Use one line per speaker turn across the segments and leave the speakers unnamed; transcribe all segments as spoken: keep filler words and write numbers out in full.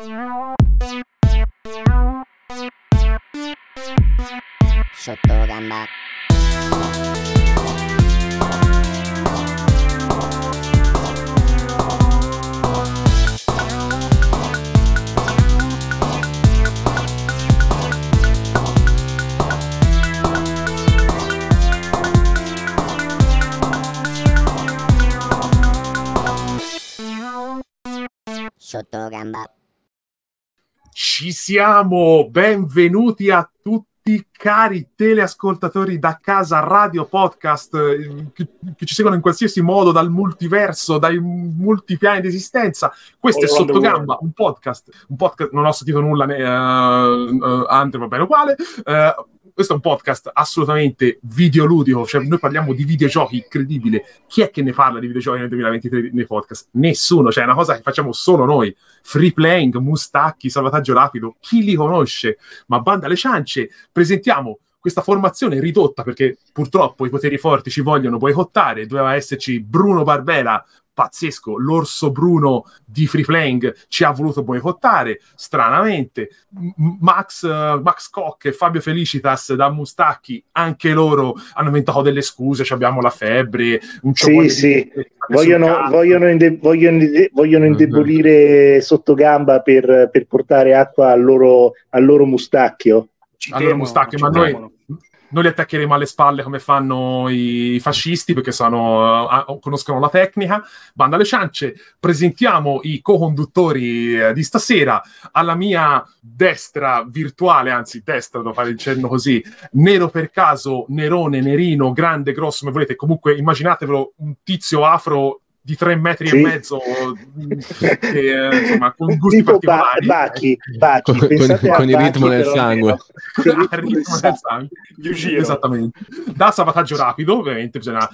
Sottogamba. Sottogamba.
Ci siamo, benvenuti a tutti cari teleascoltatori da casa Radio Podcast eh, che, che ci seguono in qualsiasi modo dal multiverso, dai multipiani di esistenza. Questo All è Sottogamba, un podcast, un podcast, non ho sentito nulla, né, uh, uh, Andre va bene uguale, uh, questo è un podcast assolutamente videoludico, cioè noi parliamo di videogiochi, incredibile. Chi è che ne parla di videogiochi nel duemilaventitré nei podcast? Nessuno, cioè è una cosa che facciamo solo noi. Free playing, mustacchi, salvataggio rapido, chi li conosce? Ma banda alle ciance, presentiamo questa formazione ridotta perché purtroppo i poteri forti ci vogliono boicottare, doveva esserci Bruno Barbera, pazzesco, l'orso Bruno di Free Playing ci ha voluto boicottare, stranamente. M- Max, uh, Max Koch e Fabio Felicitas da Mustacchi, anche loro hanno inventato delle scuse, abbiamo la febbre, un
sì, sì. Vogliono, vogliono, inde- vogliono, inde- vogliono indebolire Sottogamba per, per portare acqua al loro, al loro Mustacchio.
Ci allora temono, Mustacchi, ma noi... Noi li attaccheremo alle spalle come fanno i fascisti perché sono, uh, conoscono la tecnica. Banda alle ciance, presentiamo i co-conduttori uh, di stasera. Alla mia destra virtuale, anzi destra, devo fare il cenno così, nero per caso, nerone, nerino, grande, grosso, come volete. Comunque immaginatevelo un tizio afro di tre metri sì. e mezzo che, eh, insomma, con gusti
tipo
particolari
ba- Bachi, Bachi.
con, con, con il ritmo del sangue
con il ritmo del sangue esattamente. Da salvataggio rapido ovviamente bisogna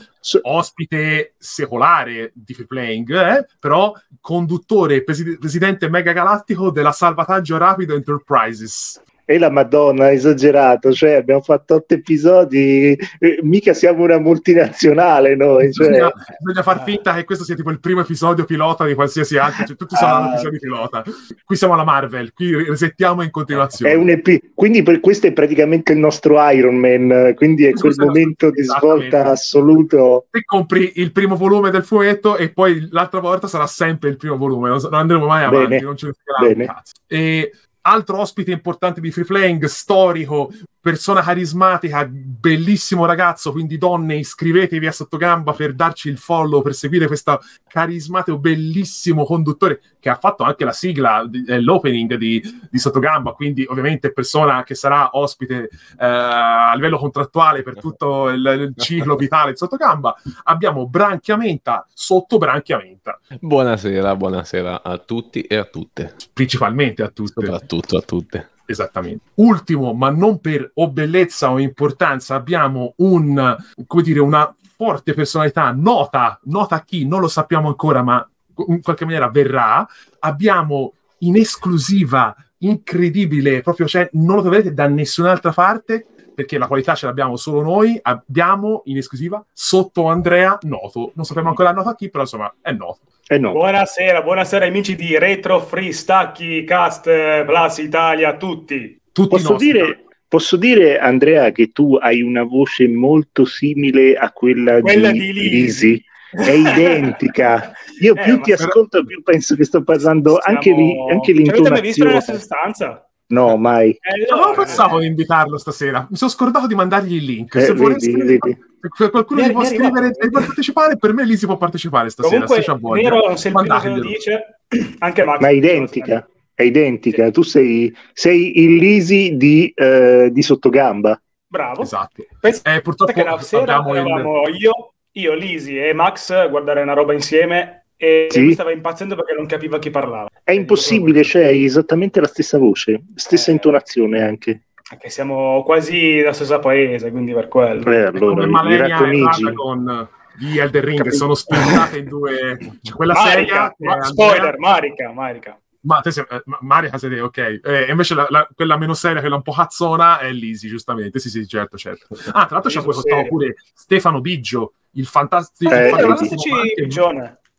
ospite secolare di Free Playing eh? però conduttore presi- presidente mega galattico della salvataggio rapido Enterprises.
E la Madonna, esagerato, cioè abbiamo fatto otto episodi, eh, mica siamo una multinazionale noi. Cioè.
Bisogna, bisogna far finta che questo sia tipo il primo episodio pilota di qualsiasi altro, cioè, tutti saranno ah, episodi pilota. Qui siamo alla Marvel, qui resettiamo in continuazione.
È un epi- quindi per questo è praticamente il nostro Iron Man, quindi è quel momento di svolta assoluto.
Se compri il primo volume del fumetto e poi l'altra volta sarà sempre il primo volume, non, non andremo mai avanti,
bene,
non ce ne fregherà un cazzo. E altro ospite importante di Free Playing, storico, persona carismatica, bellissimo ragazzo, quindi donne iscrivetevi a Sottogamba per darci il follow, per seguire questo carismatico, bellissimo conduttore che ha fatto anche la sigla, eh, l'opening di, di Sottogamba, quindi ovviamente persona che sarà ospite eh, a livello contrattuale per tutto il, il ciclo vitale di Sottogamba. Abbiamo Branchiamenta sotto Branchiamenta.
Buonasera, buonasera a tutti e a tutte.
Principalmente a tutte.
Soprattutto a tutte.
Esattamente. Ultimo, ma non per o bellezza o importanza, abbiamo un, come dire, una forte personalità, nota, nota a chi, non lo sappiamo ancora, ma in qualche maniera verrà. Abbiamo in esclusiva, incredibile, proprio, cioè, non lo troverete da nessun'altra parte, perché la qualità ce l'abbiamo solo noi. Abbiamo in esclusiva sotto Andrea Noto. Non sappiamo ancora noto a chi, però insomma è noto.
No. Buonasera, buonasera amici di Retro Free Stacchi Cast Plus Italia, tutti.
tutti
posso, dire, posso dire, Andrea, che tu hai una voce molto simile a quella, quella di, di Lisi. È identica. Io eh, più ti però... ascolto, più penso che sto parlando. Siamo... anche, li, anche l'intonazione.
Ci avete mai visto nella stessa stanza?
No, mai.
Eh, no, non pensavo di invitarlo stasera. Mi sono scordato di mandargli il link.
Eh,
se vuole
vedi,
scrivere,
vedi.
se qualcuno
mi
gli può scrivere e può partecipare, per me lì si può partecipare stasera.
Comunque,
se c'ha
Nero, se il primo che lo dice, anche Max.
Ma è identica, è identica. Sì. Tu sei, sei il Lisi di, eh, di Sottogamba.
Bravo.
Esatto.
Penso
eh, purtroppo
che la sera eravamo il... io, io, Lisi e Max a guardare una roba insieme. E sì. Lui stava impazzendo perché non capiva chi parlava.
È impossibile, cioè hai esattamente la stessa voce, stessa eh, intonazione anche.
Perché siamo quasi dello stesso paese, quindi per quello.
Eh, allora,
come Malenia e Radagon di Elden Ring Capito. Sono spintate in due... Cioè, quella
Marica,
seria...
Ma, spoiler, Marica, Marica.
Ma te sei, eh, Marica siete, ok. Eh, invece la, la, quella meno seria, quella un po' cazzona, è Lisi, giustamente. Sì, sì, certo, certo. Ah, tra l'altro c'è poi pure Stefano Biggio, il fantastico...
Eh, fantastici Bigione.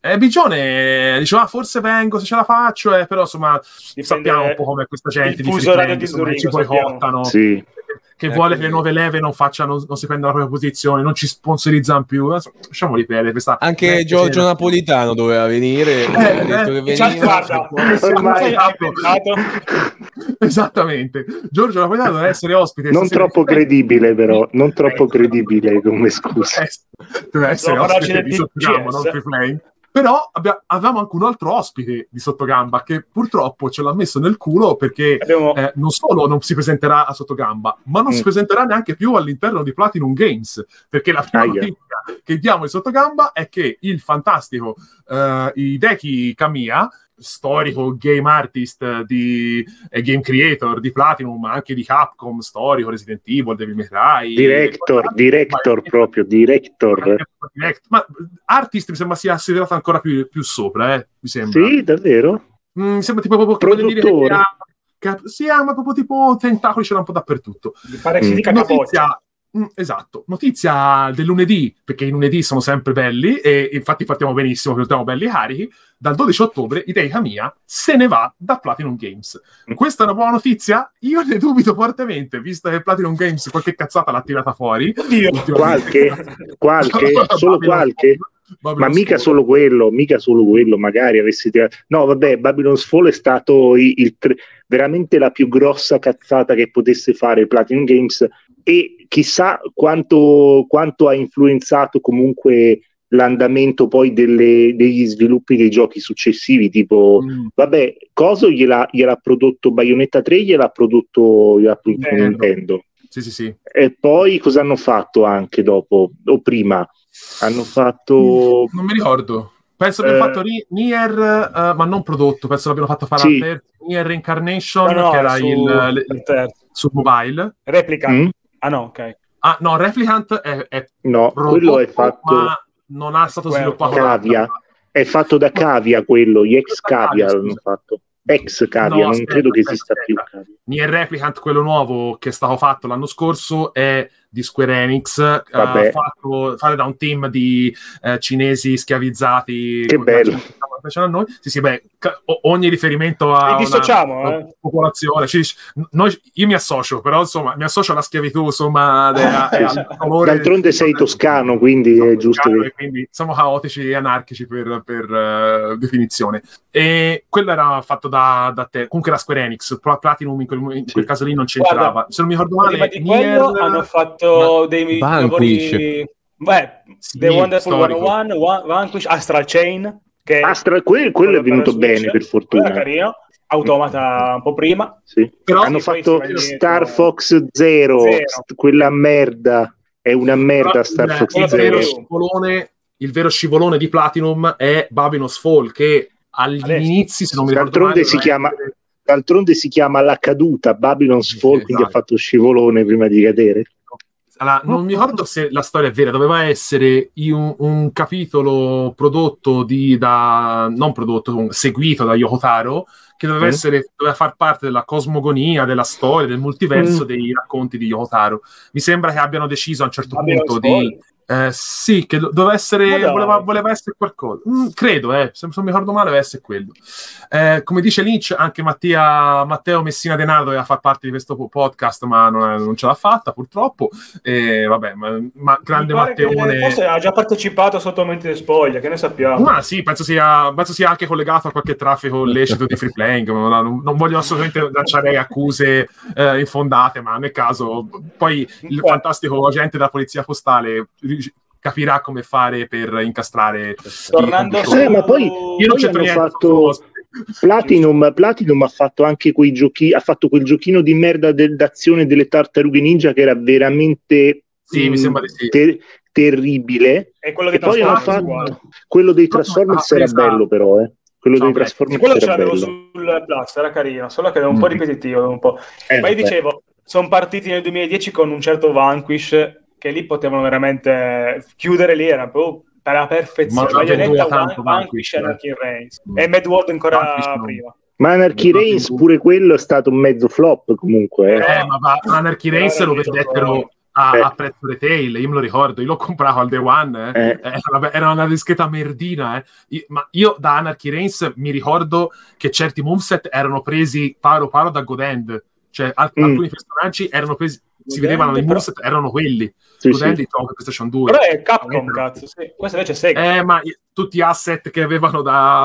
E Bigione diceva, ah, forse vengo se ce la faccio, eh, però insomma dipende, sappiamo un po' come questa gente di free di Zurigo, ci boicottano,
sì.
che eh, vuole quindi... che le nuove leve non facciano, non si prendano la propria posizione, non ci sponsorizzano più, lasciamoli perdere. Questa
anche eh, Giorgio c'era... Napolitano doveva venire, eh, ha detto
eh,
che
veniva, guarda,
ormai esattamente, Giorgio Napolitano deve essere ospite,
non troppo credibile però, non troppo credibile come scusa,
deve essere ospite di Sottogamba, non free play. Però abbia, avevamo anche un altro ospite di Sottogamba che purtroppo ce l'ha messo nel culo perché Abbiamo... eh, non solo non si presenterà a Sottogamba, ma non mm. si presenterà neanche più all'interno di Platinum Games, perché la prima Aia. notizia che diamo di Sottogamba è che il fantastico eh, Hideki Kamiya, storico game artist di eh, game creator di Platinum, ma anche di Capcom, storico Resident Evil, Devil May Cry,
director, e, director ma, proprio director.
Direct, ma artist mi sembra sia considerato ancora più, più sopra, eh, mi sembra.
Sì, davvero?
Mm, mi sembra tipo proprio
produttore.
Dire che ha, che, sì, ma proprio tipo tentacoli ce l'ha un po' dappertutto.
Mi pare che si
mm.
dica
notizia, mm, esatto, notizia del lunedì, perché i lunedì sono sempre belli e infatti partiamo benissimo, perché siamo belli carichi. Dal dodici ottobre Hideki Kamiya se ne va da Platinum Games. Questa è una buona notizia? Io ne dubito fortemente, visto che Platinum Games qualche cazzata l'ha tirata fuori.
Oddio, qualche, qualche, solo qualche.
Babylon
ma mica
Fall.
solo quello, mica solo quello, magari avessi tirato... No, vabbè, Babylon's Fall è stato il, il tre... veramente la più grossa cazzata che potesse fare Platinum Games e chissà quanto, quanto ha influenzato comunque l'andamento poi delle, degli sviluppi dei giochi successivi, tipo mm. vabbè, Coso gliel'ha, gliel'ha prodotto Bayonetta tre, gliel'ha prodotto, gliel'ha prodotto Nintendo. Nintendo.
Sì, sì, sì.
E poi cosa hanno fatto anche dopo o prima? Hanno fatto
non mi ricordo, penso abbiano eh... fatto Nier, uh, ma non prodotto, penso l'abbiano fatto fare
sì.
al terzo, Nier Reincarnation,
no, no,
che era
su...
il, il terzo su mobile.
Replicant.
Mm?
Ah no, ok.
Ah no, Replicant è, è
no,
prodotto,
quello è fatto
ma non ha stato sviluppato
Cavia. È fatto da Cavia quello, gli ex Cavia l'hanno fatto. Ex Cavia,
no,
non
aspetta,
credo che
aspetta,
esista
aspetta.
più Cavia.
Nier Replicant, quello nuovo che è stato fatto l'anno scorso, è di Square Enix, uh, fatto fare da un team di uh, cinesi schiavizzati.
Che bello.
A noi. Sì, sì, beh, ogni riferimento a
dissociamo,
una,
eh.
una popolazione. Ci, noi, io mi associo, però insomma, mi associo alla schiavitù, insomma, de, a, al colore.
D'altronde sei toscano, quindi è giusto.
Toscano,
che...
Quindi siamo caotici e anarchici per, per uh, definizione. E quello era fatto da, da te, comunque da Square Enix. Platinum in quel, in quel sì. caso lì non c'entrava. Guarda, se non mi ricordo male,
di quello Nier... hanno fatto dei lavori. Beh, sì, The Wonderful centouno, Vanquish, Astral Chain. Che
Astra, quel, quello è venuto bene per fortuna,
carino. Automata un po' prima,
sì. Però hanno fatto Star Fox Zero, st- quella merda è una merda. Però, Star beh, Fox
il
Zero
vero scivolone, il vero scivolone di Platinum è Babylon's Fall, che agli Adesso. inizi, se non mi ricordo
d'altronde
male,
si chiama essere... d'altronde si chiama La Caduta Babylon's Fall, sì, quindi esatto. Ha fatto scivolone prima di cadere.
Allora, non mi ricordo se la storia è vera, doveva essere un, un capitolo prodotto di, da, non prodotto, seguito da Yoko Taro, che doveva, mm. essere, doveva far parte della cosmogonia, della storia, del multiverso mm. dei racconti di Yoko Taro. Mi sembra che abbiano deciso a un certo Babylon's punto Fall. di... Eh, sì, che doveva essere, voleva, voleva essere qualcosa. Mm, credo, eh, se non mi ricordo male, deve essere quello. Eh, come dice Lynch, anche Mattia, Matteo Messina Denaro doveva far parte di questo podcast, ma non, non ce l'ha fatta purtroppo. Eh, vabbè, ma, ma grande Matteone.
Forse ha già partecipato sotto mente di spoglia, che ne sappiamo.
Ma sì, penso sia, penso sia anche collegato a qualche traffico illecito di free playing. Non, non voglio assolutamente lanciare accuse eh, infondate, ma nel caso, poi il Beh. fantastico agente della polizia postale capirà come fare per incastrare.
Tornando
su... eh, ma poi io non c'entro niente. Fatto... Platinum, Platinum ha fatto anche quei giochi, ha fatto quel giochino di merda del, d'azione delle tartarughe ninja che era veramente
sì, mh, mi sembra di sì.
ter- terribile.
E quello
che poi hanno fatto quello dei Transformers no, no, era bello però, eh. Quello no, dei Transformers
quello
era
ce l'avevo
bello.
Sul Plus, era carino, solo che era un mm. po' ripetitivo, un po'.
Eh,
ma io dicevo, sono partiti nel duemiladieci con un certo Vanquish che lì potevano veramente chiudere lì, era proprio per la perfezione. Bayonetta, Van- Vanquish e Anarchy Reigns mm. e Mad World ancora Vanquish prima no.
Ma Anarchy Reigns pure quello è stato un mezzo flop comunque, eh.
Eh, ma va, Anarchy Reigns lo vendettero a,
eh.
a prezzo retail, io me lo ricordo, io l'ho comprato al day one, eh. Eh. Era, era una dischetta merdina, eh. io, ma io da Anarchy Reigns mi ricordo che certi moveset erano presi paro paro da Godend, cioè al- mm. alcuni personaggi erano presi, si vedevano i moveset, erano quelli.
Sì,
Godend
sì.
di PlayStation due.
Però è Capcom, cazzo, sì. Questo invece è Sega.
Eh, ma tutti gli asset che avevano da,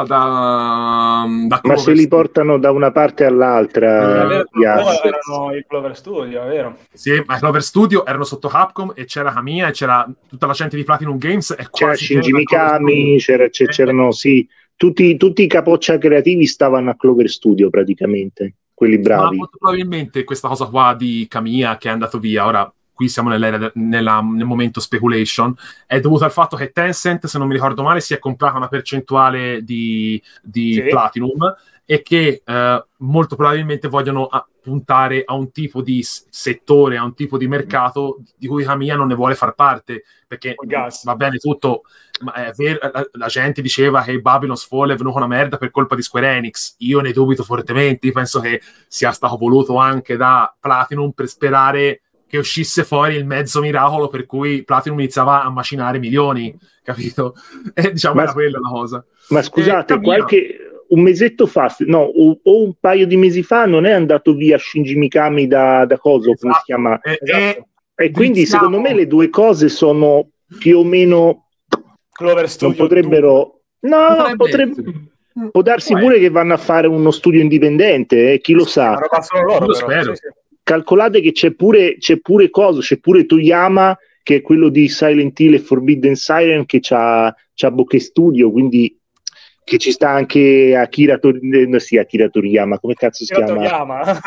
da, da
ma se li portano da una parte all'altra,
eh,
gli asset.
Erano il Clover Studio, è vero?
Sì, ma i Clover Studio erano sotto Capcom e c'era Kamiya e c'era tutta la gente di Platinum Games e
c'era Shinji Mikami, c'era, c'erano sì, tutti, tutti i capoccia creativi stavano a Clover Studio praticamente, quelli bravi.
Ma molto probabilmente questa cosa qua di Kamiya che è andato via, ora qui siamo nell'era, nella, nel momento speculation, è dovuto al fatto che Tencent, se non mi ricordo male, si è comprata una percentuale di, di sì. Platinum e che eh, molto probabilmente vogliono a, puntare a un tipo di settore, a un tipo di mercato di cui Kamiya non ne vuole far parte, perché va bene tutto, ma è vero, la, la gente diceva che Babylon's Fall è venuto una merda per colpa di Square Enix, io ne dubito fortemente, io penso che sia stato voluto anche da Platinum per sperare che uscisse fuori il mezzo miracolo per cui Platinum iniziava a macinare milioni, capito? E diciamo ma, era quella la cosa.
Ma scusate, eh, qualche un mesetto fa, no, o, o un paio di mesi fa non è andato via Shinji Mikami da, da Coso, esatto. come si chiama?
E,
esatto. e, e quindi diciamo... secondo me le due cose sono più o meno
Clover Studio
non potrebbero due. no, potrebbe, potrebbe... può darsi Poi. pure che vanno a fare uno studio indipendente, eh, chi lo sa.
Ma lo solo loro,
lo
però.
spero.
Sì, sì.
Calcolate che c'è pure, c'è pure Coso, c'è pure Toyama, che è quello di Silent Hill e Forbidden Siren, che c'ha, c'ha Bokeh Studio, quindi che ci sta anche Akira, Tor- no, sì, Akira Toriyama, come cazzo si
Akira
chiama?
Toriyama.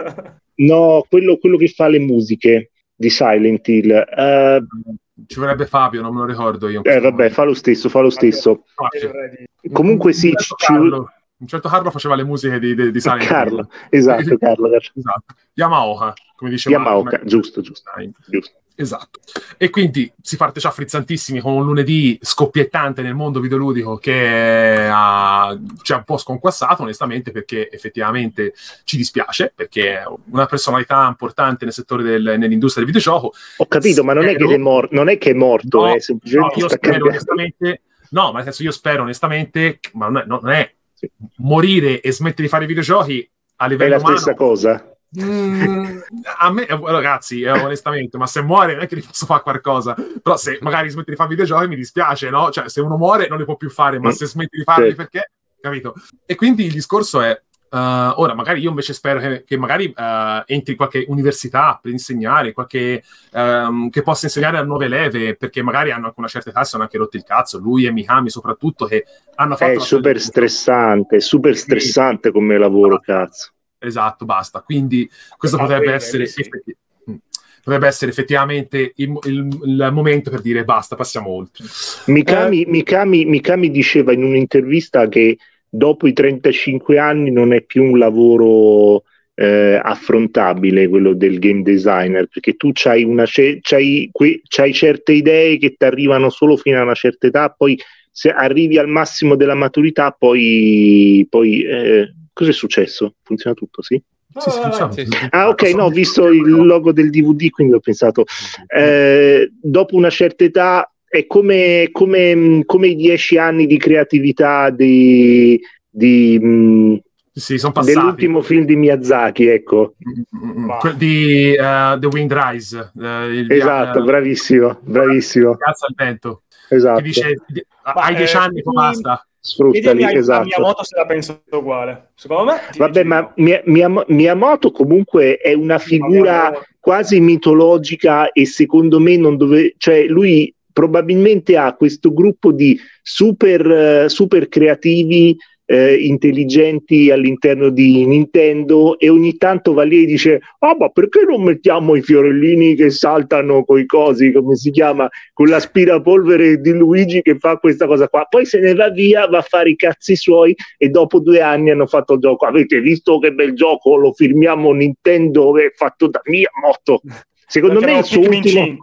No, quello, quello che fa le musiche di Silent Hill. Uh,
ci vorrebbe Fabio, non me lo ricordo io.
Eh vabbè, fa lo stesso, fa lo stesso. Comunque sì, ci...
Un certo Carlo faceva le musiche di, di, di Silent Hill.
Carlo, esatto, Carlo.
Esatto. Yamaoka, come diceva.
Yamaoka, giusto, giusto, giusto.
Esatto. E quindi si parte già frizzantissimi con un lunedì scoppiettante nel mondo videoludico che ha, ci ha un po' sconquassato, onestamente, perché effettivamente ci dispiace, perché è una personalità importante nel settore del, nell'industria del videogioco.
Ho capito, spero, ma non è che è, mor- non è, che è morto,
no,
è semplicemente
no, io spero cambiando. onestamente, no, ma nel senso io spero onestamente, ma non è, non è morire e smettere di fare videogiochi a livello
è la
umano,
stessa cosa.
Mm, a me, ragazzi, eh, onestamente, ma se muore non è che gli posso fare qualcosa, però se magari smette di fare videogiochi mi dispiace, no? Cioè se uno muore non li può più fare, ma mm. se smetti di farli sì. perché, capito? E quindi il discorso è uh, ora magari io invece spero che, che magari uh, entri qualche università per insegnare, qualche um, che possa insegnare a nuove leve, perché magari hanno anche una certa età, sono anche rotti il cazzo, lui e Mikami soprattutto, che hanno fatto
è super stressante, è super stressante sì. come lavoro, ah. cazzo.
Esatto, basta. Quindi questo ah, potrebbe, essere sì. effetti- potrebbe essere effettivamente il, il, il momento per dire basta, passiamo oltre.
Mikami, eh, Mikami, Mikami diceva in un'intervista che dopo i trentacinque anni non è più un lavoro eh, affrontabile quello del game designer, perché tu c'hai, una, c'hai, que, c'hai certe idee che ti arrivano solo fino a una certa età, poi se arrivi al massimo della maturità poi... poi eh, cosa è successo? Funziona tutto, sì?
Sì, sì, funziona. Sì, sì.
Ah, ok, no, ho visto il logo del D V D, quindi ho pensato, eh, dopo una certa età è come, come, come i dieci anni di creatività di, di, mh,
sì, sono passati.
Dell'ultimo film di Miyazaki, ecco.
Wow. Di uh, The Wind Rise. Uh, il
esatto, uh, bravissimo, bravissimo.
Cazzo al vento.
Esatto.
Che dice, hai dieci eh, anni, poi basta.
Sfruttali,
a,
esatto.
a Miyamoto se la penso uguale, secondo me.
Vabbè, ma no. Miyamoto comunque è una figura quasi mitologica e secondo me non dove, cioè lui probabilmente ha questo gruppo di super, uh, super creativi eh, intelligenti all'interno di Nintendo e ogni tanto va lì e dice ah, ma perché non mettiamo i fiorellini che saltano coi cosi, come si chiama, con l'aspirapolvere di Luigi che fa questa cosa qua, poi se ne va via, va a fare i cazzi suoi e dopo due anni hanno fatto il gioco, avete visto che bel gioco, lo firmiamo Nintendo, è fatto da Miyamoto. Secondo me il suo ultimo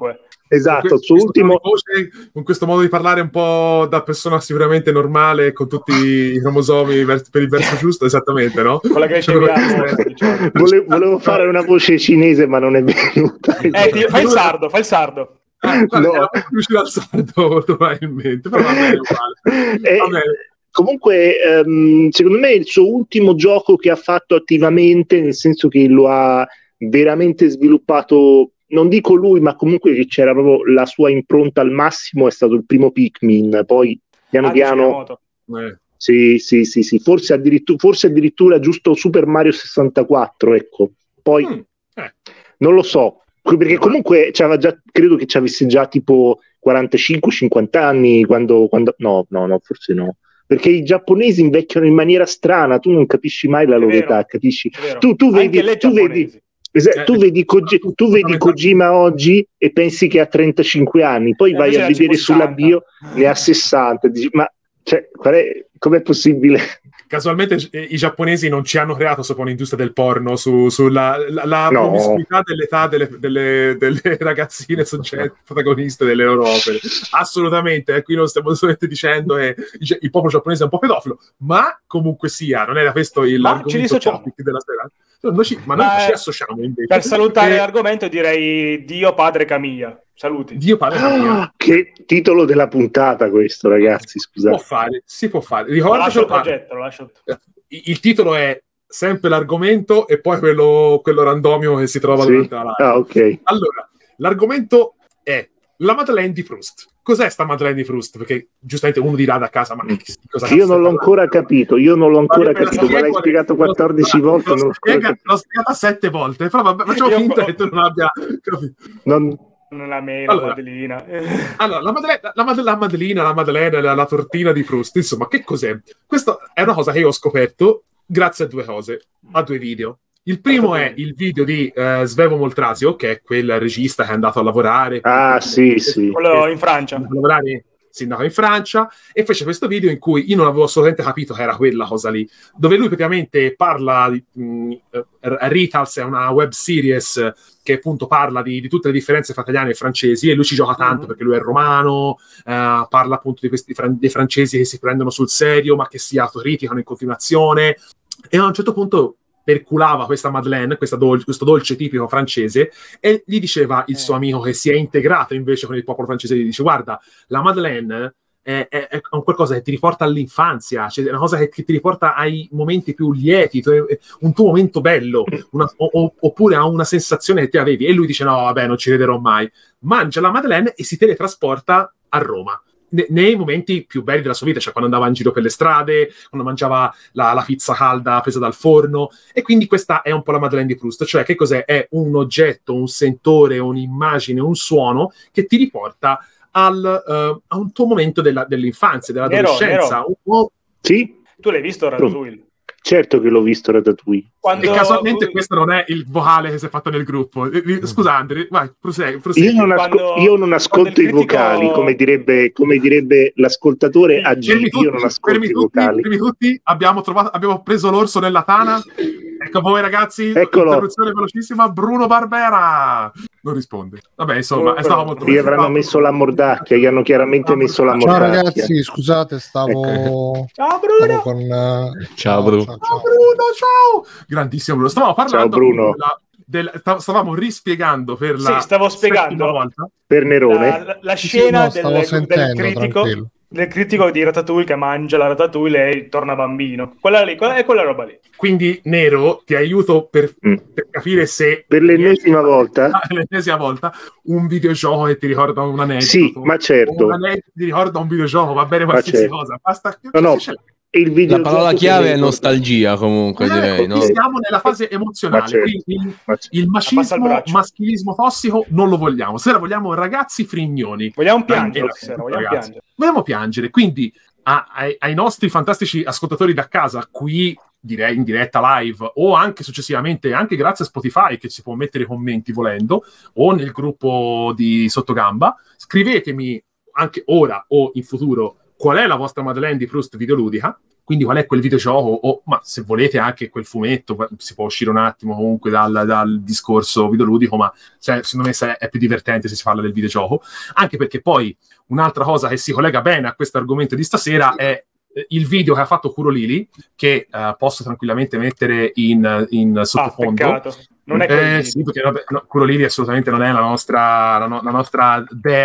Esatto,
con
il suo ultimo...
voce, con questo modo di parlare un po' da persona sicuramente normale, con tutti i cromosomi ver- per il verso giusto, esattamente, no?
Con la che diciamo.
volevo, volevo fare una voce cinese, ma non è venuta.
Eh, ti, fai il sardo, fai il sardo.
Ah, guarda, no. Era molto riuscito al sardo, probabilmente, però va bene, uguale.
Eh,
va bene.
Comunque, um, secondo me, il suo ultimo gioco che ha fatto attivamente, nel senso che lo ha veramente sviluppato, non dico lui, ma comunque che c'era proprio la sua impronta al massimo, è stato il primo Pikmin. Poi piano
ah,
piano
eh.
sì, sì, sì, sì, forse addirittura, forse addirittura giusto Super Mario sessantaquattro, ecco. Poi
mm, eh.
non lo so, perché comunque c'aveva già, credo che ci avesse già tipo quarantacinque cinquanta anni quando, quando no, no, no, forse no. Perché i giapponesi invecchiano in maniera strana, tu non capisci mai la loro età, capisci? Tu, tu vedi, tu vedi Esatto, tu vedi, Koji, tu vedi Kojima oggi e pensi che ha trentacinque anni, poi vai a vedere sulla bio, ne ha sessanta, dici, ma cioè, qual è, com'è possibile?
Casualmente i giapponesi non ci hanno creato sopra un'industria del porno su, sulla la, la
no.
promiscuità dell'età delle, delle, delle ragazzine soggette protagoniste delle loro opere. Assolutamente, eh, qui non stiamo solamente dicendo che eh, il popolo giapponese è un po' pedofilo, ma comunque sia, non era questo il l'argomento topic della sera. Noi ci, ma, ma noi ci associamo invece.
Per salutare e... l'argomento direi Dio Padre Camilla. Saluti.
Dio Padre Camilla.
Ah, che titolo della puntata questo, ragazzi, scusate.
Si può fare, si può fare. Ricordo
lo lascio il progetto, lo lascio.
Il titolo è sempre l'argomento e poi quello, quello randomio che si trova
sì?
durante la live.
Ah, ok.
Allora, l'argomento è la Madeleine di Proust. Cos'è sta Madeleine di Proust? Perché giustamente uno dirà da casa, ma che cosa
io non l'ho ancora capito, io non l'ho ancora vabbè, capito, me l'hai spiegato quattordici
l'ho,
volte,
l'ho,
non
spiega, l'ho spiegata sette volte, però vabbè, facciamo io finta ho... che tu non abbia capito.
Non...
La mela,
allora,
Madelina.
allora, la, Madele, la, Madele, la Madelina, la Madeleine, la, la tortina di Proust, insomma, che cos'è? Questa è una cosa che io ho scoperto grazie a due cose, a due video. Il primo è il video di uh, Svevo Moltrasio, che è quel regista che è andato a lavorare.
Ah, sì, che, sì.
Quello in Francia.
A lavorare, si è andato in Francia, e fece questo video in cui io non avevo assolutamente capito che era quella cosa lì, dove lui praticamente parla di... Mh, Ritals è una web series che appunto parla di, di tutte le differenze fra italiani e francesi, e lui ci gioca tanto mm-hmm. perché lui è romano, eh, parla appunto di questi fran- dei francesi che si prendono sul serio, ma che si autocriticano in continuazione, e a un certo punto perculava questa Madeleine, questa dol- questo dolce tipico francese, e gli diceva il suo amico che si è integrato invece con il popolo francese, gli dice: guarda, la Madeleine è, è, è un qualcosa che ti riporta all'infanzia, cioè è una cosa che, che ti riporta ai momenti più lieti, un tuo momento bello, una, o, oppure a una sensazione che ti avevi. E lui dice: no, vabbè, non ci crederò mai. Mangia la Madeleine e si teletrasporta a Roma, nei momenti più belli della sua vita, cioè quando andava in giro per le strade, quando mangiava la, la pizza calda presa dal forno. E quindi questa è un po' la Madeleine di Proust, cioè che cos'è? È un oggetto, un sentore, un'immagine, un suono che ti riporta al, uh, a un tuo momento della, dell'infanzia, dell'adolescenza.
Nero,
Nero. Sì?
Tu l'hai visto Ratatouille?
Certo che l'ho visto Ratatouille.
Quando... E casualmente lui... questo non è il vocale che si è fatto nel gruppo. Scusa Andre, vai, prosegui. prosegui.
Io non, asco- quando... io non ascolto critico... i vocali, come direbbe, come direbbe l'ascoltatore. A G, io non ascolto i vocali.
Primi tutti abbiamo, trovato, abbiamo preso l'orso nella tana. Ecco voi ragazzi,
Eccolo.
Interruzione velocissima, Bruno Barbera. Non risponde. Vabbè, insomma, è stato molto
gli avranno messo la mordacchia, gli hanno chiaramente messo la mordacchia.
Ciao ragazzi, scusate, stavo
ecco. Ciao Bruno.
Stavo con, uh...
ciao Bruno.
Ciao, ciao Bruno, ciao. Grandissimo Bruno. Stavamo parlando
ciao Bruno.
Del, stavamo rispiegando per la
sì, stavo spiegando
volta
per Nerone
la, la, la scena
sì, no,
del,
sentendo,
del critico
tranquillo.
del critico di Ratatouille che mangia la Ratatouille e torna bambino. Quella lì, quella, è quella roba lì.
Quindi Nero, ti aiuto per, mm. per capire se
per l'ennesima volta
l'ennesima volta un videogioco che ti ricorda un aneddoto.
Sì, ma certo.
Un aneddoto ti ricorda un videogioco, va bene qualsiasi certo. cosa. Basta
no, no. Il
la parola chiave è nostalgia, comunque eh, direi,
ecco,
no?
Siamo nella fase emozionale,
certo.
quindi il, il macismo, maschilismo tossico non lo vogliamo. Se la vogliamo ragazzi frignoni,
vogliamo piangere, sera, vogliamo piangere.
Vogliamo piangere, quindi a, ai, ai nostri fantastici ascoltatori da casa, qui direi in diretta live, o anche successivamente, anche grazie a Spotify, che si può mettere commenti volendo, o nel gruppo di Sottogamba, scrivetemi anche ora o in futuro qual è la vostra Madeleine di Proust videoludica, quindi qual è quel videogioco, o ma se volete anche quel fumetto, si può uscire un attimo comunque dal, dal discorso videoludico, ma cioè, secondo me è più divertente se si parla del videogioco, anche perché poi un'altra cosa che si collega bene a questo argomento di stasera è il video che ha fatto Kurolili, che uh, posso tranquillamente mettere in, in sottofondo.
Ah, peccato. Non è
eh, sì, perché vabbè, no, Kurolili assolutamente non è la nostra, la, no, la nostra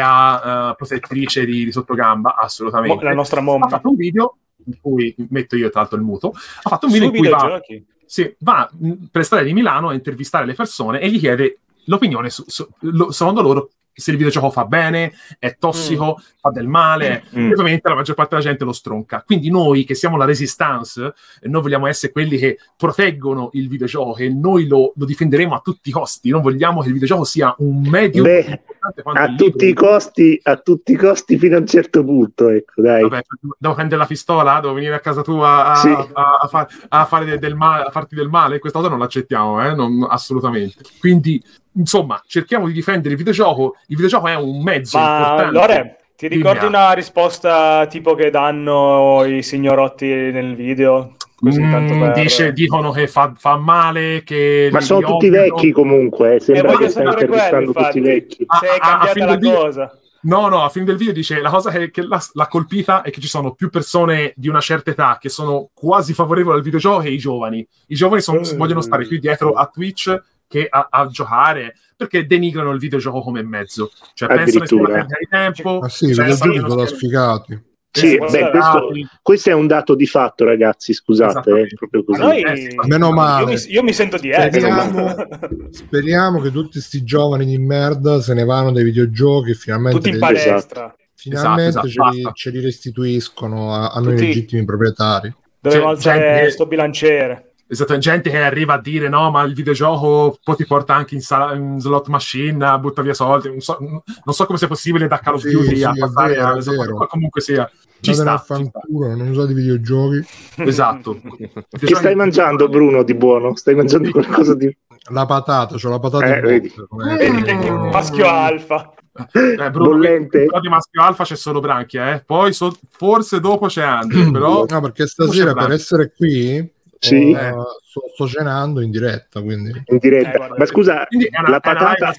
dea uh, protettrice di, di sottogamba, assolutamente.
La nostra momma.
Ha fatto un video in cui metto io tra l'altro il muto, ha fatto un video Su in cui va, sì, va per strada di Milano a intervistare le persone e gli chiede l'opinione su, su, lo, secondo loro se il videogioco fa bene, è tossico, mm. fa del male, mm. e ovviamente la maggior parte della gente lo stronca. Quindi noi che siamo la resistance, noi vogliamo essere quelli che proteggono il videogioco, e noi lo, lo difenderemo a tutti i costi. Non vogliamo che il videogioco sia un medio
Beh, a tutti i costi, a tutti i costi fino a un certo punto, ecco, dai.
Vabbè, devo prendere la pistola, devo venire a casa tua a,
sì.
a, a, far, a fare del, del male, a farti del male, questa cosa non l'accettiamo, eh? non, assolutamente. Quindi insomma, cerchiamo di difendere il videogioco. Il videogioco è un mezzo
Ma
importante.
Lore, ti ricordi una risposta tipo che danno i signorotti nel video? Così,
mm,
tanto per...
dice, dicono che fa, fa male, che
ma sono tutti
obbligano...
vecchi comunque, sembra
eh,
che stai intervistando tutti vecchi.
Se è cambiata la
video...
cosa.
No, no, a fine del video dice la cosa che, che l'ha, l'ha colpita è che ci sono più persone di una certa età che sono quasi favorevoli al videogioco che i giovani. I giovani sono, mm. vogliono stare più dietro a Twitch che a, a giocare, perché denigrano il videogioco come mezzo, cioè pensano che sia una perdita di tempo.
Ma sì, i
cioè,
videogiochi sono da sfigati.
Sì, beh, questo, questo è un dato di fatto, ragazzi, scusate, è proprio così.
Noi,
eh,
meno male.
Io mi, io mi sento di
speriamo, speriamo che tutti sti giovani di merda se ne vanno dai videogiochi e finalmente
tutti in palestra.
Finalmente
esatto,
ce,
esatto,
li, ce li restituiscono a, a
tutti,
noi legittimi proprietari.
Dobbiamo alzare
gente,
sto bilanciere.
Esatto, gente che arriva a dire no, ma il videogioco poi ti porta anche in, sala, in slot machine, butta via soldi. Non so, non so come sia possibile da Call of Duty sì, a sì, passare
vero,
a esatto, comunque sia. Ci sta, ci sta.
Non usate i videogiochi.
Esatto.
Che stai mangiando, Bruno, di buono? Stai mangiando qualcosa di...
La patata, c'ho la patata
eh, vedi.
Eh, maschio alfa.
Eh, Bruno,
bollente.
Però di maschio alfa c'è solo Branchia, eh. Poi so, forse dopo c'è Andre, però...
No, perché stasera per essere qui...
Sì.
Uh, sto, sto cenando in diretta, quindi
in diretta. Eh, ma scusa,
una,
la patata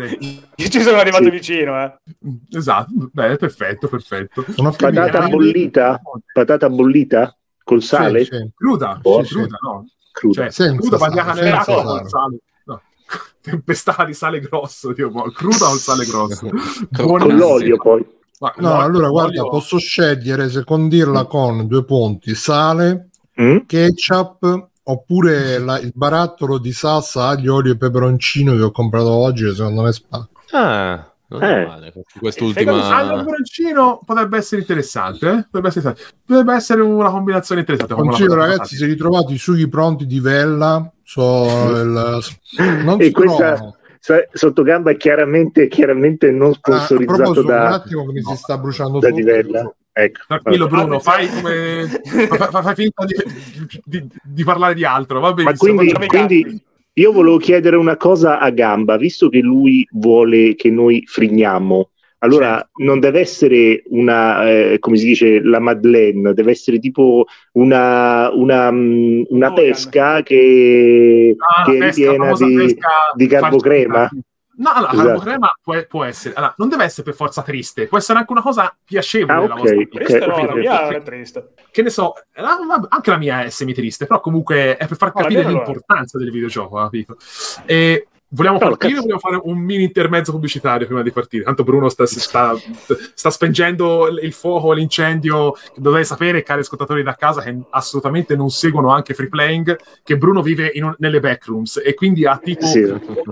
io ci sono arrivato sì. vicino, eh.
Esatto, beh, perfetto, perfetto.
Patata bollita? Patata bollita col sale?
Sì, sì.
Cruda,
oh,
sì, cruda, no.
Cruda.
Cioè,
senza
cruda
sale, senza
sale.
sale.
sale. No. Tempestata di sale grosso, Dio, cruda o il sale grosso?
Con l'olio poi.
Ma, no, no, allora guarda, posso scegliere se condirla con due punti, sale, Mm? ketchup oppure la, il barattolo di salsa, aglio, olio e peperoncino che ho comprato oggi, che secondo me spacca.
Ah, non
eh.
è male quest'ultima.
Aglio e peperoncino potrebbe essere interessante, eh? potrebbe, essere, potrebbe essere una combinazione interessante.
Consiglio, ragazzi, se ritrovate i sughi pronti di Vella, so il, non
e questa sottogamba è chiaramente, chiaramente non sponsorizzato ah, da
un attimo che mi si sta bruciando
da Divella. Ecco.
Tranquillo Bruno, fai come fai, fai finta di, di, di parlare di altro, va benissimo.
Ma quindi, quindi io volevo chiedere una cosa a Gamba, visto che lui vuole che noi frigniamo, allora certo. non deve essere una, eh, come si dice, la Madeleine, deve essere tipo una, una, una pesca che, ah, che è piena di, di carbocrema.
No, allora, esatto. La carbocrema può, può essere, allora, non deve essere per forza triste, può essere anche una cosa piacevole.
Ah,
la
okay,
vostra
triste,
okay,
no,
okay,
la mia okay. è triste.
Che ne so, la, anche la mia è semi-triste, però comunque è per far capire oh, l'importanza del videogioco, capito? E vogliamo no, partire o vogliamo fare un mini intermezzo pubblicitario prima di partire? Tanto Bruno sta, sta, sta spengendo il fuoco, l'incendio. Dovete sapere, cari ascoltatori da casa, che assolutamente non seguono anche Free Playing, che Bruno vive in un, nelle backrooms e quindi ha tipo
sì.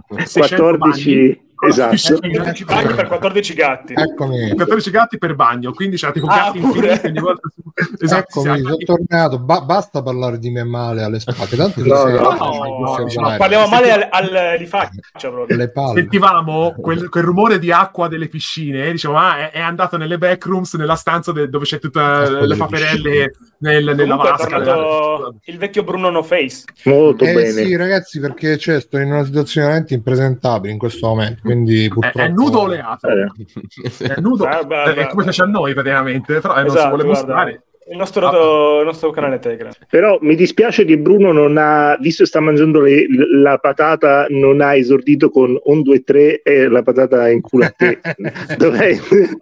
quattordici esatto.
quattordici bagni per quattordici gatti.
Eccomi.
quattordici gatti per bagno, quindi c'ha tipo
ah,
gatti infiniti ogni volta.
Esatto, eccomi, sono tornato. Ba- basta parlare di me male alle spalle. Tanto
no, no,
no, no, no, parliamo male al, al, di faccia proprio.
Le palle.
Sentivamo quel, quel rumore di acqua delle piscine, dicevo, ah, è, è andato nelle backrooms, nella stanza de- dove c'è tutte le paperelle nel, nella vasca.
Nella... il vecchio Bruno No Face.
Molto
eh,
bene.
Sì, ragazzi, perché cioè, sto in una situazione veramente impresentabile in questo momento. Quindi purtroppo...
è, è nudo oleato, eh. è nudo, eh, beh, beh, è come piace a noi praticamente, però eh, non esatto, si vuole mostrare.
Il nostro, ah. il nostro canale Telegram.
Però mi dispiace che Bruno non ha, visto che sta mangiando le, la patata, non ha esordito con un, due, tre e la patata in culo a te. Dov'è?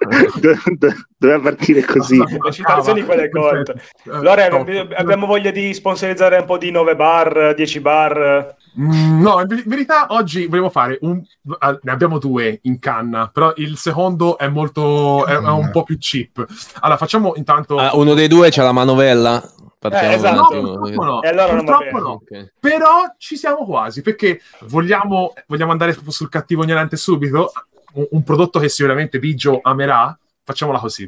Doveva partire così.
Le citazioni quelle colte. Allora abbiamo voglia di sponsorizzare un po' di nove bar, dieci bar.
Mm, no, in verità oggi vogliamo fare un, ne abbiamo due in canna, però il secondo è molto è, è un po' più cheap. Allora facciamo intanto
ah, uno dei due c'ha la manovella.
Eh, esatto. No, purtroppo no. E allora
purtroppo no. Okay. Però ci siamo quasi, perché vogliamo, vogliamo andare proprio sul cattivo ignorante subito. Un, un prodotto che sicuramente Biggio amerà. Facciamola così.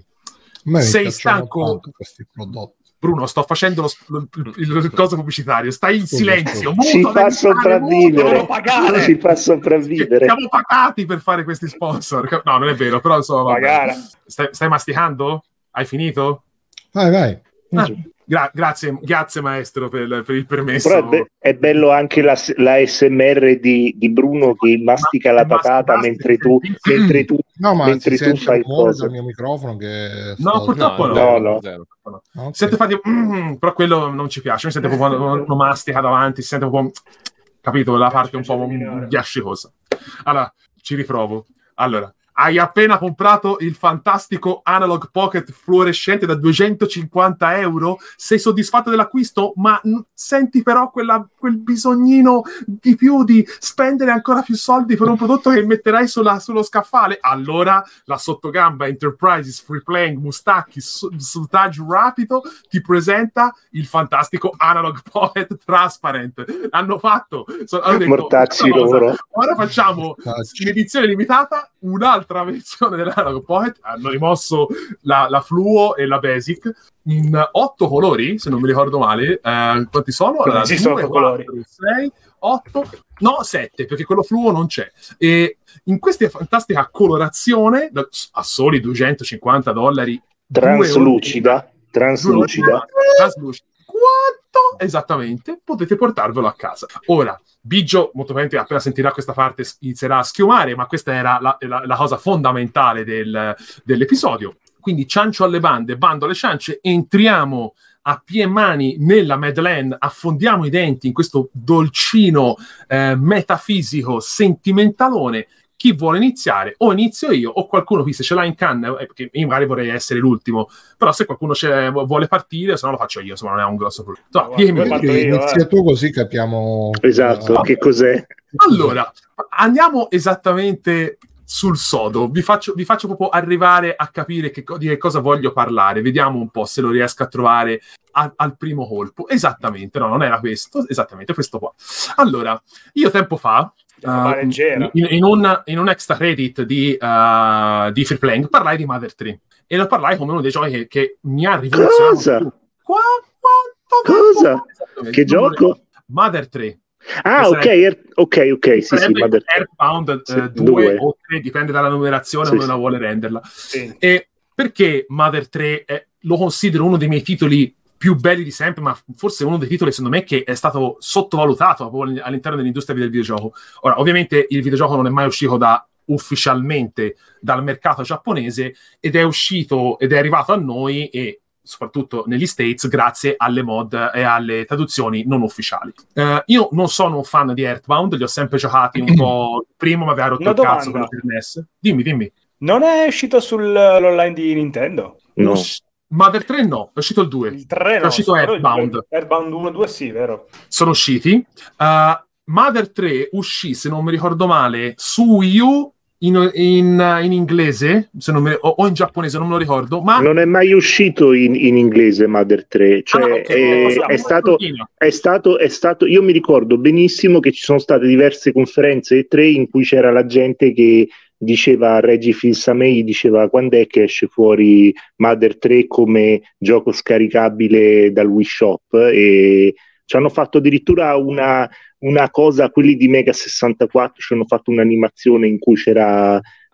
Sei stanco
questi prodotti.
Bruno, sto facendo lo, il, il coso pubblicitario, stai in silenzio.
Ci fa sopravvivere. Ci fa sopravvivere.
Siamo pagati per fare questi sponsor. No, non è vero, però insomma. Stai, stai masticando? Hai finito?
Vai, vai.
Ah, gra- grazie, grazie maestro per, per il permesso.
Però è, be- è bello anche la, la S M R di, di Bruno che mastica la patata ma, mentre tu, mentre tu,
no, ma
mentre tu fai il
coso. Il mio microfono che
no, purtroppo no.
no, no.
no. no. Siete fatti, mm, però quello non ci piace. Mi sente proprio uno mastica davanti, si sente un po', capito, la parte un po' ghiacciosa. Allora, ci riprovo. Allora, hai appena comprato il fantastico Analog Pocket fluorescente da duecentocinquanta euro? Sei soddisfatto dell'acquisto? Ma n- senti però quella, quel bisognino di più di spendere ancora più soldi per un prodotto che metterai sulla, sullo scaffale? Allora la sottogamba Enterprises Free Playing Mustacchi Svoltaggio Rapido ti presenta il fantastico Analog Pocket Transparent. Hanno fatto... So, hanno detto,
mortacci loro.
Ora facciamo in edizione limitata un'altra versione dell'Analog Pocket. Hanno rimosso la, la fluo e la basic in otto colori, se non mi ricordo male. Eh, quanti sono?
Allora, due,
quattro, sei, otto, no, sette, perché quello fluo non c'è. E in questa fantastica colorazione, a soli duecentocinquanta dollari,
translucida, translucida,
translucida. Quanto esattamente potete portarvelo a casa? Ora, Biggio, molto probabilmente appena sentirà questa parte inizierà a schiumare, ma questa era la, la, la cosa fondamentale del, dell'episodio. Quindi ciancio alle bande, bando alle ciance, entriamo a pie e mani nella Madeleine, affondiamo i denti in questo dolcino eh, metafisico sentimentalone. Chi vuole iniziare? O inizio io, o qualcuno qui se ce l'ha in canna, perché io magari vorrei essere l'ultimo, però se qualcuno vuole partire, se no lo faccio io, insomma non è un grosso problema. No,
no, io, inizia eh. tu così capiamo.
Esatto, uh, che cos'è.
Allora, andiamo esattamente sul sodo, vi faccio, vi faccio proprio arrivare a capire che, di che cosa voglio parlare, vediamo un po' se lo riesco a trovare a, al primo colpo. Esattamente, no, non era questo, esattamente questo qua. Allora, io tempo fa Uh, in, in, un, in un extra credit di, uh, di Free Playing parlai di Mother tre e lo parlai come uno dei giochi che, che mi ha rivoluzionato.
Cosa?
Qua,
Cosa? Che gioco?
Mother tre.
Ah, ok, er- ok, ok, sì, sì, Mother tre.
Earthbound uh, due o tre, dipende dalla numerazione, sì, come sì. la vuole renderla. Sì. E perché Mother tre è, lo considero uno dei miei titoli più belli di sempre, ma forse uno dei titoli secondo me che è stato sottovalutato all'interno dell'industria del videogioco. Ora, ovviamente il videogioco non è mai uscito da ufficialmente dal mercato giapponese ed è uscito ed è arrivato a noi e soprattutto negli States grazie alle mod e alle traduzioni non ufficiali. Uh, io non sono un fan di Earthbound, li ho sempre giocati un po'. Primo mi aveva rotto
Una
il
domanda.
cazzo quello per N E S. Dimmi, dimmi.
Non è uscito sull'online di Nintendo?
No. Mother tre no, è uscito il due.
Il tre no,
è uscito Earthbound.
Earthbound uno due sì, vero.
Sono usciti. Uh, Mother tre uscì, se non mi ricordo male, su Wii U in, in, in inglese, se non mi, o, o in giapponese, non me lo ricordo. Ma
non è mai uscito in, in inglese Mother tre. Cioè, ah, no, okay, è, è, stato, è, stato, è stato. Io mi ricordo benissimo che ci sono state diverse conferenze E tre in cui c'era la gente che diceva, Reggie Fils-Aimé diceva quando è che esce fuori Mother tre come gioco scaricabile dal Wii Shop, e ci hanno fatto addirittura una, una cosa, quelli di Mega sessantaquattro ci hanno fatto un'animazione in cui c'era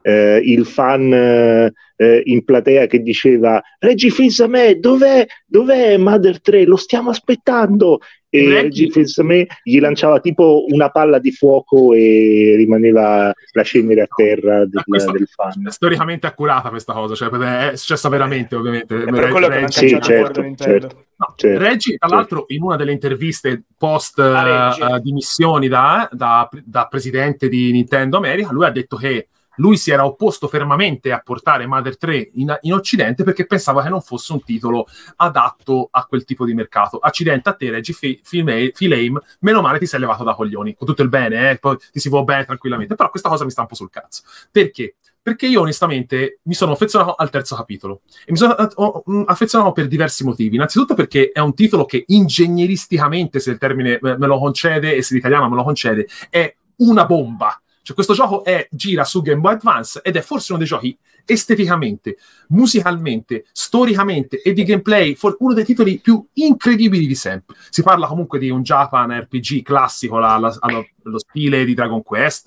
eh, il fan eh, in platea che diceva Reggie Fils-Aimé, dov'è, dov'è Mother tre? Lo stiamo aspettando. E Reggie Fils-Aimé gli lanciava tipo una palla di fuoco e rimaneva la cenere a terra del,
questa,
del fan.
È storicamente accurata questa cosa, cioè è successa veramente, ovviamente.
È per quello che
sì, certo, certo,
no,
certo,
Reggie, tra
certo.
l'altro, in una delle interviste post uh, dimissioni da, da, da presidente di Nintendo America, lui ha detto che lui si era opposto fermamente a portare Mother tre in, in Occidente perché pensava che non fosse un titolo adatto a quel tipo di mercato. Accidente a te, Reggie Fils-Aimé, meno male ti sei levato da coglioni, con tutto il bene, eh, poi ti si può bene tranquillamente, però questa cosa mi sta un po' sul cazzo. Perché? Perché io onestamente mi sono affezionato al terzo capitolo e mi sono affezionato per diversi motivi. Innanzitutto perché è un titolo che ingegneristicamente, se il termine me lo concede e se l'italiano me lo concede, è una bomba. Cioè questo gioco è, gira su Game Boy Advance ed è forse uno dei giochi esteticamente, musicalmente, storicamente e di gameplay, for- uno dei titoli più incredibili di sempre. Si parla comunque di un Japan R P G classico, la, la, allo, lo stile di Dragon Quest,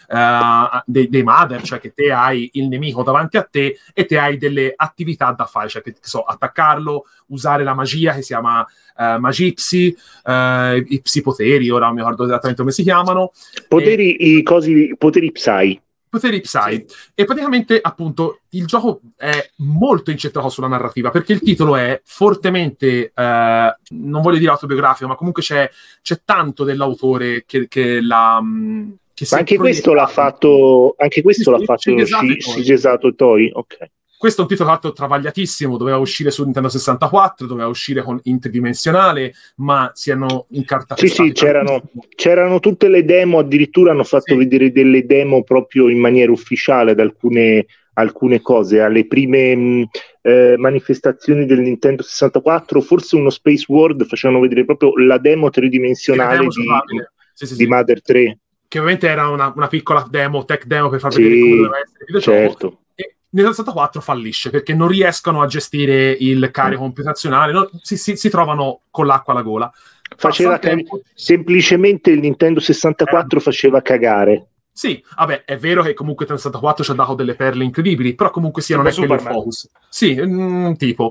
uh, dei, dei Mother, cioè che te hai il nemico davanti a te e te hai delle attività da fare, cioè che, che so, attaccarlo, usare la magia che si chiama uh, Magipsi, uh, i psipoteri, ora non mi ricordo esattamente come si chiamano.
Poteri, e... i cosi, poteri Psy.
Poteri Psy.
Sì.
E praticamente, appunto, il gioco è molto incentrato sulla narrativa, perché il titolo è fortemente, eh, non voglio dire autobiografico, ma comunque c'è, c'è tanto dell'autore che, che la... Che
ma anche questo l'ha fatto, anche questo sì, l'ha fatto Shigesato Toi, ok.
Questo è un titolo fatto travagliatissimo, doveva uscire su Nintendo sessantaquattro, doveva uscire con interdimensionale, ma si hanno incartati.
Sì, sì, c'erano, c'erano tutte le demo, addirittura hanno fatto sì. vedere delle demo proprio in maniera ufficiale ad alcune, alcune cose. Alle prime mh, eh, manifestazioni del Nintendo sessantaquattro, forse uno Space World, facevano vedere proprio la demo tridimensionale sì, la demo di, sì, sì, di sì. Mother tre.
Che ovviamente era una, una piccola demo, tech demo, per far sì, vedere come doveva essere il videogioco.
Certo.
Nel sessantaquattro fallisce perché non riescono a gestire il carico computazionale, no? si, si, si trovano con l'acqua alla gola.
Faceva ca- semplicemente il Nintendo sessantaquattro eh. faceva cagare.
Sì, vabbè, è vero che comunque il sessantaquattro ci ha dato delle perle incredibili, però comunque sia non è quello il focus. Sì, mm, tipo.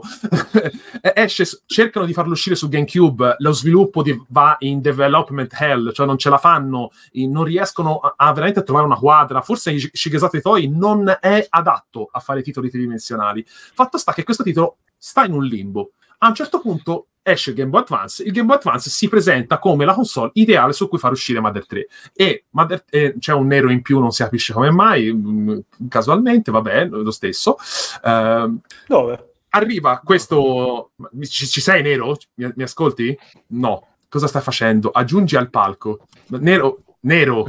Esce, cercano di farlo uscire su GameCube, lo sviluppo di, va in development hell, cioè non ce la fanno, non riescono a, a veramente a trovare una quadra, forse Shigesato Toi non è adatto a fare titoli tridimensionali. Fatto sta che questo titolo sta in un limbo. A un certo punto esce il Game Boy Advance, il Game Boy Advance si presenta come la console ideale su cui far uscire Mother tre e Mother, eh, c'è un nero in più, non si capisce come mai, mh, casualmente, vabbè, lo stesso. Uh,
Dove?
Arriva questo... Ci, ci sei, Nero? Mi, mi ascolti? No. Cosa stai facendo? Aggiungi al palco. Nero... Nero.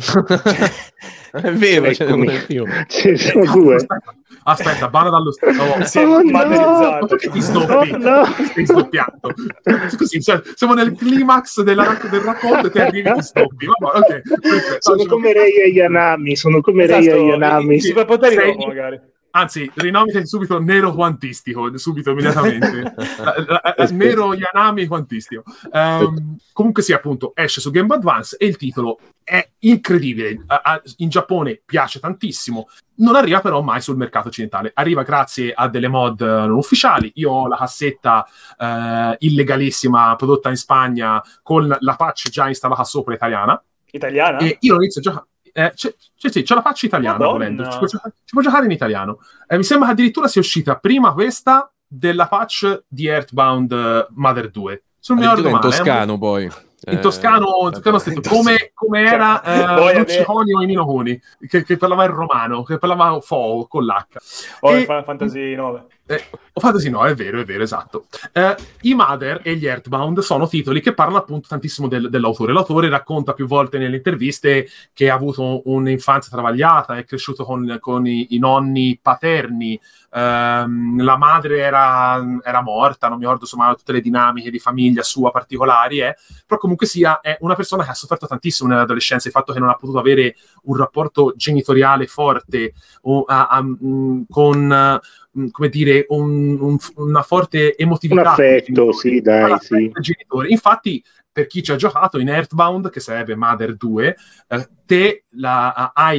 È vero, ce n'è più.
Ci sono due.
Aspetta, bana dallo oh,
si è oh, no.
Perché ti stoppi? Oh, no. Stai stoppiando. Così, cioè, siamo nel climax della, del racconto e ti arrivi e ti stoppi. Vabbè, okay.
Sono come Rei e Yanami, sono come esatto, Rei e Yanami.
Si può poter sei... magari.
Anzi, rinomati subito Nero Quantistico, subito, immediatamente. Nero Yanami Quantistico. Um, comunque sì, appunto, esce su Game Boy Advance e il titolo è incredibile. In Giappone piace tantissimo. Non arriva però mai sul mercato occidentale. Arriva grazie a delle mod non ufficiali. Io ho la cassetta uh, illegalissima prodotta in Spagna con la patch già installata sopra italiana.
Italiana?
E io lo inizio a giocare. Eh, c'è, c'è, c'è, c'è la faccia italiana, volendo. Ci può, giocare, ci può giocare in italiano. Eh, mi sembra che addirittura sia uscita prima questa della patch di Earthbound uh, Mother due. Sono
in male, toscano eh, poi.
In toscano, eh, toscano scritto, come, come era uh, Luci Conio e Nino Coni, che, che parlava in romano, che parlava Fo con l'H.
Oh, e, Fantasy nove.
Eh, Fantasy nove, è vero, è vero, esatto. Eh, I Mother e gli Earthbound sono titoli che parlano appunto tantissimo del, dell'autore. L'autore racconta più volte nelle interviste che ha avuto un'infanzia travagliata, è cresciuto con, con i, i nonni paterni, ehm, la madre era, era morta, non mi ricordo insomma tutte le dinamiche di famiglia sua particolari, eh, però comunque sia è una persona che ha sofferto tantissimo nell'adolescenza, il fatto che non ha potuto avere un rapporto genitoriale forte o, a, a, mh, con... come dire, un, un, una forte emotività.
Un affetto, sì, dai, sì.
Genitore. Infatti, per chi ci ha giocato in Earthbound, che sarebbe Mother due, eh, te la, hai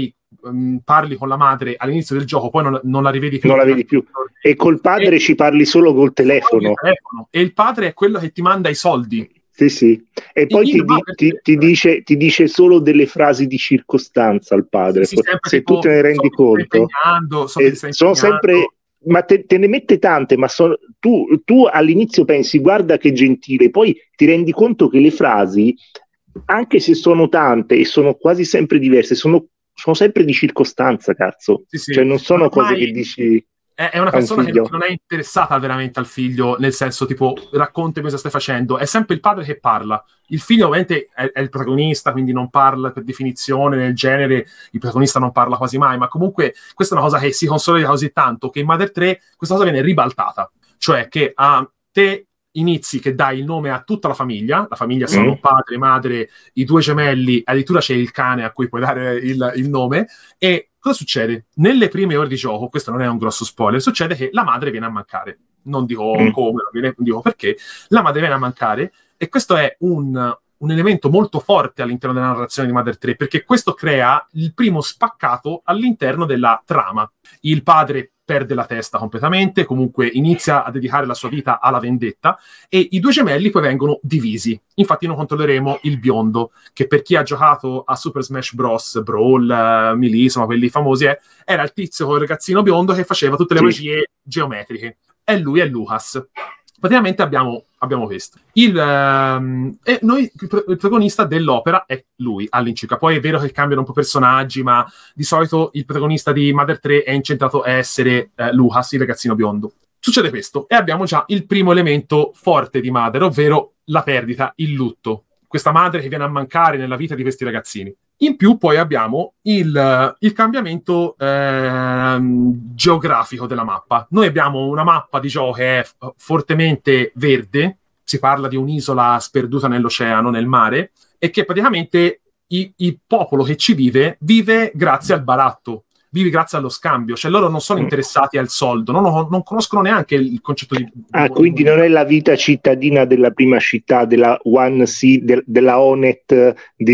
um, parli con la madre all'inizio del gioco, poi non, non la rivedi più.
Non la vedi più. E col padre e, ci parli solo col telefono.
telefono. E il padre è quello che ti manda i soldi.
Sì, sì. E poi ti, di, ti, ti, dice, ti dice solo delle frasi di circostanza al padre. Sì, sì, se tipo, tu te ne rendi so conto, so eh, sono sempre... Ma te, te ne mette tante, ma so, tu, tu all'inizio pensi guarda che gentile, poi ti rendi conto che le frasi, anche se sono tante e sono quasi sempre diverse, sono, sono sempre di circostanza, cazzo. Sì, sì. Cioè non sono Ormai cose che dici...
È una persona che non è interessata veramente al figlio, nel senso tipo racconta cosa stai facendo, è sempre il padre che parla. Il figlio ovviamente è, è il protagonista, quindi non parla per definizione, nel genere il protagonista non parla quasi mai, ma comunque questa è una cosa che si consolida così tanto che in Mother tre questa cosa viene ribaltata, cioè che a te inizi che dai il nome a tutta la famiglia, la famiglia sono mm. padre, madre, i due gemelli, addirittura c'è il cane a cui puoi dare il, il nome, e cosa succede? Nelle prime ore di gioco, questo non è un grosso spoiler, succede che la madre viene a mancare. Non dico mm. come, non dico perché. La madre viene a mancare e questo è un, un elemento molto forte all'interno della narrazione di Mother tre, perché questo crea il primo spaccato all'interno della trama. Il padre perde la testa completamente, comunque inizia a dedicare la sua vita alla vendetta e i due gemelli poi vengono divisi. Infatti noi controlleremo il biondo, che per chi ha giocato a Super Smash Bros, Brawl, uh, Melee, insomma quelli famosi, eh, era il tizio con il ragazzino biondo che faceva tutte le sì. magie geometriche. E lui è Lucas. Praticamente abbiamo, abbiamo questo. Il, um, e noi, il, pro- il protagonista dell'opera è lui, all'incirca. Poi è vero che cambiano un po' personaggi, ma di solito il protagonista di Mother tre è incentrato a essere uh, Lucas, il ragazzino biondo. Succede questo, e abbiamo già il primo elemento forte di Mother, ovvero la perdita, il lutto. Questa madre che viene a mancare nella vita di questi ragazzini. In più poi abbiamo il, il cambiamento eh, geografico della mappa. Noi abbiamo una mappa di gioco che è fortemente verde, si parla di un'isola sperduta nell'oceano, nel mare, e che praticamente i, il popolo che ci vive, vive grazie al baratto, vive grazie allo scambio, cioè loro non sono interessati al soldo, non, non conoscono neanche il concetto di...
Ah, quindi non è la vita cittadina della prima città, della One Sea, de, della Onet,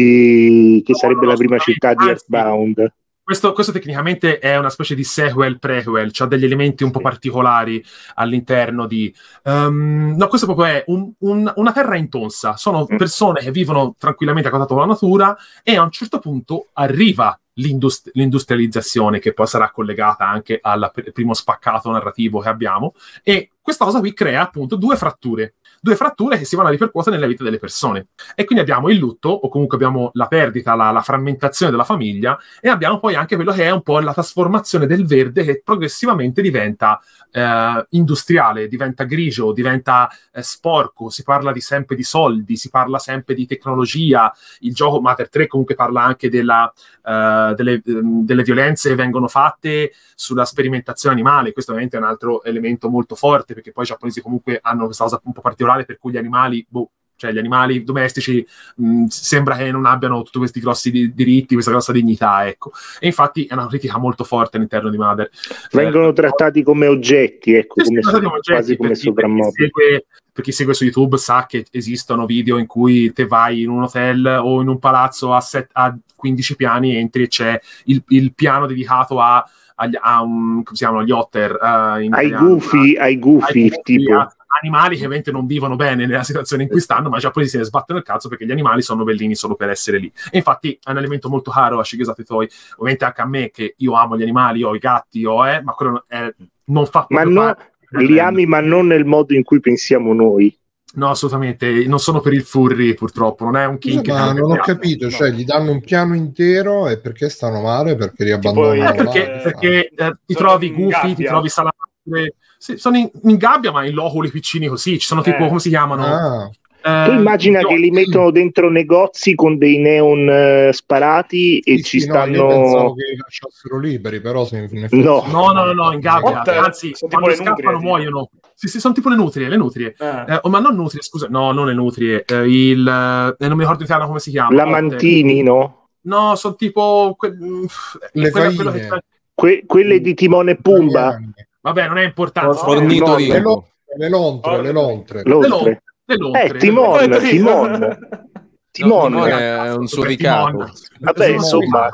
di, che no, sarebbe no, la prima città di Earthbound.
Questo, questo tecnicamente è una specie di sequel, prequel, c'ha degli elementi un po' particolari all'interno di... Um, no, questo proprio è un, un, una terra intonsa, sono persone che vivono tranquillamente a contatto con la natura e a un certo punto arriva L'indust- l'industrializzazione, che poi sarà collegata anche al pr- primo spaccato narrativo che abbiamo, e questa cosa qui crea appunto due fratture due fratture che si vanno a ripercuotere nella vita delle persone, e quindi abbiamo il lutto, o comunque abbiamo la perdita, la, la frammentazione della famiglia, e abbiamo poi anche quello che è un po' la trasformazione del verde, che progressivamente diventa eh, industriale, diventa grigio, diventa eh, sporco, si parla di sempre di soldi, si parla sempre di tecnologia. Il gioco Mother tre comunque parla anche della Uh, delle, um, delle violenze che vengono fatte sulla sperimentazione animale. Questo ovviamente è un altro elemento molto forte, perché poi i giapponesi comunque hanno questa cosa un po' particolare per cui gli animali, boh, cioè gli animali domestici mh, sembra che non abbiano tutti questi grossi di- diritti, questa grossa dignità, ecco. E infatti è una critica molto forte all'interno di Mother.
Vengono eh, trattati come oggetti, ecco,
sì,
come,
so, oggetti,
quasi come soprammobili.
Per chi segue su YouTube sa che esistono video in cui te vai in un hotel o in un palazzo a, set, a quindici piani, entri e c'è il, il piano dedicato a, a, a un, come si chiamano, gli otter, uh, in
ai gufi, ai gufi, tipo
a, animali che ovviamente non vivono bene nella situazione in cui stanno, ma già poi se ne sbattono il cazzo perché gli animali sono bellini solo per essere lì. E infatti è un elemento molto caro a Shigesato Itoi, ovviamente anche a me, che io amo gli animali, ho i gatti, ho, eh, ma quello è, non fa
ma no, parte. Li ami, ma non nel modo in cui pensiamo noi.
No, assolutamente, non sono per il furry, purtroppo, non è un kink.
No, ma non ho capito, no. Cioè gli danno un piano intero e perché stanno male? Perché riabbandonano?
Eh, perché perché eh, ti trovi gufi, ti trovi salamandre, sì, sono in, in gabbia, ma in loculi piccini così, ci sono eh. tipo, come si chiamano?
Ah.
Eh, tu immagina io... che li mettono dentro negozi con dei neon uh, sparati e sì, ci sì, stanno... No, io
pensavo che li lasciassero liberi, però se in effetti...
no.
no, no, no, no, in gabbia, anzi, quando scappano muoiono. Sì, sì, sono tipo le nutrie, le nutrie. Eh. Eh, oh, ma non nutrie, scusa, no, non le nutrie, eh, il... Eh, non mi ricordo in italiano come si chiama.
La Mantini, no?
No, sono tipo... Que...
Le quella, che...
que- quelle di Timone e Pumba.
Vabbè, non è importante.
Fornito
no,
di...
Le lontre, le lontre, le lontre.
Le lontre.
Le lontre.
Eh, Timon, Timon. Timon
no, è un suricato.
Vabbè, insomma...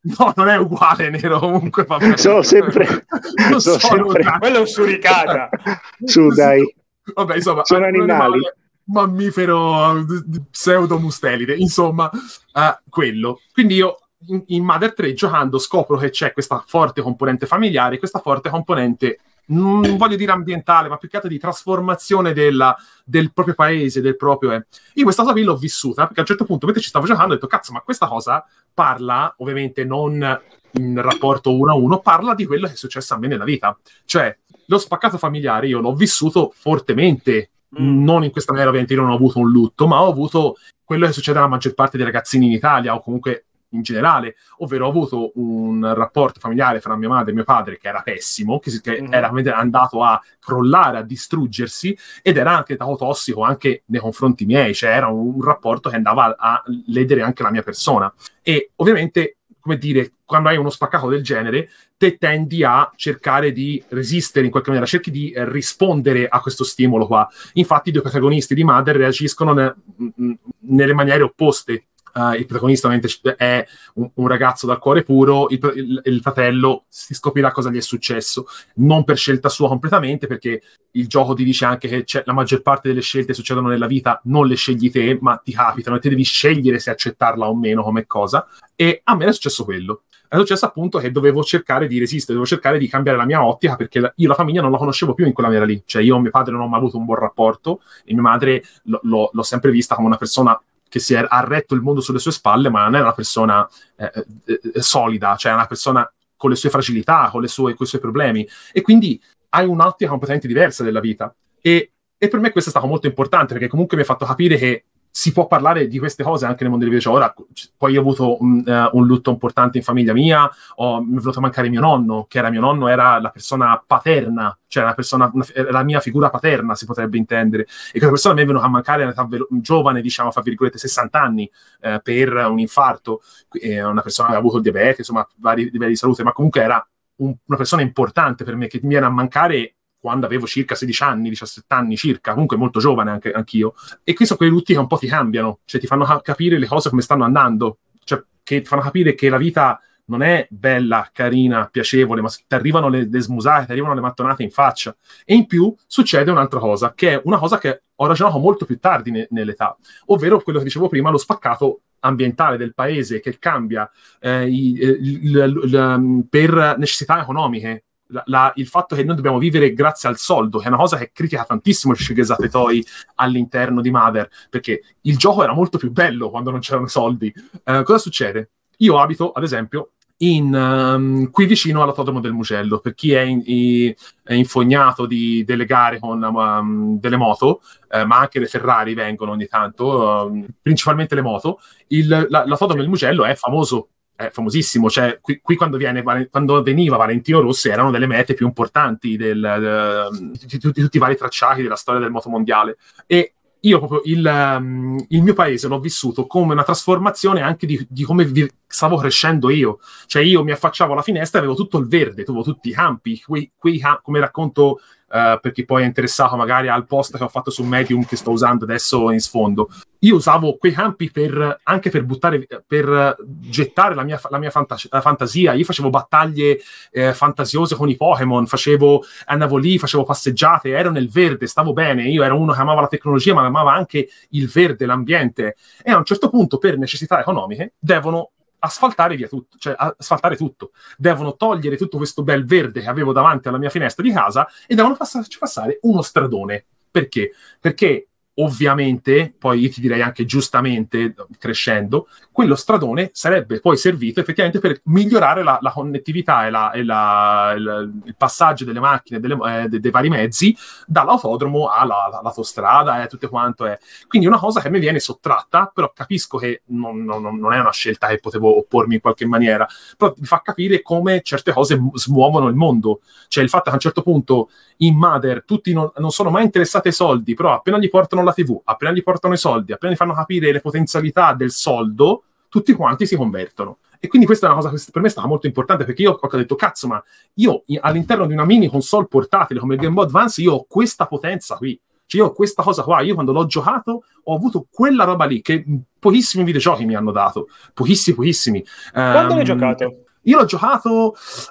No, non è uguale, Nero, comunque. Vabbè.
Sono sempre...
non
sono
sono
sempre...
Quello è un suricata.
Su, dai.
Vabbè, insomma,
sono animali.
Mammifero pseudo-mustelide, insomma, uh, quello. Quindi io in, in Mother tre giocando scopro che c'è questa forte componente familiare, questa forte componente, non voglio dire ambientale, ma più che altro di trasformazione della, del proprio paese, del proprio... Eh. Io questa cosa qui l'ho vissuta, perché a un certo punto, mentre ci stavo giocando, ho detto, cazzo, ma questa cosa parla, ovviamente non in rapporto uno a uno, parla di quello che è successo a me nella vita. Cioè, lo spaccato familiare io l'ho vissuto fortemente, mm. non in questa maniera, ovviamente io non ho avuto un lutto, ma ho avuto quello che succede alla maggior parte dei ragazzini in Italia, o comunque in generale, ovvero ho avuto un rapporto familiare fra mia madre e mio padre che era pessimo, che, che mm. era andato a crollare, a distruggersi, ed era anche stato tossico anche nei confronti miei, cioè era un, un rapporto che andava a, a ledere anche la mia persona. E ovviamente, come dire, quando hai uno spaccato del genere, te tendi a cercare di resistere in qualche maniera, cerchi di eh, rispondere a questo stimolo qua. Infatti i due protagonisti di Mother reagiscono ne, m- nelle maniere opposte. Uh, il protagonista è un, un ragazzo dal cuore puro, il, il, il fratello si scoprirà cosa gli è successo, non per scelta sua completamente, perché il gioco ti dice anche che c'è, la maggior parte delle scelte succedono nella vita, non le scegli te, ma ti capitano e te devi scegliere se accettarla o meno come cosa. E a me è successo quello. È successo appunto che dovevo cercare di resistere, dovevo cercare di cambiare la mia ottica, perché la, io la famiglia non la conoscevo più in quella maniera lì. Cioè io e mio padre non ho mai avuto un buon rapporto, e mia madre lo, lo, l'ho sempre vista come una persona che si è arretto il mondo sulle sue spalle, ma non è una persona eh, eh, solida, cioè è una persona con le sue fragilità, con, le sue, con i suoi problemi, e quindi hai un'ottica completamente diversa della vita. E, e per me questo è stato molto importante, perché comunque mi ha fatto capire che si può parlare di queste cose anche nel mondo dei videogiochi. Ora, poi io ho avuto un, uh, un lutto importante in famiglia mia, ho, mi è venuto a mancare mio nonno, che era mio nonno, era la persona paterna, cioè la, persona, una, la mia figura paterna, si potrebbe intendere, e quella persona mi è venuta a mancare in età giovane, giovane, fra virgolette, sessanta anni, eh, per un infarto. È una persona che ha avuto il diabete, insomma, vari livelli di salute, ma comunque era un, una persona importante per me, che mi viene a mancare quando avevo circa sedici anni, diciassette anni circa, comunque molto giovane anche anch'io. E questi sono quei lutti che un po' ti cambiano, cioè ti fanno ca- capire le cose come stanno andando, cioè che ti fanno capire che la vita non è bella, carina, piacevole, ma ti arrivano le, le smusate, ti arrivano le mattonate in faccia. E in più succede un'altra cosa, che è una cosa che ho ragionato molto più tardi ne- nell'età, ovvero quello che dicevo prima, lo spaccato ambientale del paese che cambia eh, i, il, il, il, per necessità economiche. La, la, il fatto che noi dobbiamo vivere grazie al soldo, che è una cosa che critica tantissimo il Shigesato Itoi all'interno di Mother, perché il gioco era molto più bello quando non c'erano soldi. Uh, cosa succede? Io abito, ad esempio, in, um, qui vicino all'autodromo del Mugello. Per chi è, in, in, è infognato di, delle gare con um, delle moto, eh, ma anche le Ferrari vengono ogni tanto, um, principalmente le moto, il, la, l'autodromo del Mugello è famoso, è famosissimo, cioè qui, qui quando, viene, quando veniva Valentino Rossi erano delle mete più importanti del, del, di, di, di tutti i vari tracciati della storia del motomondiale. E io proprio il, um, il mio paese l'ho vissuto come una trasformazione anche di, di come vi, stavo crescendo io. Cioè io mi affacciavo alla finestra e avevo tutto il verde, avevo tutti i campi, quei, quei come racconto uh, per chi poi è interessato magari al post che ho fatto su Medium che sto usando adesso in sfondo. Io usavo quei campi per, anche per buttare, per gettare la mia, la mia fantas- la fantasia. Io facevo battaglie eh, fantasiose con i Pokémon, facevo, andavo lì, facevo passeggiate, ero nel verde, stavo bene. Io ero uno che amava la tecnologia, ma amava anche il verde, l'ambiente. E a un certo punto, per necessità economiche, devono asfaltare via tutto, cioè asfaltare tutto. Devono togliere tutto questo bel verde che avevo davanti alla mia finestra di casa e devono passarci passare uno stradone. Perché? Perché ovviamente, poi io ti direi anche giustamente, crescendo, quello stradone sarebbe poi servito effettivamente per migliorare la, la connettività e, la, e la, il, il passaggio delle macchine, delle, eh, dei, dei vari mezzi, dall'autodromo all'autostrada e eh, tutto quanto è. Quindi una cosa che mi viene sottratta, però capisco che non, non, non è una scelta che potevo oppormi in qualche maniera, però mi fa capire come certe cose smuovono il mondo. Cioè il fatto che a un certo punto in Mother tutti non, non sono mai interessati ai soldi, però appena gli portano la tivù, appena gli portano i soldi, appena gli fanno capire le potenzialità del soldo, tutti quanti si convertono. E quindi questa è una cosa che per me è stata molto importante, perché io ho detto, cazzo, ma io all'interno di una mini console portatile come il Game Boy Advance, io ho questa potenza qui. Cioè io questa cosa qua, io quando l'ho giocato ho avuto quella roba lì che pochissimi videogiochi mi hanno dato, pochissimi, pochissimi.
Quando
um,
l'hai giocato?
Io l'ho giocato,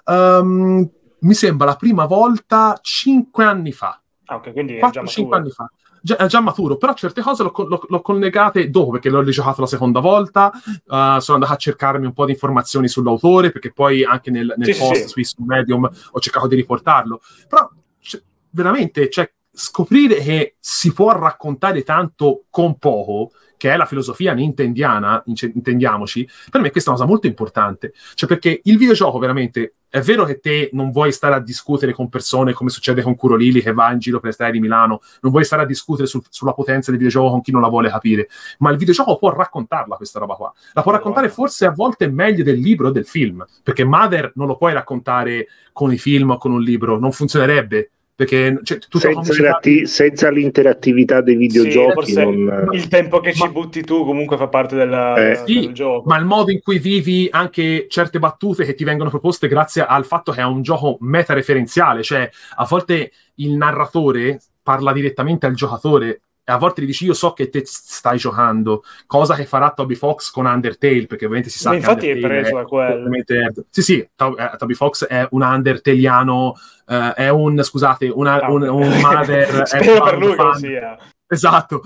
um, mi sembra, la prima volta cinque anni fa.
Ah, ok, quindi
quattro
è già
cinque
maturo.
anni fa. Già, è già maturo, però certe cose l'ho, l'ho, l'ho collegate dopo, perché l'ho rigiocato la seconda volta, uh, sono andato a cercarmi un po' di informazioni sull'autore, perché poi anche nel, nel
sì,
post
sì, sì.
su Medium ho cercato di riportarlo. Però cioè, veramente, cioè, scoprire che si può raccontare tanto con poco, che è la filosofia nintendiana, intendiamoci, per me questa è una cosa molto importante. Cioè, perché il videogioco veramente, è vero che te non vuoi stare a discutere con persone come succede con Curolili che va in giro per le strade di Milano, non vuoi stare a discutere sul, sulla potenza del videogioco con chi non la vuole capire, ma il videogioco può raccontarla questa roba qua. La può raccontare forse a volte meglio del libro o del film, perché Mother non lo puoi raccontare con i film o con un libro, non funzionerebbe. Perché cioè,
senza, ratti- senza l'interattività dei videogiochi
sì,
non...
il tempo che ci butti tu comunque fa parte della,
eh,
del
sì,
gioco,
ma il modo in cui vivi anche certe battute che ti vengono proposte grazie al fatto che è un gioco meta-referenziale, cioè a volte il narratore parla direttamente al giocatore e a volte gli dici io so che te stai giocando, cosa che farà Toby Fox con Undertale, perché ovviamente si sa
ma
che
infatti
Undertale
è preso
è,
da quello.
Sì, sì, Toby, eh, Toby Fox è un Undertaliano, eh, è un, scusate, una,
ah,
un, un Mother...
Spero per lui fan. Che sia.
Esatto,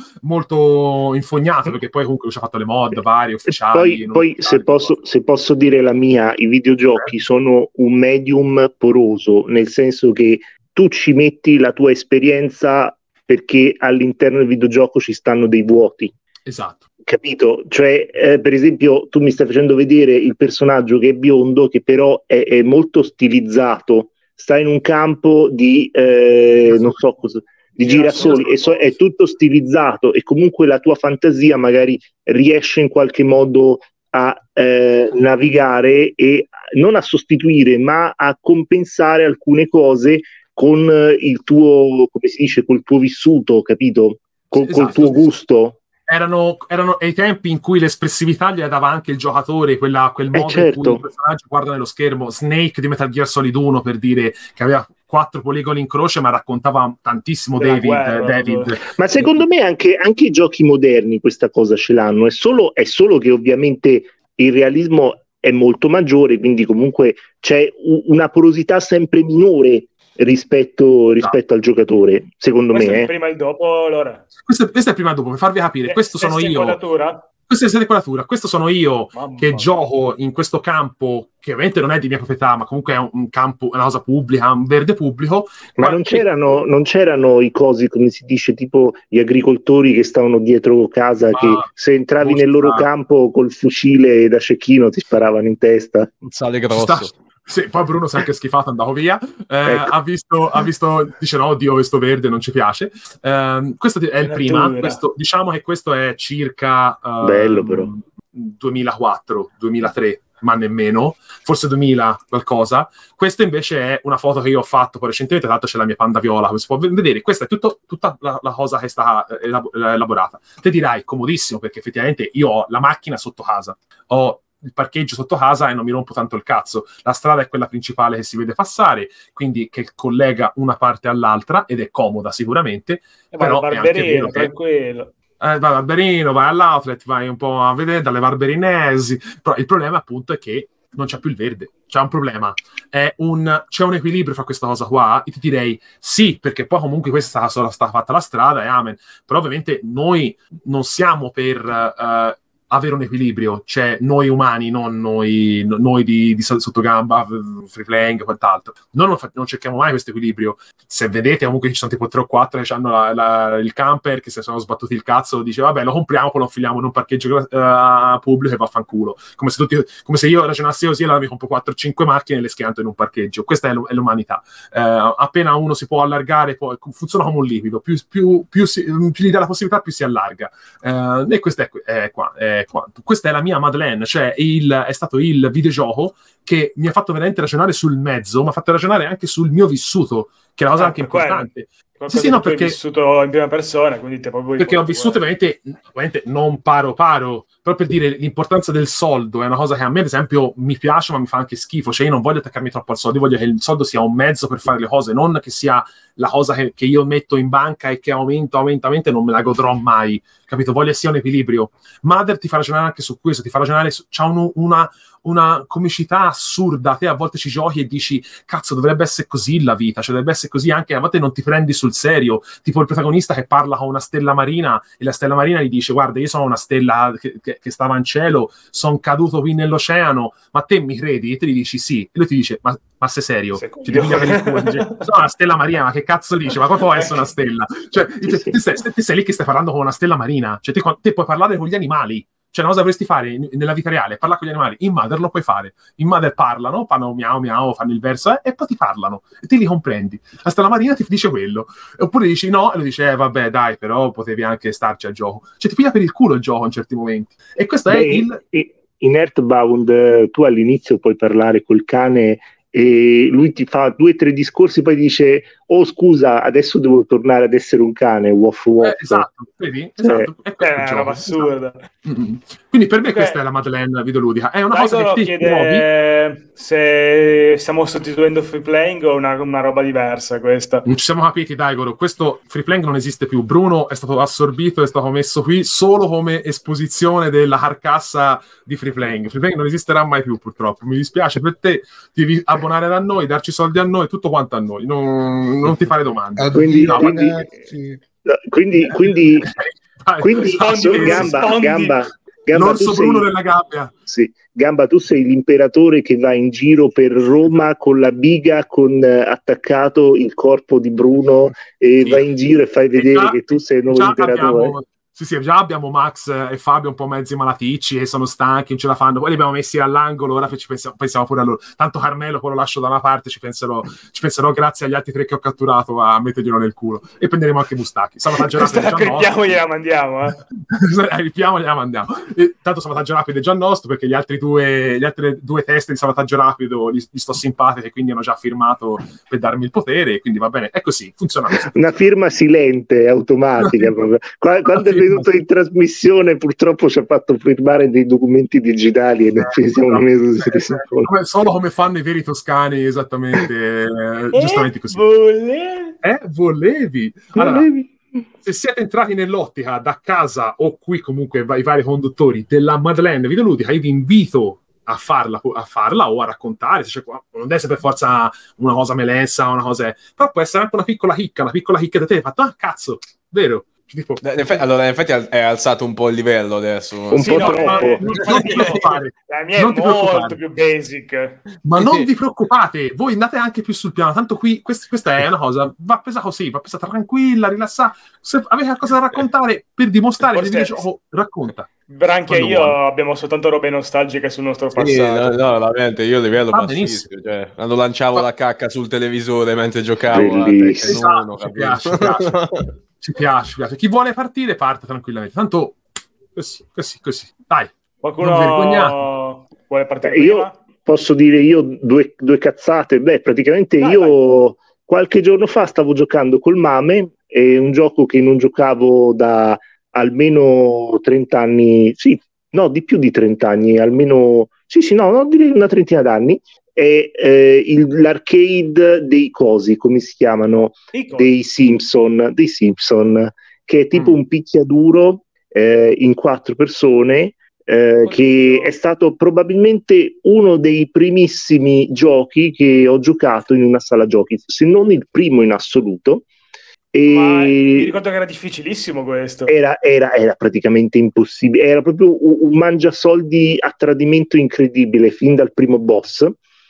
molto infognato, perché poi comunque ci ha fatto le mod varie, ufficiali.
Poi, poi se, posso, se posso dire la mia, i videogiochi eh. sono un medium poroso, nel senso che tu ci metti la tua esperienza perché all'interno del videogioco ci stanno dei vuoti.
Esatto.
Capito? Cioè, eh, per esempio, tu mi stai facendo vedere il personaggio che è biondo, che però è, è molto stilizzato, sta in un campo di, eh, non so cosa, di girasoli, e so, è tutto stilizzato, e comunque la tua fantasia magari riesce in qualche modo a eh, navigare e non a sostituire, ma a compensare alcune cose con il tuo, come si dice, col tuo vissuto, capito? Con, esatto, col tuo gusto.
Erano, erano ai tempi in cui l'espressività gliela dava anche il giocatore, quella, quel modo
eh certo.
in cui il personaggio guarda nello schermo. Snake di Metal Gear Solid uno, per dire, che aveva quattro poligoni in croce, ma raccontava tantissimo David, guerra, David.
Ma secondo me anche, anche i giochi moderni questa cosa ce l'hanno, è solo, è solo che ovviamente il realismo è molto maggiore, quindi comunque c'è una porosità sempre minore rispetto, rispetto no. al giocatore, secondo
questo
me.
È
eh.
il prima e il dopo, allora.
Questo, questo è il prima e il dopo, per farvi capire.
Eh,
questo sono io. Questa è l'inquadratura. Questo sono io Mamma che mia. gioco in questo campo, che ovviamente non è di mia proprietà, ma comunque è un, un campo, una cosa pubblica, un verde pubblico.
Ma non c'erano, non c'erano i cosi, come si dice, tipo gli agricoltori che stavano dietro casa, ah, che se entravi nel loro campo col fucile da cecchino ti sparavano in testa.
Un sale grosso.
Sì, poi Bruno si è anche schifato, andavo via. Eh, ecco. ha, visto, ha visto, dice no, oddio, questo verde non ci piace. Eh, questo è il prima. Questo, diciamo che questo è circa uh,
bello, però.
duemilaquattro duemilatré, ma nemmeno, forse duemila qualcosa. Questa invece è una foto che io ho fatto poi recentemente, tra l'altro c'è la mia panda viola, come si può vedere. Questa è tutto, tutta la, la cosa che è stata elab- elaborata. Te dirai, comodissimo, perché effettivamente io ho la macchina sotto casa, ho il parcheggio sotto casa e non mi rompo tanto il cazzo. La strada è quella principale che si vede passare, quindi che collega una parte all'altra ed è comoda sicuramente.
E
però
vai al barberino, che... tranquillo.
Eh, vai al barberino, vai all'outlet, vai un po' a vedere dalle barberinesi. Però il problema appunto è che non c'è più il verde. C'è un problema. È un, c'è un equilibrio fra questa cosa qua. E ti direi sì, perché poi comunque questa è stata, stata fatta la strada e amen. Però ovviamente noi non siamo per... Uh, avere un equilibrio, cioè noi umani, non noi, noi di, di sottogamba, free playing e quant'altro. Noi non, fa, non cerchiamo mai questo equilibrio. Se vedete, comunque ci sono tipo tre o quattro che hanno la, la, il camper che si sono sbattuti il cazzo, dice vabbè lo compriamo, poi lo infiliamo in un parcheggio uh, pubblico e vaffanculo. Come se, tutti, come se io ragionassi così, allora mi compro quattro o cinque macchine e le schianto in un parcheggio. Questa è, l- è l'umanità. Uh, appena uno si può allargare, poi funziona come un liquido, più, più, più, si, più gli dà la possibilità, più si allarga. Uh, e questo è, è qua. È quanto. Questa è la mia Madeleine, cioè il, è stato il videogioco che mi ha fatto veramente ragionare sul mezzo, ma ha fatto ragionare anche sul mio vissuto, che è la cosa ah, anche importante.
Sì, sì, no, perché hai vissuto in prima persona, quindi te proprio
perché ho vissuto ovviamente, ovviamente non paro paro, però però per dire l'importanza del soldo è una cosa che a me ad esempio mi piace ma mi fa anche schifo, cioè io non voglio attaccarmi troppo al soldo, io voglio che il soldo sia un mezzo per fare le cose, non che sia la cosa che, che io metto in banca e che aumenta, aumenta, aumenta e non me la godrò mai, capito? Voglio sia un equilibrio. Mother ti fa ragionare anche su questo, ti fa ragionare su, c'ha un, una, una comicità assurda, te a volte ci giochi e dici cazzo dovrebbe essere così la vita, cioè dovrebbe essere così, anche a volte non ti prendi sul serio, tipo il protagonista che parla con una stella marina e la stella marina gli dice guarda io sono una stella che, che, che stava in cielo, sono caduto qui nell'oceano, ma te mi credi? E te gli dici sì, e lui ti dice ma, ma sei serio? Ci ti piglia per il culo, dice, sono una stella marina, ma che cazzo dice? Ma come può essere una stella? Cioè te stai, te stai lì che stai parlando con una stella marina, cioè te, te puoi parlare con gli animali. Cioè, una cosa dovresti fare in, nella vita reale, parlare con gli animali. In Mother lo puoi fare. In Mother parlano, fanno miau miau, fanno il verso, eh, e poi ti parlano. E te li comprendi. La stella marina ti dice quello. Oppure dici no, e lui dice, eh, vabbè, dai, però potevi anche starci al gioco. Cioè, ti piglia per il culo il gioco in certi momenti. E questo Beh, è il...
In Earthbound tu all'inizio puoi parlare col cane e lui ti fa due o tre discorsi, poi dice oh scusa adesso devo tornare ad essere un cane, woff woff.
Eh, esatto, vedi? Esatto.
Eh, è una roba assurda.
Mm-hmm. Quindi per me okay. Questa è la Madeleine videoludica, è una
Dai,
cosa che ti
chiede se stiamo sostituendo free playing o una, una roba diversa questa.
Non ci siamo capiti, Daigoro, questo free playing non esiste più, Bruno è stato assorbito, è stato messo qui solo come esposizione della carcassa di free playing. Free playing non esisterà mai più purtroppo, mi dispiace per te, devi abbonare da noi, darci soldi a noi, tutto quanto a noi, non, non ti fare domande.
Ah, quindi, no, quindi, quindi, quindi,
Vai,
quindi
rispondi,
gamba,
rispondi.
gamba, gamba
L'orso Bruno nella gabbia.
Sì, Gamba, tu sei l'imperatore che va in giro per Roma con la biga con eh, attaccato il corpo di Bruno e sì. vai in giro e fai vedere e già, che tu sei il nuovo imperatore.
Abbiamo... Sì, sì, già abbiamo Max e Fabio un po' mezzi malaticci e sono stanchi, non ce la fanno. Poi li abbiamo messi all'angolo, ora ci pensiamo, pensiamo pure a loro. Tanto Carmelo poi lo lascio da una parte, ci penserò, ci penserò grazie agli altri tre che ho catturato a metterglielo nel culo. E prenderemo anche Mustacchi. Salvataggio rapido è già nostro.
gliela mandiamo, eh.
Ripiamo gliela mandiamo. E, tanto salvataggio rapido è già nostro perché gli altri due, gli altri due teste di salvataggio rapido gli, gli sto simpatici e quindi hanno già firmato per darmi il potere e quindi va bene. È così, funziona così.
Una firma silente, automatica. Quando è venuto in trasmissione purtroppo ci ha fatto firmare dei documenti digitali e noi eh, siamo no,
mesi eh, come, solo come fanno i veri toscani esattamente eh,
eh,
giustamente così
vole...
eh volevi allora,
volevi
se siete entrati nell'ottica da casa o qui comunque i vari conduttori della Madeleine videoludica io vi invito a farla, a farla o a raccontare, cioè, non deve essere per forza una cosa melessa, una cosa, però può essere anche una piccola chicca, una piccola chicca da te, hai fatto, ah cazzo, vero? Tipo...
In effetti, allora, in effetti è alzato un po' il livello adesso.
Un sì, po' no, troppo.
Non, non vi preoccupate.
La mia non è molto più basic.
Ma non vi preoccupate, voi andate anche più sul piano. Tanto qui, quest- questa è una cosa, va presa così, va presa tranquilla, rilassata. Se avete qualcosa da raccontare per dimostrare che il gioco racconta.
Branchi e io vuoi. Abbiamo soltanto robe nostalgiche sul nostro passato. Sì, no,
no, veramente, io livello ah, bassissimo. Cioè, quando lanciavo ah. la cacca sul televisore mentre giocavo.
Esatto, ci piace, ci piace. Ci piace, ci piace. Chi vuole partire parte tranquillamente. Tanto così, così, così. Dai.
Qualcuno vuole partire
eh, io posso dire io due, due cazzate. Beh, praticamente dai, io vai. Qualche giorno fa stavo giocando col Mame, è un gioco che non giocavo da almeno trenta anni, sì, no, di più di trenta anni, almeno sì, sì, no, no direi una trentina d'anni. È eh, il, l'arcade dei cosi, come si chiamano? Dei Simpson, dei Simpson, che è tipo mm. un picchiaduro eh, in quattro persone, eh, che è stato probabilmente uno dei primissimi giochi che ho giocato in una sala giochi, se non il primo in assoluto. E
ma mi ricordo che era difficilissimo questo.
Era, era, era praticamente impossibile, era proprio un, un mangiasoldi a tradimento incredibile fin dal primo boss.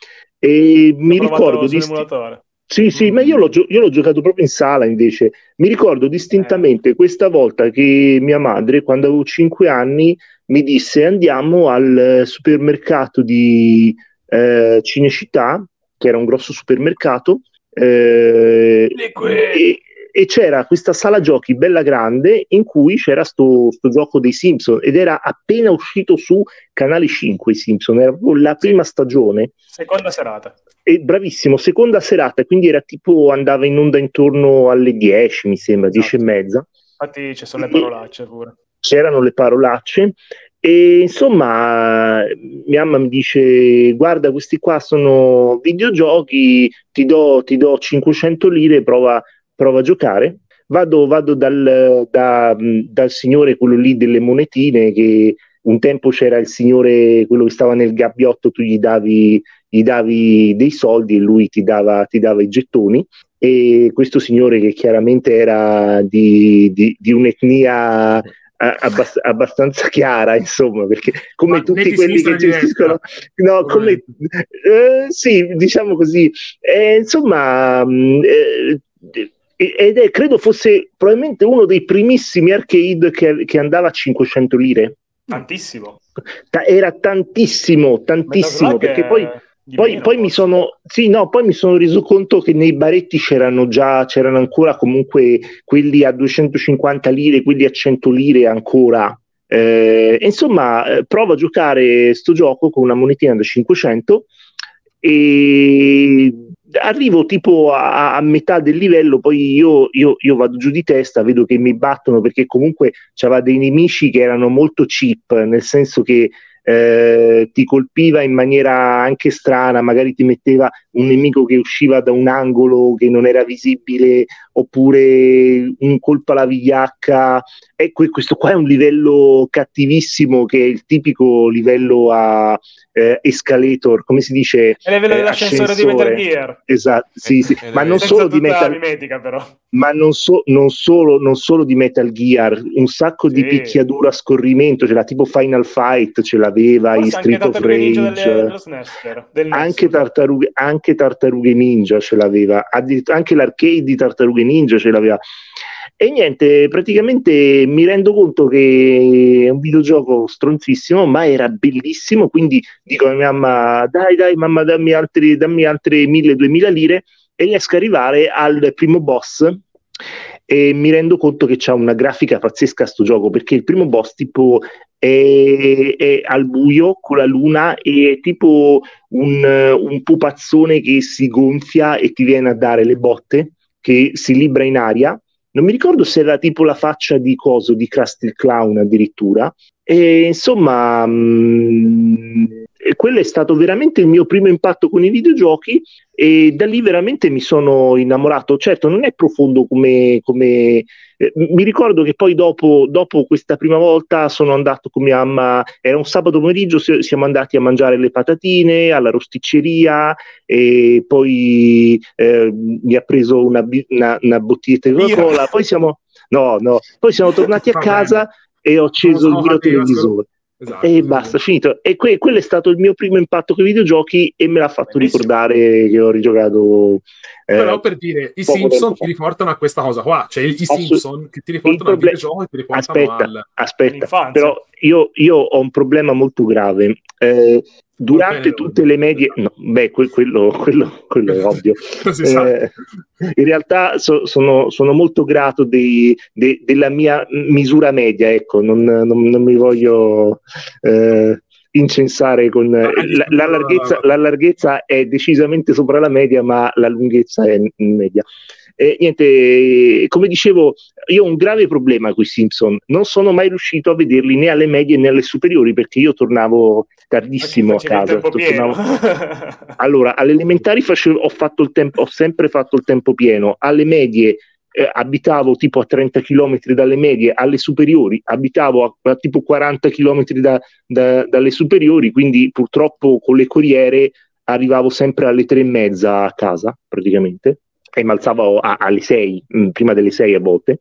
E L'ho mi ricordo di sti... sì sì mm. ma io l'ho, gio- io l'ho giocato proprio in sala invece. Mi ricordo distintamente eh. questa volta che mia madre quando avevo cinque anni mi disse andiamo al supermercato di eh, Cinecittà, che era un grosso supermercato eh, e, e c'era questa sala giochi bella grande in cui c'era sto, sto gioco dei Simpson ed era appena uscito su Canale cinque i Simpson, era la prima stagione,
seconda serata
e bravissimo, seconda serata, quindi era tipo andava in onda intorno alle dieci mi sembra, esatto. dieci e mezza,
infatti ci sono le parolacce pure,
c'erano le parolacce E insomma mia mamma mi dice: guarda, questi qua sono videogiochi, ti do, ti do cinquecento lire, prova, prova a giocare. Vado, vado dal, da, dal signore, quello lì delle monetine, che un tempo c'era il signore, quello che stava nel gabbiotto, tu gli davi, gli davi dei soldi e lui ti dava, ti dava i gettoni. E questo signore, che chiaramente era di, di, di un'etnia Abbast- abbastanza chiara, insomma, perché come Ma tutti quelli che gestiscono, no, come, eh, sì, diciamo così, eh, insomma, eh, ed è, credo fosse probabilmente uno dei primissimi arcade che, che andava a cinquecento lire.
Tantissimo.
Ta- era tantissimo, tantissimo, perché poi Poi, meno, poi mi sono sì, no, poi mi sono reso conto che nei baretti c'erano già c'erano ancora comunque quelli a duecentocinquanta lire, quelli a cento lire ancora. Eh, insomma, eh, provo a giocare sto gioco con una monetina da cinquecento e arrivo tipo a, a metà del livello. Poi io, io, io vado giù di testa, vedo che mi battono perché comunque c'aveva dei nemici che erano molto cheap, nel senso che Eh, ti colpiva in maniera anche strana, magari ti metteva un nemico che usciva da un angolo che non era visibile, oppure un colpo alla vigliacca. E questo qua è un livello cattivissimo, che è il tipico livello a eh, escalator, come si dice?
È il livello eh, dell'ascensore di Metal Gear.
Esatto, sì, sì.
Eh,
ma non solo di Metal
mimetica, però.
Ma non, so, non, solo, non solo di Metal Gear, un sacco sì. di picchiadura a scorrimento, c'era tipo Final Fight, ce l'aveva, in Street of Rage, delle, SNES, del anche, tartarughe, anche Tartarughe Ninja ce l'aveva, anche l'arcade di Tartarughe Ninja ce l'aveva. E niente, praticamente mi rendo conto che è un videogioco stronzissimo, ma era bellissimo, quindi dico a mia mamma: dai dai mamma, dammi altre, dammi altre mille, duemila lire, e riesco ad arrivare al primo boss. E mi rendo conto che c'ha una grafica pazzesca sto gioco, perché il primo boss tipo è, è al buio con la luna, e è tipo un, un pupazzone che si gonfia e ti viene a dare le botte, che si libra in aria. Non mi ricordo se era tipo la faccia di coso, di Krusty il Clown addirittura. E insomma, mh, quello è stato veramente il mio primo impatto con i videogiochi, e da lì veramente mi sono innamorato. Certo, non è profondo come... come eh, mi ricordo che poi dopo, dopo questa prima volta sono andato con mia mamma, era un sabato pomeriggio, siamo andati a mangiare le patatine alla rosticceria, e poi eh, mi ha preso una, una, una bottiglietta di Coca-Cola, poi siamo, no, no, poi siamo tornati a casa e ho acceso il mio televisore. Esatto, e basta, finito. E que- quello è stato il mio primo impatto con i videogiochi, e me l'ha fatto Bellissimo. ricordare che ho rigiocato.
Eh, Però per dire, i Simpson ti riportano a questa cosa qua, cioè i Assolut- Simpson che ti riportano problem- al videogioco e ti riportano
aspetta,
al...
Aspetta, però io, io ho un problema molto grave. Eh, durante tutte le medie, no, beh, que- quello, quello, quello è ovvio. eh, in realtà so, sono, sono molto grato dei, de, della mia misura media, ecco, non, non, non mi voglio eh, incensare con la, la, larghezza, la larghezza è decisamente sopra la media, ma la lunghezza è media. E niente, come dicevo, io ho un grave problema con i Simpson, non sono mai riuscito a vederli né alle medie né alle superiori, perché io tornavo tardissimo a casa. Tornavo... Allora, alle elementari facevo, ho, fatto il tempo, ho sempre fatto il tempo pieno, alle medie eh, abitavo tipo a trenta chilometri dalle medie, alle superiori abitavo a, a tipo quaranta chilometri da, da, dalle superiori, quindi purtroppo con le corriere arrivavo sempre alle tre e mezza a casa praticamente, e mi alzavo a, alle sei, mh, prima delle sei a volte,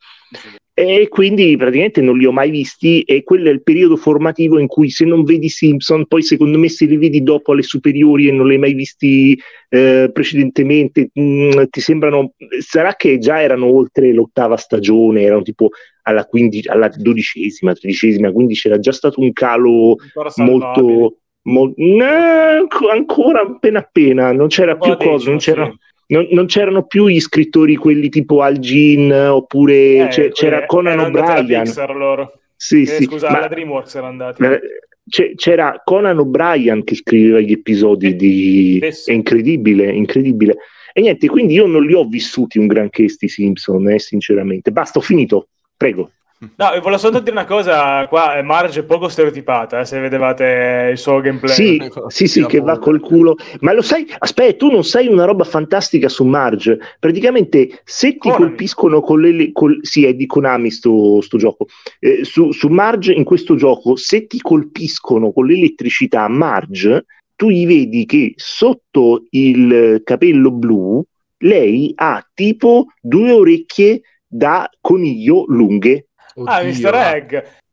e quindi praticamente non li ho mai visti, e quello è il periodo formativo in cui, se non vedi Simpson, poi secondo me se li vedi dopo alle superiori e non li hai mai visti eh, precedentemente, mh, ti sembrano, sarà che già erano oltre l'ottava stagione, erano tipo alla, quindici, alla dodicesima, tredicesima, quindi c'era già stato un calo molto... Mo- no, ancora appena appena, non c'era più cosa, non c'era... Sì. Non, non c'erano più gli scrittori, quelli tipo Al Jean, oppure eh, c'è, c'era Conan O'Brien.
Loro.
Sì,
eh,
sì,
scusa,
ma,
alla DreamWorks erano andati.
C'è, c'era Conan O'Brien che scriveva gli episodi, di... è incredibile, incredibile. E niente, quindi io non li ho vissuti un granché sti Simpson, eh, sinceramente. Basta, ho finito, prego.
No, volevo solo dire una cosa, qua Marge è poco stereotipata, eh, se vedevate il suo gameplay.
Sì, sì, sì, che va col culo. Ma lo sai, aspetta, tu non sai una roba fantastica su Marge. Praticamente, se ti Konami. colpiscono con le... Col, sì, è di Konami sto, sto gioco. Eh, su, su Marge, in questo gioco, se ti colpiscono con l'elettricità Marge, tu gli vedi che sotto il capello blu lei ha tipo due orecchie da coniglio lunghe.
Oddio. Ah, mister Egg,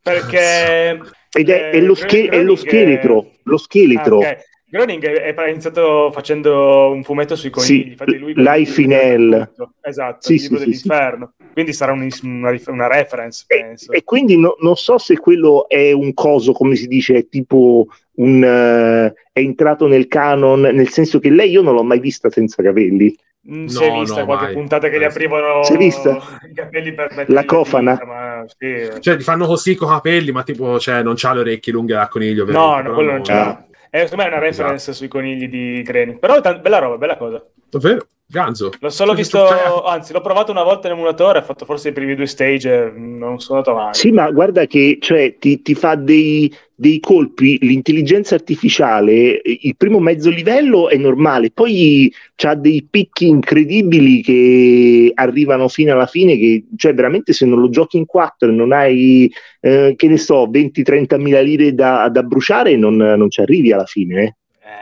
perché
ed è, è, lo, sche- è lo scheletro è... lo scheletro
ah, okay. Groening è iniziato facendo un fumetto sui conigli,
sì,
infatti lui
Life in Hell,
esatto,
sì,
il libro
sì,
dell'inferno, sì, quindi sarà un, una, una reference, penso.
E, e quindi no, non so se quello è un coso, come si dice, è tipo un uh, è entrato nel canon, nel senso che lei io non l'ho mai vista senza capelli.
Mm, si no, è vista no, qualche mai. puntata che gli aprivano i capelli per
la cofana,
vita, ma sì.
Cioè ti fanno così con i capelli, ma tipo cioè, non c'ha le orecchie lunghe da coniglio.
No, no, quello non c'ha. È, secondo me è una reference esatto. sui conigli di Groening. Però t- bella roba, bella cosa.
Davvero? Ganzo.
L'ho solo cioè, visto, cioè... anzi l'ho provato una volta nell'emulatore, ho fatto forse i primi due stage, non sono andato avanti.
Sì, ma guarda che cioè, ti, ti fa dei, dei colpi, l'intelligenza artificiale, il primo mezzo livello è normale, poi c'ha dei picchi incredibili che arrivano fino alla fine, che cioè veramente se non lo giochi in quattro e non hai, eh, che ne so, venti trenta mila lire da, da bruciare, non, non ci arrivi alla fine, eh.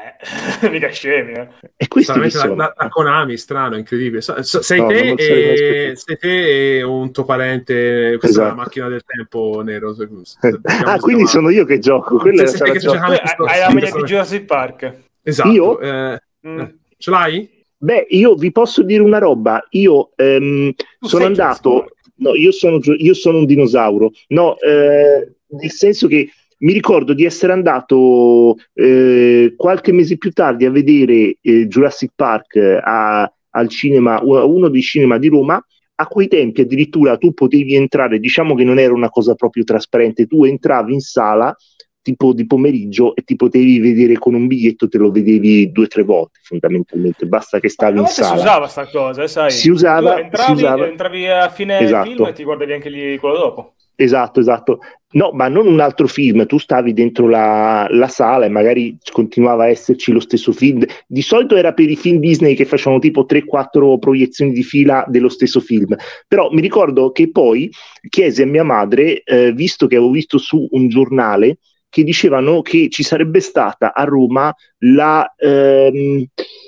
Mica scemi, eh.
E questo
da, da, da Konami, strano, incredibile. Sei,
no,
te e, sei te e un tuo parente, questa esatto. è la macchina del tempo nero. Se,
se ah, quindi sono io che gioco. Quella
se, che gioco. Hai, hai la maglia di Jurassic Park.
Esatto.
Io?
Eh, mm. Ce l'hai?
Beh, io vi posso dire una roba. Io ehm, sono andato. No, io sono, io sono un dinosauro. No, eh, nel senso che mi ricordo di essere andato eh, qualche mese più tardi a vedere eh, Jurassic Park a, al cinema, uno dei cinema di Roma. A quei tempi addirittura tu potevi entrare, diciamo che non era una cosa proprio trasparente, tu entravi in sala tipo di pomeriggio e ti potevi vedere con un biglietto, te lo vedevi due o tre volte fondamentalmente, basta che stavi in sala.
Si usava sta cosa, sai?
Si usava,
entravi,
si usava.
entravi a fine esatto. film e ti guardavi anche lì quello dopo.
Esatto, esatto. No, ma non un altro film, tu stavi dentro la, la sala e magari continuava a esserci lo stesso film. Di solito era per i film Disney che facevano tipo tre quattro proiezioni di fila dello stesso film. Però mi ricordo che poi chiesi a mia madre, eh, visto che avevo visto su un giornale, che dicevano che ci sarebbe stata a Roma la ehm,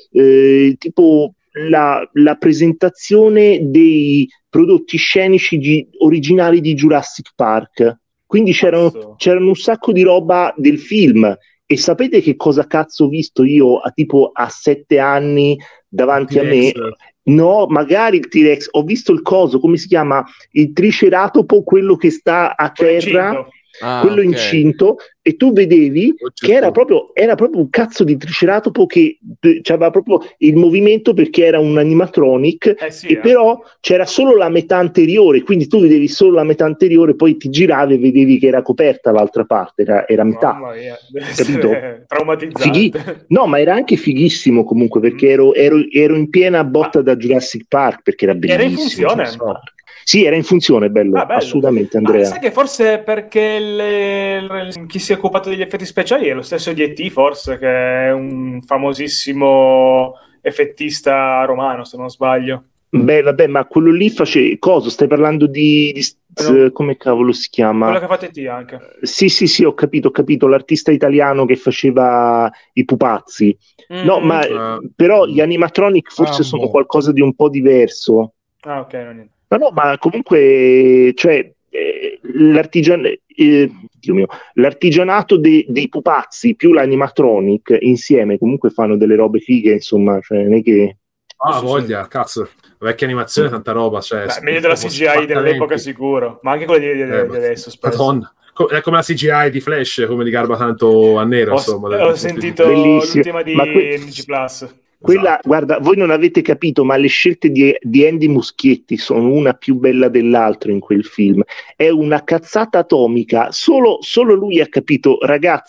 eh, tipo la, la presentazione dei prodotti scenici di, originali di Jurassic Park. Quindi c'erano, c'erano un sacco di roba del film. E sapete che cosa cazzo ho visto io a tipo a sette anni davanti a me? No, magari il T-Rex. Ho visto il coso, come si chiama? Il triceratopo, quello che sta a terra. Ah, quello okay. incinto, e tu vedevi che era proprio, era proprio un cazzo di triceratopo che aveva proprio il movimento perché era un animatronic
eh sì,
e eh. però c'era solo la metà anteriore, quindi tu vedevi solo la metà anteriore, poi ti giravi e vedevi che era coperta l'altra parte, era, era metà, capito? Fighi... no, ma era anche fighissimo comunque perché ero, ero, ero in piena botta ah. da Jurassic Park perché era bellissimo.
Era in funzione?
Sì, era in funzione, bello, ah, bello. Assolutamente, Andrea.
Ma sai che forse perché le, le, chi si è occupato degli effetti speciali è lo stesso D E T, forse, che è un famosissimo effettista romano, se non sbaglio.
Beh, vabbè, ma quello lì face... cosa? Stai parlando di... di no. Come cavolo si chiama?
Quello che fa T T anche.
Sì, sì, sì, ho capito, ho capito, l'artista italiano che faceva i pupazzi. Mm. No, ma uh, però gli animatronic forse ah, sono boh. qualcosa di un po' diverso.
Ah, ok, non niente.
No, no, ma comunque, cioè, eh, l'artigian- eh, Dio mio, l'artigianato de- dei pupazzi più l'animatronic insieme comunque fanno delle robe fighe, insomma, cioè non è che...
Ah, voglia, sì. Cazzo, vecchia animazione, tanta roba, cioè...
Beh, meglio della C G I dell'epoca sicuro, ma anche quella di, di, eh, di adesso,
spesso. È come la C G I di Flash, come di garba tanto a nero,
ho,
insomma.
Ho sentito l'ultima di que- N G Plus.
Quella, esatto. Guarda, voi non avete capito, ma le scelte di, di Andy Muschietti sono una più bella dell'altra in quel film. È una cazzata atomica. Solo, solo lui ha capito, ragazzi,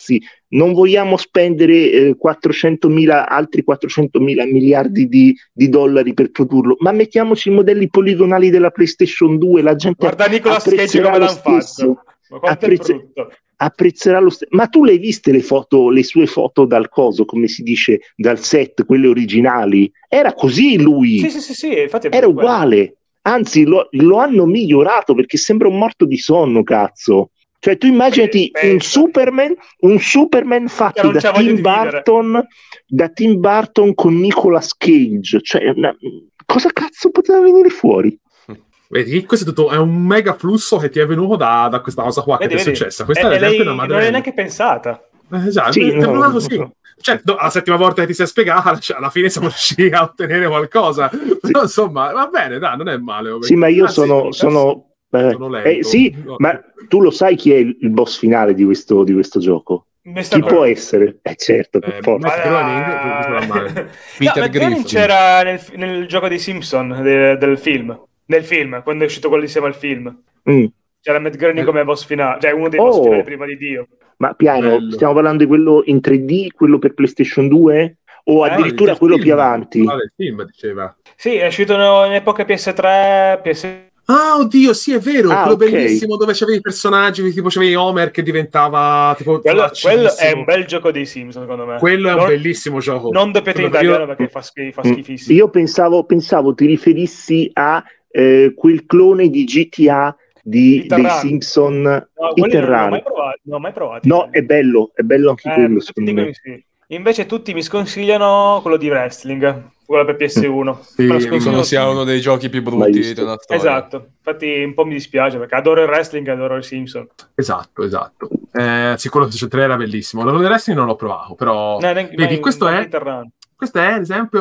non vogliamo spendere eh, quattrocentomila, altri quattrocentomila miliardi di, di dollari per produrlo, ma mettiamoci i modelli poligonali della PlayStation due, la gente
guarda Nicolas Cage come l'hanno fatto, ma
apprezze- apprezzerà lo stesso. Ma tu le hai viste le foto, le sue foto dal coso, come si dice, dal set, quelle originali? Era così lui,
sì sì sì, sì infatti
era uguale, anzi lo, lo hanno migliorato perché sembra un morto di sonno, cazzo. Cioè tu immaginati
Pensa.
un Superman, un Superman fatto da Tim Burton, da Tim Burton con Nicolas Cage, cioè una, cosa cazzo poteva venire fuori?
Vedi, questo è tutto, è un mega flusso che ti è venuto da, da questa cosa qua, vedi, che ti vedi. È successa. Questa
e,
è
lei
una madre.
Non l'hai neanche pensata.
Eh, esatto,
sì,
è
no,
così.
no.
Cioè, no, la settima volta che ti sei spiegata, cioè, alla fine siamo riusciti a ottenere qualcosa. Sì. Però insomma, va bene, dai, non è male. Ovviamente.
Sì, ma io Anzi, sono... sono...
sono
eh, sì, no. Ma tu lo sai chi è il boss finale di questo, di questo gioco? Chi può essere? Eh certo, per
eh,
forza.
Groening,
Peter no, Griffin c'era nel, nel gioco di Simpson de, del film, nel film, quando è uscito quello insieme al film.
Mm.
C'era Matt Groening eh. come boss finale, cioè uno dei
oh.
boss finali prima di Dio.
Ma piano, Bello. Stiamo parlando di quello in tre D, quello per PlayStation due? O eh, addirittura quello
film.
più avanti?
Ah, il film, diceva.
Sì, è uscito in epoca P S tre, P S...
Ah, oddio, sì, è vero,
ah,
quello
okay.
bellissimo dove c'avevi i personaggi, tipo c'avevi Homer che diventava tipo
quello, quello è un bel gioco dei Simpsons, secondo me.
Quello è
non,
un bellissimo gioco.
Non doppiate in italiano io... perché fa, schif- fa schifissimo.
Io pensavo, pensavo ti riferissi a eh, quel clone di G T A di, dei Simpson,
no,
Iterran.
Non ho mai provato. Non ho mai provato
no, è bello, è bello anche
eh,
quello, secondo me.
Sì. Invece tutti mi sconsigliano quello di wrestling, quello per P S uno.
Sì, dicono sia uno dei giochi più brutti della storia.
Esatto, infatti un po' mi dispiace perché adoro il wrestling e adoro i Simpson.
Esatto, esatto. Eh, sì, quello che tre era bellissimo. Quello del wrestling non l'ho provato, però...
No, neanche,
vedi, questo è...
Interrun.
Questo è, ad esempio...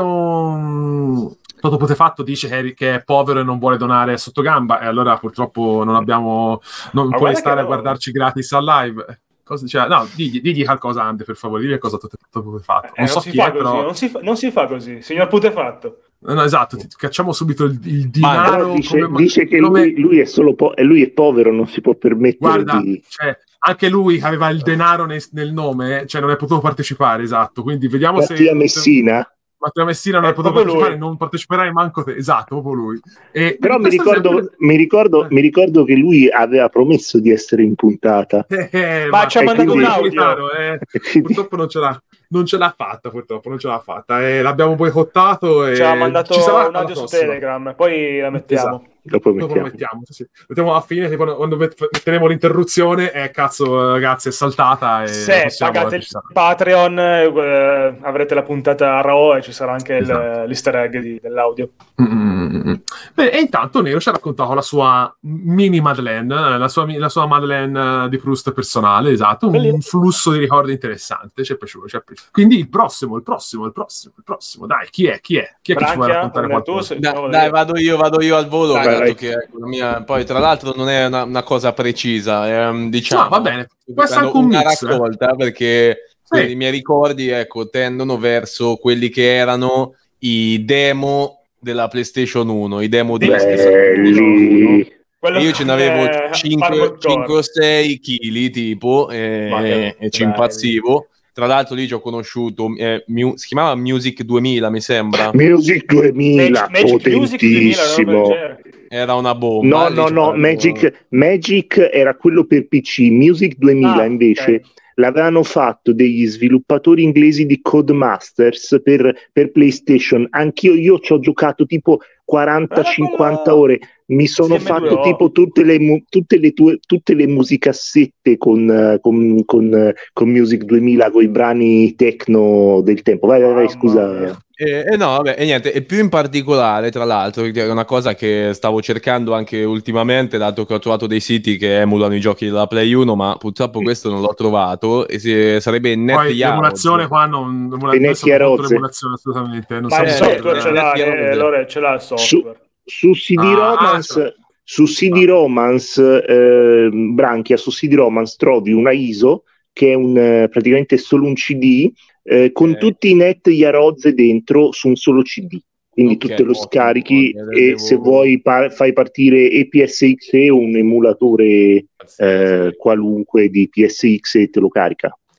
Um... Toto Potefatto dice che è, che è povero e non vuole donare sotto gamba, e allora purtroppo non abbiamo... Non Ma puoi stare a no. guardarci gratis al live. Cosa, cioè, no, digli, digli qualcosa, Ande, per favore, digli cosa tu hai fatto. Non
eh,
so
non
chi è,
così,
però...
Non si, fa, non si fa così, signor Putefatto.
No, esatto, ti cacciamo subito il, il dinaro.
Dice,
come,
dice che
come...
lui, lui, è solo po- lui è povero, non si può permettere
Guarda,
di...
cioè, anche lui aveva il denaro nel, nel nome, cioè non è potuto partecipare, esatto. Quindi vediamo
Mattia
se...
Mattia Messina?
Matteo Messina non è potuto partecipare, lui. Non parteciperai manco te, esatto, proprio lui. E
però mi ricordo, sempre... mi, ricordo, eh. mi ricordo che lui aveva promesso di essere in puntata.
Eh,
ma, ma ci ha mandato un audio.
Eh. Purtroppo non ce l'ha, non ce l'ha fatta, purtroppo non ce l'ha fatta. Eh, l'abbiamo boicottato e
ci ha mandato
ci sarà
un audio su Telegram, poi la mettiamo.
Esatto.
Dopo
mettiamo, Dopo mettiamo sì, sì. mettiamo alla fine, tipo, quando metteremo l'interruzione, eh, cazzo, ragazzi, è saltata. E
se pagate il Patreon, eh, avrete la puntata a RAW e ci sarà anche esatto. il, l'easter egg di, dell'audio.
Mm-hmm. Beh, e intanto Nero ci ha raccontato la sua mini Madeleine, la sua, la sua Madeleine di Proust personale, esatto, un Bellissimo. Flusso di ricordi interessante, ci è piaciuto, ci è piaciuto. Quindi il prossimo, il prossimo, il prossimo, il prossimo, dai, chi è, chi è? Chi è
Branchia,
che ci vuole raccontare qualcosa?
Da, dai, vado io, vado io al volo. Dai, dai. Che ecco, la mia, poi tra l'altro non è una, una cosa precisa, è, diciamo,
no, va bene, questa
è una mix, raccolta eh? Perché sì. I miei ricordi, ecco, tendono verso quelli che erano i demo della PlayStation uno, i demo di
PlayStation
uno. Io ce n'avevo cinque o sei chili tipo e, e ci impazzivo. Tra l'altro lì ci ho conosciuto, eh, mu- si chiamava Music duemila, mi sembra.
Music duemila, Magic, potentissimo.
duemila,
era una bomba.
No, no, no, Magic, Magic era quello per P C. Music duemila ah, invece okay. L'avevano fatto degli sviluppatori inglesi di Codemasters per, per PlayStation. Anch'io io ci ho giocato tipo quaranta cinquanta ore. Mi sono fatto tipo tutte le, mu- tutte le, tue, tutte le musicassette con, con, con, con Music duemila, con i brani techno del tempo. Vai, vai, vai, scusa.
E, e no, vabbè, e niente, e più in particolare, tra l'altro, è una cosa che stavo cercando anche ultimamente, dato che ho trovato dei siti che emulano i giochi della Play uno, ma purtroppo questo non l'ho trovato, e si, sarebbe Net
Poi l'emulazione qua non, non l'emulazione assolutamente. Non
ma il software ce l'ha, eh, allora ce l'ha il software.
Su, su C D ah, Romance... Ah, su C D Romance, eh, Branchia, su C D Romance trovi una I S O che è un, eh, praticamente solo un C D eh, con okay. tutti i net Yaroze dentro su un solo C D. Quindi okay, tu te lo ottimo, scarichi ottimo, e devo... se vuoi pa- fai partire E P S X E o un emulatore eh, qualunque di P S X e te lo carica.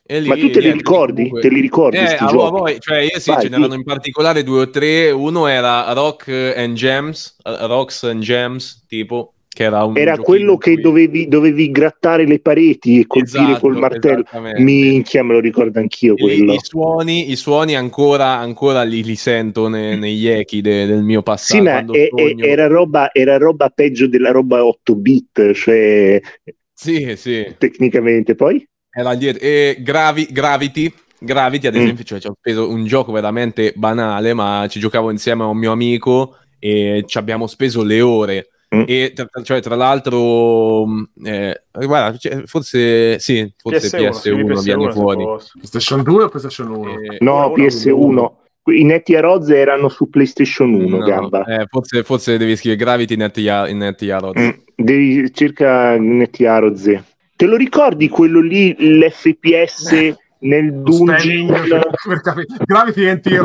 E lì,
ma tu te li ricordi?
Comunque...
Te li ricordi?
Eh,
sti giochi?
Poi, cioè io sì,
Vai,
ce n'erano in particolare due o tre. Uno era Rock and Gems, Rocks and Gems, tipo, che era un
era quello che
cui...
dovevi, dovevi grattare le pareti e colpire
esatto,
col martello. Minchia, me lo ricordo anch'io quello.
I, i suoni, i suoni ancora, ancora li, li sento ne, negli echi de, del mio passato.
Sì, ma è, è, era, roba, era roba peggio della roba otto bit, cioè
sì, sì.
Tecnicamente poi
era dietro. E Gravi, Gravity Gravity ad esempio, mm. cioè ci ho speso un gioco veramente banale, ma ci giocavo insieme a un mio amico e ci abbiamo speso le ore. Mm. E tra, cioè, tra l'altro eh, guarda, cioè, forse sì, forse P S uno, P S uno viene fuori.
PlayStation due o PlayStation uno?
Eh, no, P S uno. I Netti a Rozze erano su PlayStation uno, no, Gamba.
Eh, forse, forse devi scrivere Gravity Netti a, Netti a Rozze.
Mm, devi cerca Netti a Rozze. Te lo ricordi quello lì, l'F P S nel dungeon?
Gravity N T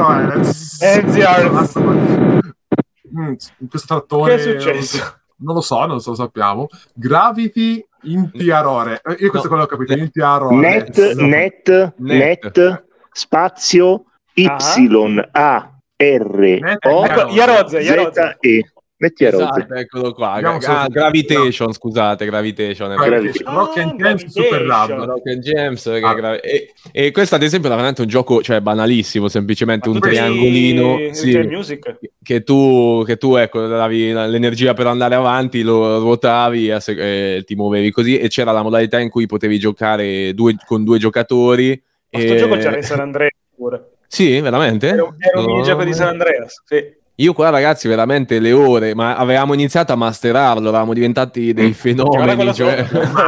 Mm, questo trattore,
che è successo?
Non lo so, non lo sappiamo. Gravity Intiarore. Io questo è quello che ho capito. Intiarore.
Net, net, net, net, spazio Y A R O Z E. Metti a
esatto, eccolo qua. Ah, Gravitation, no. Scusate, Gravitation.
Ah, Gravitation. Rock and Gems Super Lab.
Rock and Gems. Ah. Gra- e, e questo ad esempio è veramente un gioco, cioè banalissimo, semplicemente ma un triangolino sì, che tu, che tu ecco, davi l'energia per andare avanti, lo ruotavi e eh, ti muovevi così, e c'era la modalità in cui potevi giocare due, con due giocatori.
Questo
e...
gioco c'era in San Andreas pure.
Sì, veramente?
Era un, era un no. minigioco di San Andreas, sì.
Io qua ragazzi veramente le ore, ma avevamo iniziato a masterarlo, eravamo diventati dei fenomeni, cioè...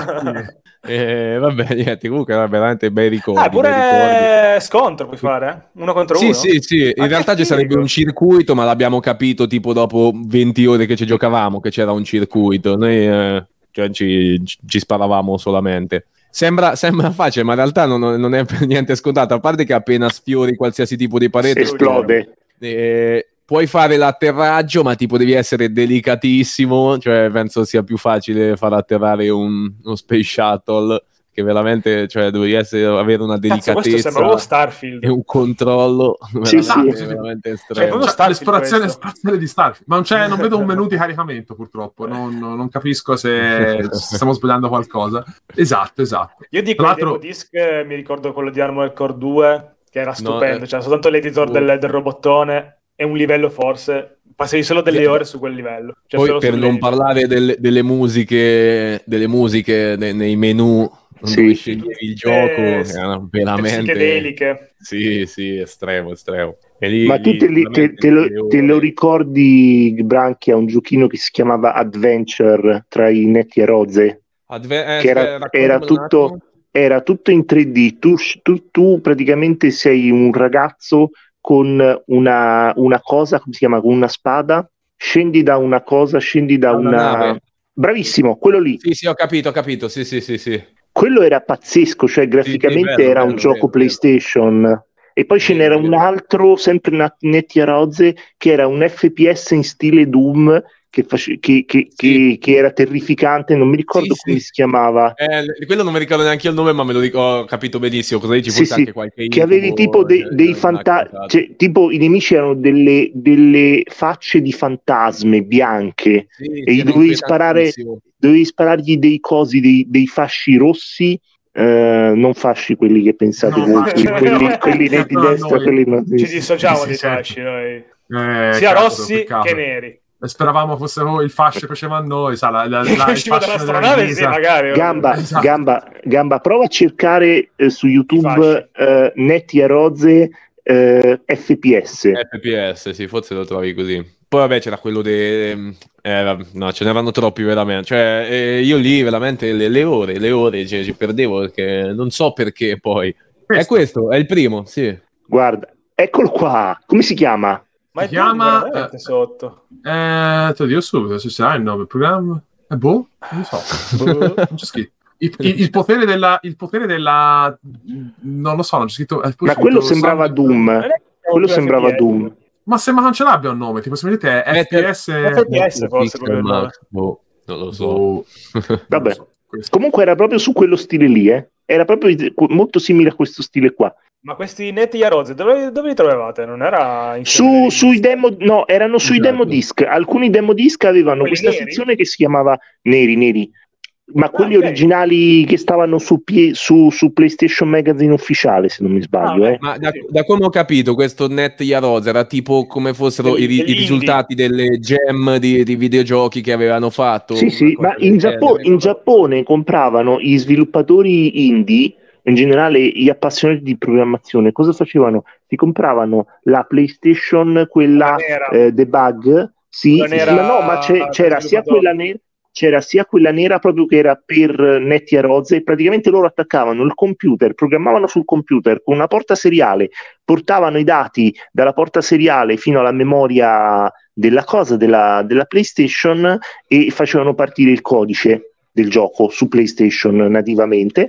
eh, vabbè, niente, comunque era veramente bei ricordi.
Ah, pure
ricordi.
Scontro puoi fare, eh? Uno contro
sì,
uno?
Sì, sì, sì, in realtà ci sarebbe un circuito, ma l'abbiamo capito tipo dopo venti ore che ci giocavamo, che c'era un circuito, noi eh, cioè, ci, ci sparavamo solamente. Sembra, sembra facile, ma in realtà non, non è per niente scontato, a parte che appena sfiori qualsiasi tipo di parete...
esplode.
Eh, puoi fare l'atterraggio, ma tipo devi essere delicatissimo, cioè penso sia più facile far atterrare un, uno space shuttle, che veramente, cioè devi essere, avere una delicatezza
Starfield.
e un controllo
sì,
veramente,
sì.
veramente estremo.
Cioè, cioè, l'esplorazione spaziale di Starfield, ma non, c'è, non vedo un menu di caricamento purtroppo, non, non capisco se stiamo sbagliando qualcosa. Esatto, esatto.
Io di quel demo disc mi ricordo quello di Armored Core due, che era stupendo, no, eh, c'era soltanto l'editor oh. del, del robottone e un livello forse passavi solo delle ore su quel livello, cioè
poi per non parlare delle, delle musiche delle musiche nei, nei menu
sì.
dove sceglievi il gioco
eh,
erano veramente
psichedeliche,
sì sì estremo estremo e lì,
ma tu
lì,
te, li, te, te, lo, te lo ricordi Branchia un giochino che si chiamava Adventure tra i Netti e Rozze
Adve-
che era, era tutto era tutto in tre D, tu, tu, tu praticamente sei un ragazzo con una, una cosa, come si chiama, con una spada, scendi da una cosa, scendi da una... una... Bravissimo, quello lì.
Sì, sì, ho capito, ho capito, sì, sì, sì, sì.
Quello era pazzesco, cioè graficamente sì, sì, bello, era bello, un bello, gioco bello, PlayStation. Bello. E poi sì, ce n'era bello. un altro, sempre Netti a Rozze, che era un F P S in stile Doom, che, face... che, che, sì. che, che era terrificante, non mi ricordo sì, come sì. si chiamava.
Eh, quello non mi ricordo neanche il nome, ma me lo dico, ho capito benissimo. Cosa dici?
Sì,
Forse
sì.
anche qualche
che avevi tipo de- dei fantasmi, cioè, tipo i nemici erano delle, delle facce di fantasme bianche sì, e gli dovevi sparare, dovevi sparargli dei cosi, dei, dei fasci rossi. Uh, non fasci quelli che pensate no, voi, quelli, quelli di no, destra,
noi,
quelli non
ci dissociamo sì, dei sì, fasci noi.
Eh,
sia
cazzo,
rossi
peccato.
che neri.
Speravamo fossero il fascio che faceva a noi, sa, la, la, la, il fascio
dell'astronave, sì, magari.
Gamba,
esatto.
Gamba, Gamba, prova a cercare eh, su YouTube uh, Netti a Rozze uh, F P S.
F P S, sì, forse lo trovi così. Poi vabbè c'era quello dei... Eh, no, ce n'erano troppi veramente. Cioè, eh, io lì veramente le, le ore, le ore cioè, ci perdevo perché non so perché poi. Questo. È questo, è il primo, sì.
Guarda, eccolo qua. Come si chiama?
Ma
si chiama
eh, sotto.
Eh, te lo dico subito, se sai il nome del programma. Eh, boh, non so. boh, non c'è scritto. Il, il, il potere della il potere della non lo so, non c'è scritto.
Ma scritto, quello sembrava Doom. Quello sembrava Doom.
Ma sembra che non ce l'abbia un nome, tipo se vedete è F P S
F P S forse come
boh, non lo so.
Vabbè. Comunque era proprio su quello stile lì, eh. Era proprio molto simile a questo stile qua.
Ma questi Net Yaroze dove, dove li trovavate? Non era in
su, sui demo, no, erano sui esatto. demo disc. Alcuni demo disc avevano quelli questa neri? sezione che si chiamava neri, neri. Ma quelli ah, okay. originali che stavano su, su, su PlayStation Magazine ufficiale, se non mi sbaglio. Ah, eh.
Ma da, da come ho capito, questo Net Yaroze era tipo come fossero i, i risultati delle gem di, di videogiochi che avevano fatto.
Sì, sì, ma in, Giappo- in Giappone compravano gli sviluppatori indie, in generale gli appassionati di programmazione, cosa facevano? Si compravano la PlayStation, quella eh, debug, sì, ma no, ma c'è, c'era sia quella nera. C'era sia quella nera proprio che era per Net Yaroze, e praticamente loro attaccavano il computer, programmavano sul computer con una porta seriale, portavano i dati dalla porta seriale fino alla memoria della cosa, della, della PlayStation, e facevano partire il codice del gioco su PlayStation nativamente.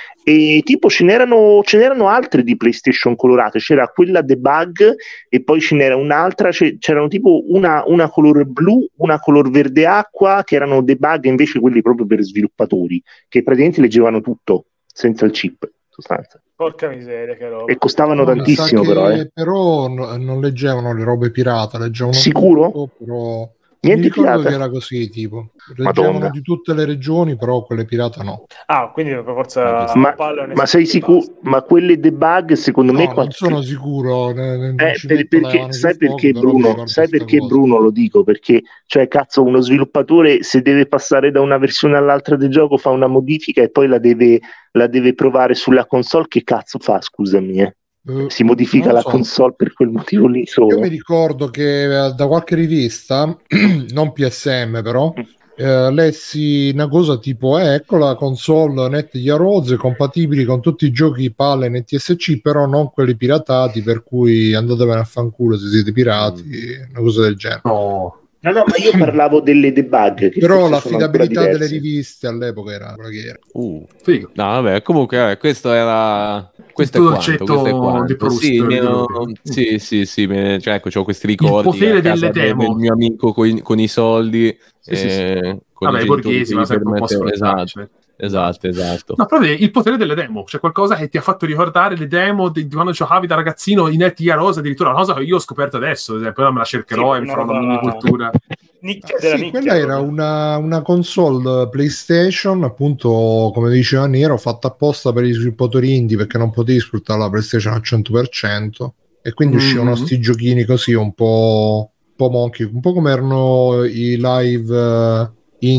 E tipo ce n'erano, ce n'erano altre di PlayStation colorate, c'era quella debug e poi ce n'era un'altra, c'erano tipo una, una color blu, una color verde acqua, che erano debug invece quelli proprio per sviluppatori, che praticamente leggevano tutto senza il chip in sostanza.
Porca miseria, che roba.
E costavano no, tantissimo però eh.
Però no, non leggevano le robe pirata, leggevano
sicuro?
Tutto, però...
Niente
mi ricordo
pirata.
Che era così, tipo leggevano
Madonna.
Di tutte le regioni, però quelle pirata no.
Ah, quindi per forza
ma, ma sei sicuro? Ma quelle debug secondo
no,
me
non
quattro...
sono sicuro
eh, per, perché, sai perché poco, Bruno sai perché cosa. Bruno lo dico perché cioè cazzo uno sviluppatore se deve passare da una versione all'altra del gioco fa una modifica e poi la deve, la deve provare sulla console, che cazzo fa, scusami eh si modifica la so. console per quel motivo lì solo.
Io mi ricordo che eh, da qualche rivista non P S M però eh, lessi una cosa tipo eh, ecco la console Net Yaroze compatibili con tutti i giochi PAL N T S C, però non quelli piratati, per cui andatevene a fanculo se siete pirati, mm. una cosa del genere.
No. No, no, ma io parlavo delle debug. Che
però l'affidabilità delle riviste all'epoca era quella che era.
Uh, sì. No, vabbè, comunque eh, questo era questo è quanto, questo è quanto.
Proust,
sì, mio... sì, sì, sì, me... cioè, ecco, c'ho questi ricordi.
Il potere delle demo.
Del mio amico con, con i soldi.
Sì, sì, sì.
Eh, con
vabbè, i borghesi, ma sempre un po'
esatto. Esatto, esatto.
No, proprio il potere delle demo, cioè qualcosa che ti ha fatto ricordare le demo di, di quando giocavi da ragazzino in Net Yaroze, addirittura una cosa che io ho scoperto adesso, ad esempio, me la cercherò sì, e mi farò una mini cultura.
Nicchia della sì, nicchia, quella era una, una console PlayStation, appunto, come diceva Nero, fatta apposta per gli sviluppatori indie, perché non potevi sfruttare la PlayStation al cento per cento, e quindi mm-hmm. uscivano sti giochini così un po', un po' monkey, un po' come erano i live uh,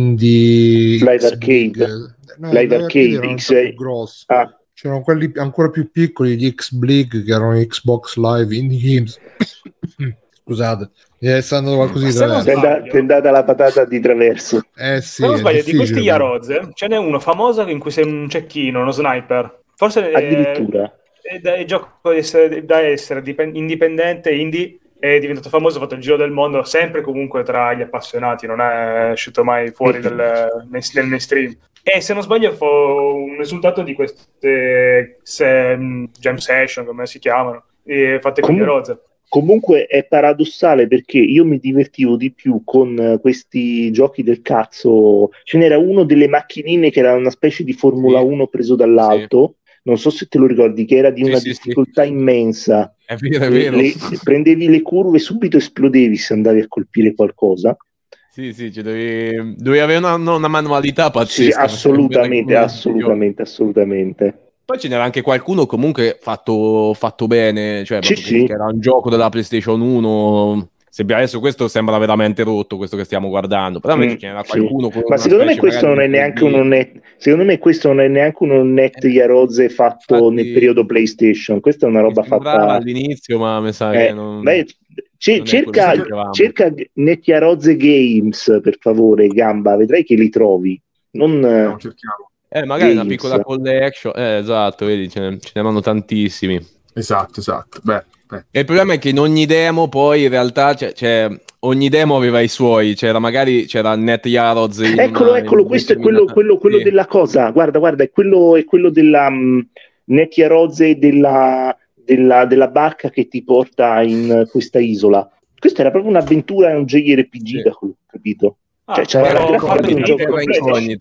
indie
live arcade. No, live arcade X
grossi. Ah. C'erano quelli ancora più piccoli di X-Blig, che erano Xbox Live Indie Games. Scusate, mi è stato qualcosa di traverso.
Ti è andata la patata di traverso.
Eh sì,
se non sbaglio, di questi Yaroze ce n'è uno famoso in cui sei un cecchino, uno sniper. Forse
addirittura
è, è, è gioco da essere, da essere dipend- indipendente, indie. È diventato famoso, ha fatto il giro del mondo, sempre comunque tra gli appassionati, non è uscito mai fuori del, del mainstream. E se non sbaglio fu un risultato di queste se, jam session, come si chiamano, fatte con
Comun-
Yaroze.
Comunque è paradossale, perché io mi divertivo di più con questi giochi del cazzo. Ce n'era uno delle macchinine che era una specie di Formula sì. uno preso dall'alto, sì. non so se te lo ricordi, che era di una sì, difficoltà sì. immensa.
È vero, è vero.
Le, prendevi le curve e subito esplodevi se andavi a colpire qualcosa.
Sì, sì, cioè dovevi, dovevi avere una, una manualità pazzesca.
Sì, assolutamente, assolutamente, assolutamente.
Poi ce n'era anche qualcuno comunque fatto, fatto bene, cioè
sì, sì.
che era un gioco della PlayStation uno. Se adesso questo sembra veramente rotto, questo che stiamo guardando, però invece mm, ce n'era qualcuno
sì. Ma secondo me questo non è neanche uno net, secondo me questo non è neanche uno Net Yaroze fatto infatti, nel periodo PlayStation. Questa è una roba fatta
all'inizio, ma mi sa
eh,
che non,
beh, c- non cerca, cerca Net Yaroze Games, per favore, Gamba, vedrai che li trovi. Non,
non cerchiamo.
Eh, magari Games. Una piccola collection, eh, esatto, vedi, ce ne, ce ne erano tantissimi.
Esatto, esatto. Beh, beh.
E il problema è che in ogni demo poi in realtà c'è, c'è ogni demo aveva i suoi, c'era magari c'era Net Yaroze.
Eccolo, una, eccolo, questo è quello, quello, quello sì. della cosa. Guarda, guarda, è quello, è quello della um, Net Yaroze della, della, della barca che ti porta in questa isola. Questa era proprio un'avventura, un J R P G, sì. da quello capito.
Ah,
cioè, c'era la
grafica di un gioco incognita.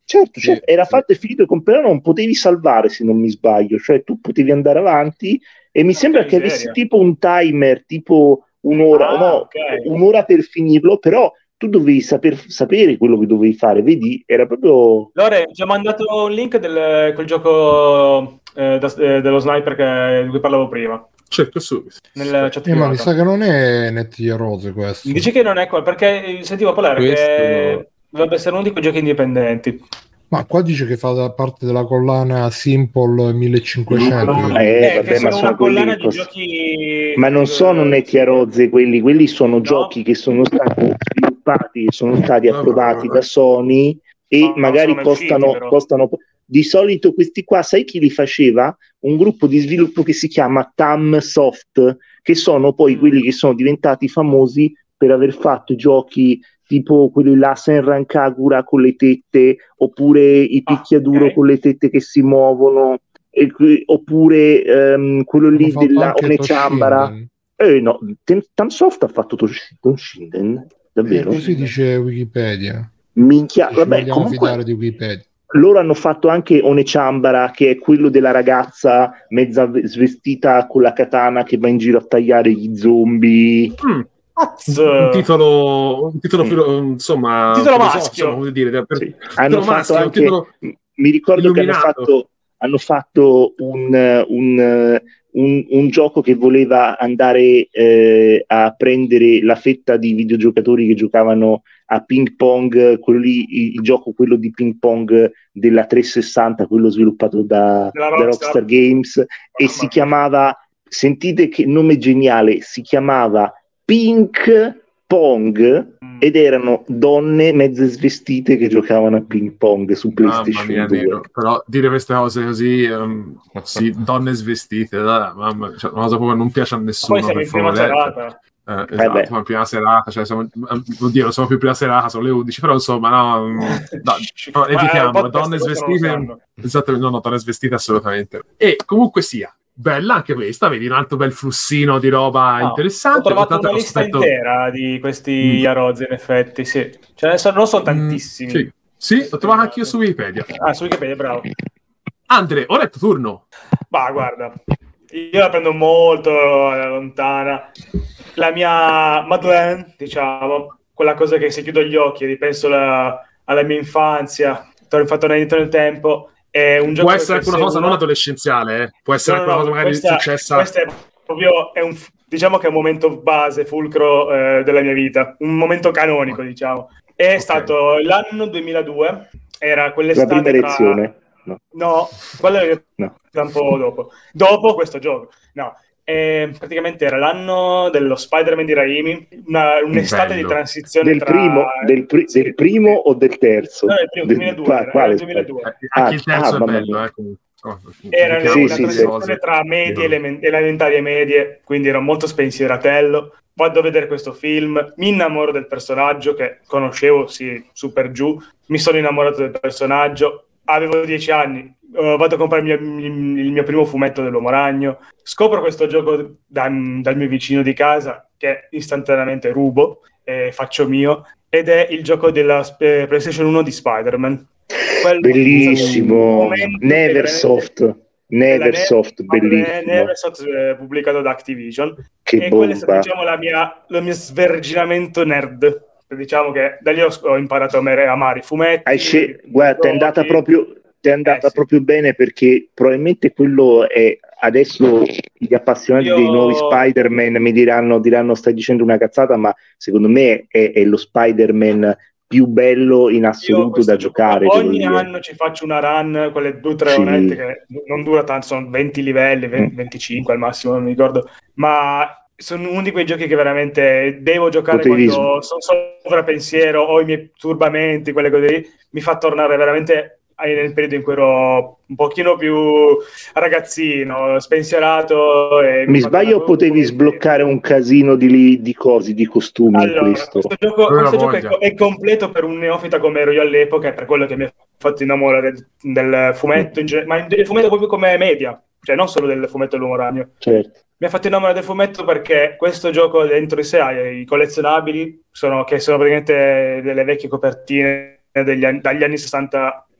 Certo, sì, certo, era sì. fatto e finito, però non potevi salvare se non mi sbaglio, cioè tu potevi andare avanti e mi sembra che, che avessi tipo un timer, tipo un'ora, ah, no, okay. un'ora per finirlo, però tu dovevi saper, sapere quello che dovevi fare, vedi? Era proprio...
Lore, ci ha mandato un link del quel gioco eh, da, eh, dello sniper che, di cui parlavo prima.
Cerco subito.
Nel chat eh, ma mi sa che non è Netty Rose questo.
Mi dice che non è quello, perché sentivo parlare questo... che dovrebbe essere uno di quei giochi indipendenti.
Ma qua dice che fa parte della collana Simple millecinquecento.
Eh, eh vabbè, ma sono collana di giochi... Ma non sono Netty Rose quelli, quelli sono no? giochi che sono stati sviluppati, sono stati no, approvati no, no. da Sony e no, magari costano, usciti, costano... Di solito questi qua, sai chi li faceva? Un gruppo di sviluppo che si chiama Tam Soft, che sono poi mm. quelli che sono diventati famosi per aver fatto giochi tipo quelli là Senran Kagura con le tette, oppure i picchiaduro ah, okay. con le tette che si muovono, e, oppure um, quello lì della Onechambara. Eh no, Tam Soft ha fatto Toshinden, davvero?
Eh, così dice Wikipedia.
Minchia,
se
vabbè, comunque... di Wikipedia. Loro hanno fatto anche Onechambara, che è quello della ragazza mezza svestita con la katana che va in giro a tagliare gli zombie.
Mm. Un titolo, un titolo più, insomma,
un titolo maschio,
vuol dire, per,
sì. Hanno fatto maschio, anche, titolo mi ricordo illuminato. che hanno fatto, hanno fatto un, un, un, un gioco che voleva andare eh, a prendere la fetta di videogiocatori che giocavano a ping pong, quello lì, il gioco quello di ping pong della trecentosessanta, quello sviluppato da, da Rockstar, Rockstar Games, oh, e si chiamava, sentite che nome geniale, si chiamava Pink Pong, mm. ed erano donne mezze svestite che giocavano a ping pong su PlayStation mia, due. Nero.
Però dire queste cose così, um, sì, donne svestite, dai, mamma, cioè, una cosa proprio non piace a nessuno.
Poi siamo in prima serata.
Eh, esatto, eh siamo in prima serata, cioè siamo, oddio, non siamo più in prima serata, sono le undici, però insomma, no, no evitiamo, donne svestite, esattamente, no, no, donne svestite assolutamente. E comunque sia, bella anche questa, vedi un altro bel flussino di roba no, interessante.
Ho trovato una lista aspetto... intera di questi mm. Yarozzi, in effetti, sì. Cioè, ne sono, non sono tantissimi.
Mm, sì. sì, l'ho trovato anch'io su Wikipedia.
Ah, su Wikipedia, bravo.
Andre, ora è tuo turno.
Ma guarda, io la prendo molto lontana. La mia Madeleine, diciamo, quella cosa che se chiudo gli occhi e ripenso la, alla mia infanzia, torno fatto indietro nel tempo. È un gioco
può essere anche una cosa uno... non adolescenziale, eh. Può essere no, no, una cosa magari
questa,
successa.
Questo è proprio è un, diciamo che è un momento base, fulcro eh, della mia vita, un momento canonico, oh. diciamo. È okay. stato l'anno duemiladue, era quell'estate.
La prima elezione?
Tra... No, no quello è no. un po' dopo. Dopo questo gioco, no. E praticamente era l'anno dello Spider-Man di Raimi, una, un'estate Bello. di transizione
del
tra...
primo, del, pri- sì. del primo o del terzo?
No, del primo, del, duemiladue, qua, era, era il duemiladue.
Eh, anche ah, il terzo ah, è bello, eh, oh,
era una, sì, una sì, transizione sì. tra medie, element- elementari e medie, quindi ero molto spensieratello. Vado a vedere questo film, mi innamoro del personaggio che conoscevo, sì, su per giù, mi sono innamorato del personaggio, avevo dieci anni, Uh, vado a comprare il mio, il mio primo fumetto dell'Uomo Ragno, scopro questo gioco da, dal mio vicino di casa che istantaneamente rubo e faccio mio, ed è il gioco della eh, PlayStation uno di Spider-Man.
Quello bellissimo, Neversoft Neversoft, ne- bellissimo
Neversoft eh, pubblicato da Activision,
che
e
bomba.
quello è stato, diciamo, la mia, lo mio sverginamento nerd, diciamo che da lì ho, ho imparato a amare, amare i fumetti.
Sc- guarda, è andata proprio è andata eh, sì. proprio bene, perché probabilmente quello è adesso gli appassionati Io... dei nuovi Spider-Man mi diranno, diranno stai dicendo una cazzata, ma secondo me è, è lo Spider-Man più bello in assoluto da giocare.
Ogni anno ci faccio una run, quelle due o tre sì. orette che non dura tanto, sono venti livelli, venti, venticinque al massimo, non mi ricordo, ma sono uno di quei giochi che veramente devo giocare Potevi... quando sono sovrappensiero, ho i miei turbamenti, quelle cose lì, mi fa tornare veramente nel periodo in cui ero un pochino più ragazzino, spensierato. E
mi, mi sbaglio, potevi sbloccare un casino di, di cose, di costumi.
Allora,
in questo,
questo gioco, questo gioco è, è completo per un neofita come ero io all'epoca, e per quello che mi ha fatto innamorare del, del fumetto, in gen- ma del fumetto proprio come media, cioè non solo del fumetto dell'Uomo Ragno.
Certo.
Mi ha fatto innamorare del fumetto perché questo gioco dentro di sé ha i collezionabili, sono, che sono praticamente delle vecchie copertine degli anni, dagli anni sessanta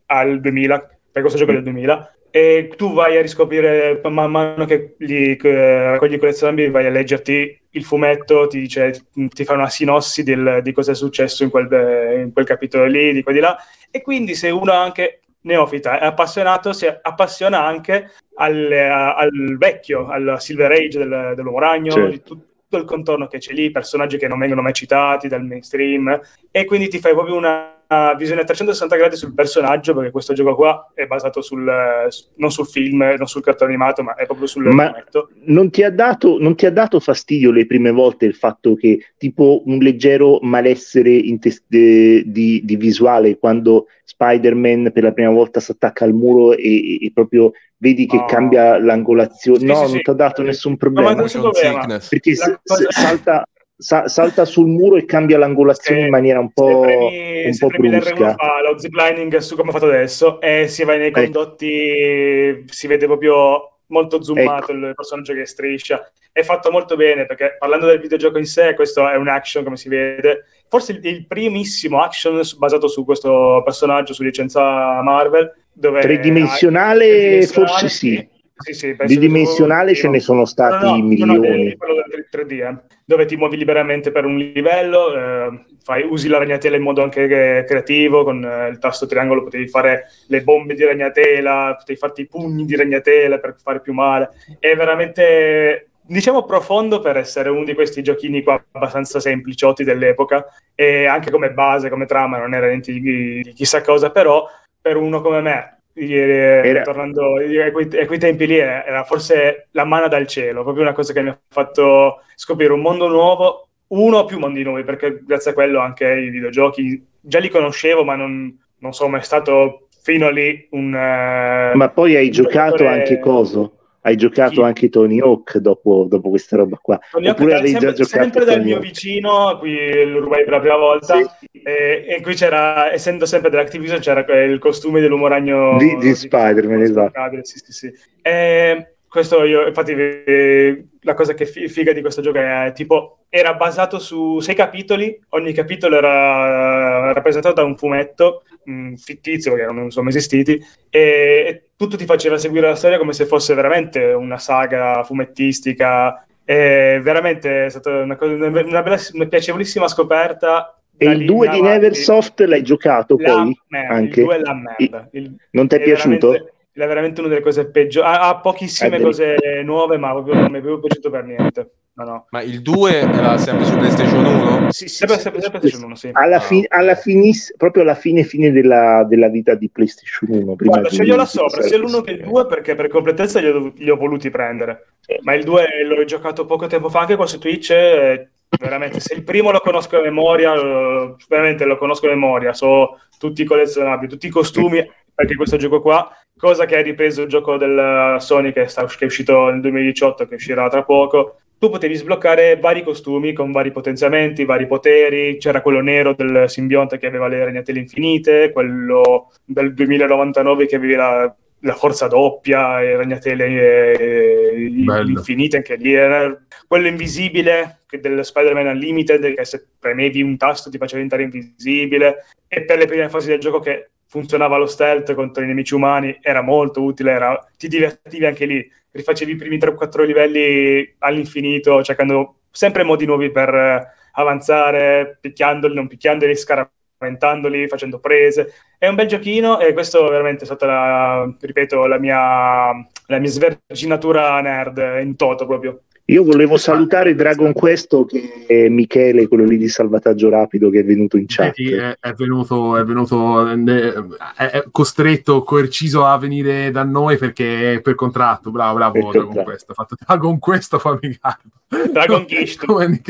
al duemila, perché questo gioco è del duemila, e tu vai a riscoprire man mano che li eh, raccogli i collezionabili, vai a leggerti il fumetto, ti dice, ti fa una sinossi del, di cosa è successo in quel, in quel capitolo lì, di qua di là, e quindi se uno anche neofita è appassionato, si appassiona anche al, al vecchio, al Silver Age del, dell'Uomo Ragno, certo. Di tutto il contorno che c'è lì, personaggi che non vengono mai citati dal mainstream, e quindi ti fai proprio una visione a trecentosessanta gradi sul personaggio, perché questo gioco qua è basato sul non sul film, non sul cartone animato, ma è proprio sul
ma
fumetto.
Non ti ha dato, non ti ha dato fastidio le prime volte il fatto che tipo un leggero malessere in te- de- di, di visuale quando Spider-Man per la prima volta si attacca al muro e, e proprio vedi che oh. cambia l'angolazione?
Sì,
no,
sì,
non
sì.
ti ha dato nessun problema,
no, nessun problema.
perché se, cosa... se salta Sa- salta sul muro e cambia l'angolazione
se,
in maniera un po',
premi,
un po' brusca.
Fa lo ziplining su come ho fatto adesso e si va nei condotti, ecco. Si vede proprio molto zoomato, ecco. Il personaggio che striscia. È fatto molto bene, perché parlando del videogioco in sé, questo è un action, come si vede, forse il, il primissimo action basato su questo personaggio, su licenza Marvel, dove
tridimensionale, tridimensionale forse sì.
Sì, sì,
bidimensionale ce ne sono stati no, no, milioni.
No, quello del tre D, eh, dove ti muovi liberamente per un livello, eh, fai, usi la ragnatela in modo anche creativo, con eh, il tasto triangolo potevi fare le bombe di ragnatela, potevi farti i pugni di ragnatela per fare più male. È veramente, diciamo, profondo per essere uno di questi giochini qua abbastanza sempliciotti dell'epoca, e anche come base, come trama non era niente di, di chissà cosa, però per uno come me, Era... tornando a quei, a quei tempi lì, era forse la manna dal cielo, proprio una cosa che mi ha fatto scoprire un mondo nuovo, uno o più mondi nuovi, perché grazie a quello anche i videogiochi già li conoscevo, ma non, non sono mai stato fino a lì un
ma poi hai giocato giocatore... anche coso? Hai giocato Chi? anche Tony Hawk dopo, dopo questa roba qua?
Tony Hawk, oppure avevi sempre, già giocato sempre dal mio Hawk. Vicino, qui lo rubai per la prima volta, sì. e, e qui c'era, essendo sempre dell'Activision, c'era il costume dell'Uomo Ragno
di, di, di Spider-Man, esatto.
Sì, sì, sì. E questo io, infatti, la cosa che è figa di questo gioco è tipo, era basato su sei capitoli, ogni capitolo era rappresentato da un fumetto mh, fittizio, perché non sono mai esistiti, e, e tutto ti faceva seguire la storia come se fosse veramente una saga fumettistica. È veramente è stata una, cosa, una, una, bella, una piacevolissima scoperta.
E il due di Neversoft l'hai giocato
la
poi?
Merda,
anche?
Il due è la merda. Il,
non ti è, è piaciuto?
È veramente una delle cose peggiori. Ha, ha pochissime cose nuove, ma proprio non mi è proprio piaciuto per niente. No, no.
Ma il due era sempre su PlayStation uno?
Sì, sì, sempre, sempre, sempre PlayStation uno, sì.
Alla, fi- alla finis- proprio alla fine fine della, della vita di PlayStation uno. Prima
Guarda, ce li ho là sopra, sia l'uno che il due, perché per completezza li ho, li ho voluti prendere. Sì. Ma il due l'ho giocato poco tempo fa anche qua su Twitch. Eh, veramente, se il primo lo conosco a memoria, lo, veramente lo conosco a memoria. So tutti i collezionabili, tutti i costumi, perché questo gioco qua, cosa che ha ripreso il gioco del Sony che, sta, che è uscito nel duemiladiciotto, che uscirà tra poco. Tu potevi sbloccare vari costumi con vari potenziamenti, vari poteri. C'era quello nero del simbionte che aveva le ragnatele infinite, quello del duemilanovantanove che aveva la, la forza doppia e ragnatele eh, infinite, anche lì era quello invisibile che del Spider-Man Unlimited, che se premevi un tasto ti faceva diventare invisibile, e per le prime fasi del gioco che funzionava lo stealth contro i nemici umani, era molto utile, era, ti divertivi anche lì, rifacevi i primi tre o quattro livelli all'infinito, cercando sempre modi nuovi per avanzare, picchiandoli, non picchiandoli, scaramentandoli, facendo prese. È un bel giochino, e questo veramente è stata, la, ripeto, la mia, la mia sverginatura nerd in toto proprio.
Io volevo salutare Dragon Questo, che è Michele, quello lì di Salvataggio Rapido, che è venuto in chat.
Sì, è, è venuto, è venuto è, è costretto, coerciso a venire da noi perché è per contratto. Bravo, bravo, per Dragon Questo. Ha fatto Dragon Questo, fammi capo.
Dragon Kist.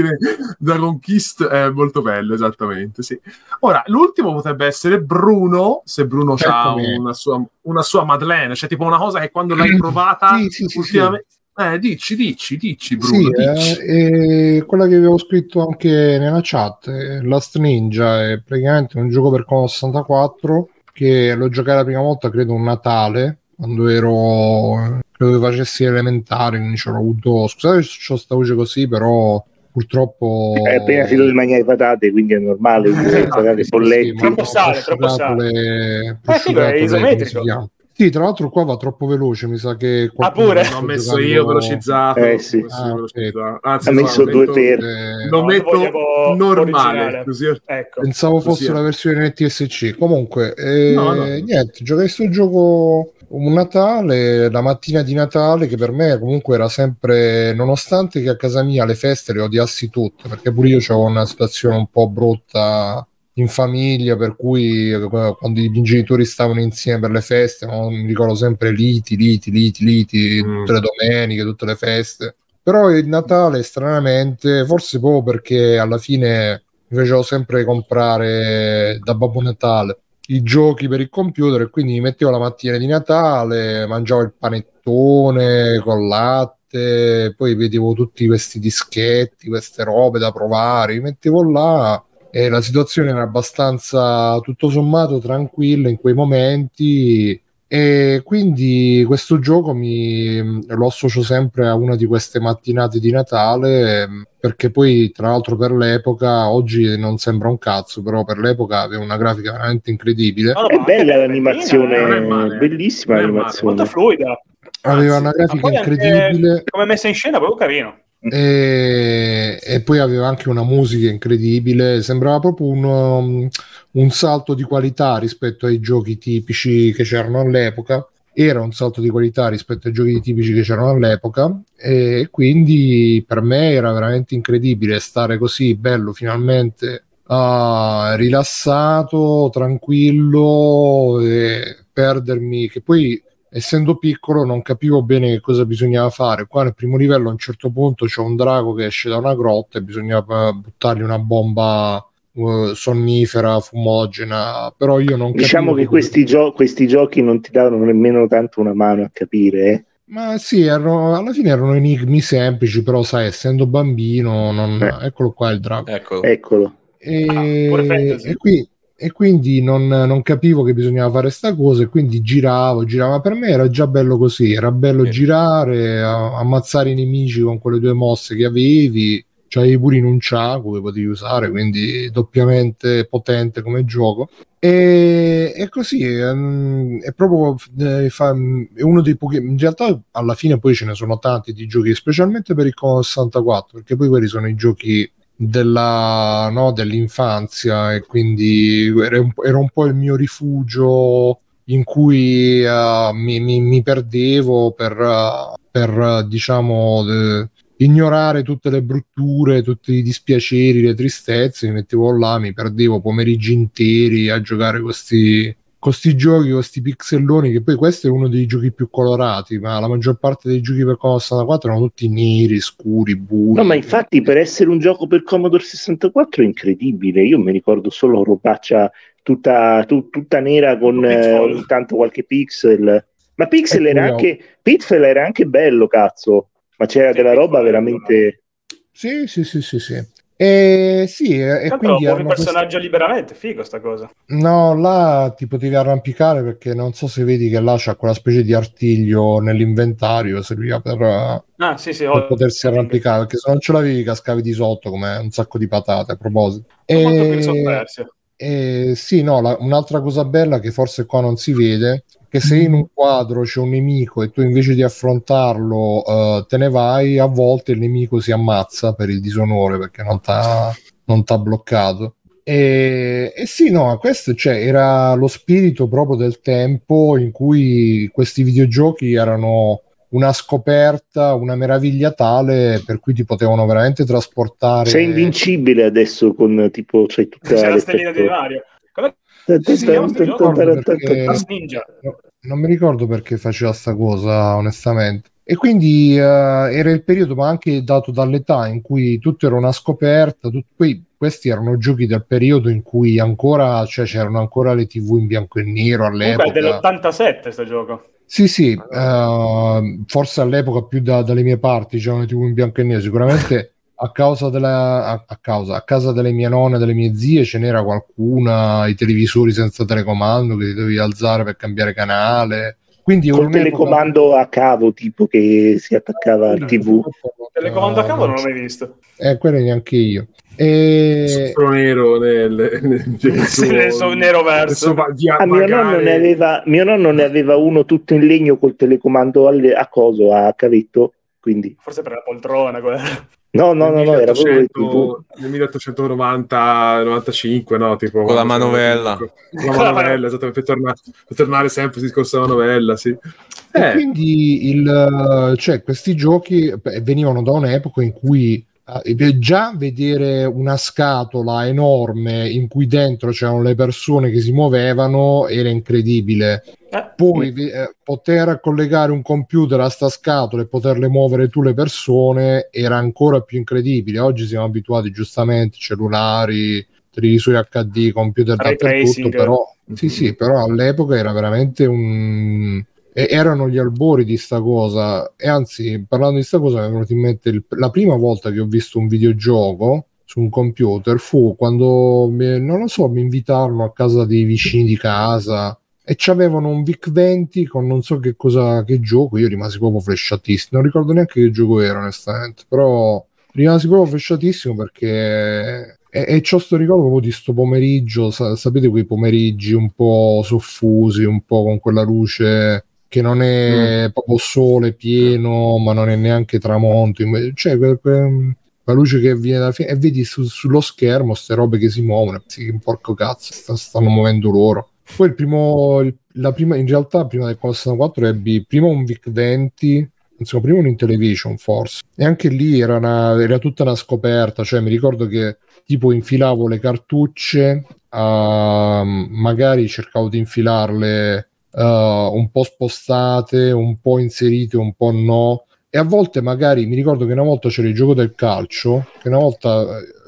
Dragon Kist è molto bello, esattamente, sì. Ora, l'ultimo potrebbe essere Bruno, se Bruno ha una sua, una sua Madeleine, cioè tipo una cosa che quando l'hai provata
sì, sì, sì,
ultimamente...
Sì.
Eh, dici, dici, dici, Bruno.
Sì,
dici.
Eh, e quella che avevo scritto anche nella chat, Last Ninja, è praticamente un gioco per Commodore sessantaquattro che l'ho giocato la prima volta, credo, un Natale, quando ero, credo che facessi elementari, quindi c'ho avuto, scusate se ho sta voce così, però purtroppo
è appena finito di mangiare le patate, quindi è normale le patate
sì,
bollenti.
sì,
troppo sale, troppo sale.
Eh, figo,
è isometrico.
Sì, tra l'altro qua va troppo veloce, mi sa che
ah pure
l'ho messo giocando... io velocizzato,
eh, sì.
messo
ah,
velocizzato. Anzi,
ha messo due per
eh, lo metto normale così.
Ecco.
Pensavo fosse la versione N T S C. Comunque eh, no, no. niente, giocai sto gioco un Natale, la mattina di Natale, che per me comunque era sempre, nonostante che a casa mia le feste le odiassi tutte, perché pure io avevo una situazione un po' brutta in famiglia, per cui quando i miei genitori stavano insieme per le feste, no? Mi ricordo sempre liti, liti, liti, liti, mm. tutte le domeniche, tutte le feste. Però il Natale, stranamente, forse proprio perché alla fine mi facevo sempre comprare da Babbo Natale i giochi per il computer, e quindi mi mettevo la mattina di Natale, mangiavo il panettone con latte, poi vedevo tutti questi dischetti, queste robe da provare, mi mettevo là. E la situazione era abbastanza, tutto sommato, tranquilla in quei momenti, e quindi questo gioco mi lo associo sempre a una di queste mattinate di Natale, perché poi tra l'altro per l'epoca, oggi non sembra un cazzo, però per l'epoca aveva una grafica veramente incredibile.
No, è bella l'animazione, male, bellissima l'animazione,
molto fluida,
aveva una grafica incredibile,
come messa in scena proprio carino.
E, e poi aveva anche una musica incredibile, sembrava proprio un, um, un salto di qualità rispetto ai giochi tipici che c'erano all'epoca. Era un salto di qualità rispetto ai giochi tipici che c'erano all'epoca, e quindi per me era veramente incredibile stare così bello, finalmente uh, rilassato, tranquillo, e perdermi, che poi essendo piccolo non capivo bene che cosa bisognava fare. Qua nel primo livello a un certo punto c'è un drago che esce da una grotta e bisognava buttargli una bomba uh, sonnifera, fumogena, però io non
diciamo
capivo
che questi, gio- questi giochi non ti davano nemmeno tanto una mano a capire, eh?
Ma sì, erano, alla fine erano enigmi semplici, però sai, essendo bambino non... eh. eccolo qua il drago,
eccolo, eccolo.
E, ah, e qui e quindi non, non capivo che bisognava fare sta cosa, e quindi giravo, giravo, ma per me era già bello così, era bello sì. girare, a, ammazzare i nemici con quelle due mosse che avevi, c'avevi pure in un ciaco che potevi usare, quindi doppiamente potente come gioco, e, e così um, è proprio eh, fa, è uno dei pochi, in realtà alla fine poi ce ne sono tanti di giochi, specialmente per il Commodore sessantaquattro, perché poi quelli sono i giochi della no, dell'infanzia, e quindi era un, era un po' il mio rifugio in cui uh, mi, mi, mi perdevo per, uh, per uh, diciamo de, ignorare tutte le brutture, tutti i dispiaceri, le tristezze. Mi mettevo là, mi perdevo pomeriggi interi a giocare questi questi giochi, questi pixelloni, che poi questo è uno dei giochi più colorati, ma la maggior parte dei giochi per Commodore sessantaquattro erano tutti neri, scuri, bui.
No, ma infatti per essere un gioco per Commodore sessantaquattro è incredibile. Io mi ricordo solo robaccia tutta, tu, tutta nera con eh, ogni tanto qualche pixel. Ma pixel era anche, Pitfall era anche bello, cazzo. Ma c'era sì, della roba veramente...
Sì, sì, sì, sì, sì. E sì, e quindi
muovi il personaggio questi... liberamente, figo sta cosa.
No, là ti potevi arrampicare, perché non so se vedi che là c'ha quella specie di artiglio nell'inventario, serviva per,
ah, sì, sì,
per
ho...
potersi arrampicare, perché se non ce l'avevi cascavi di sotto come un sacco di patate, a proposito.
E... molto più
e sì, no, la, un'altra cosa bella che forse qua non si vede, che se in un quadro c'è un nemico e tu invece di affrontarlo uh, te ne vai, a volte il nemico si ammazza per il disonore, perché non t'ha, non t'ha bloccato. E, e sì, no, questo cioè, era lo spirito proprio del tempo in cui questi videogiochi erano una scoperta, una meraviglia tale per cui ti potevano veramente trasportare.
Sei invincibile adesso con tipo c'hai tutta
c'è la stellina di Mario.
Non mi ricordo perché faceva sta cosa, onestamente. E quindi uh, era il periodo, ma anche dato dall'età, in cui tutto era una scoperta. Tut- poi questi erano giochi del periodo in cui ancora, cioè, c'erano ancora le tivù in bianco e nero all'epoca.
Comunque è dell'ottantasette sto gioco.
Sì, sì, uh, forse all'epoca più da, dalle mie parti c'erano le tivù in bianco e nero, sicuramente. A causa della a, a causa a casa delle mie nonne, delle mie zie, ce n'era qualcuna, i televisori senza telecomando che ti dovevi alzare per cambiare canale,
Quindi col telecomando epoca... a cavo, tipo che si attaccava al tivù.
Il telecomando a cavo non l'ho mai visto.
Eh, quello neanche io. E...
Sopro nero nel, nel,
nel suo nero verso.
Ah, mio, nonno ne aveva, mio nonno ne aveva uno tutto in legno col telecomando alle, a coso, a cavetto. Quindi.
Forse per la poltrona. Quella.
No, no, no, no, era proprio
nel milleottocentonovanta novantacinque, no? Tipo,
con la manovella.
Con la manovella, esattamente, per tornare, per tornare sempre sul discorso della manovella, sì.
E eh. quindi il, cioè, questi giochi venivano da un'epoca in cui eh, già vedere una scatola enorme in cui dentro c'erano le persone che si muovevano era incredibile. Poi eh, poter collegare un computer a sta scatola e poterle muovere tu le persone era ancora più incredibile. Oggi siamo abituati giustamente cellulari, televisori acca di, computer dappertutto, però mm-hmm. sì sì, però all'epoca era veramente un e erano gli albori di sta cosa. E anzi, parlando di sta cosa mi è venuto in mente il... la prima volta che ho visto un videogioco su un computer fu quando mi... non lo so, mi invitarono a casa dei vicini di casa e c'avevano un VIC venti con non so che cosa, che gioco. Io rimasi proprio flashatissimo, non ricordo neanche che gioco era onestamente, però rimasi proprio flashatissimo perché e, e c'ho sto ricordo proprio di sto pomeriggio, sa, sapete quei pomeriggi un po' soffusi, un po' con quella luce che non è mm. proprio sole pieno, ma non è neanche tramonto, cioè que, que, la luce che viene da fine e vedi su, sullo schermo ste robe che si muovono, sì, porco cazzo, st- stanno muovendo loro. Poi il primo, il, la prima, in realtà prima del sessantaquattro ebbi prima un VIC venti, insomma prima un Intellivision forse, e anche lì era, una, era tutta una scoperta, cioè mi ricordo che tipo infilavo le cartucce, uh, magari cercavo di infilarle uh, un po' spostate, un po' inserite, un po' no, e a volte magari mi ricordo che una volta c'era il gioco del calcio, che una volta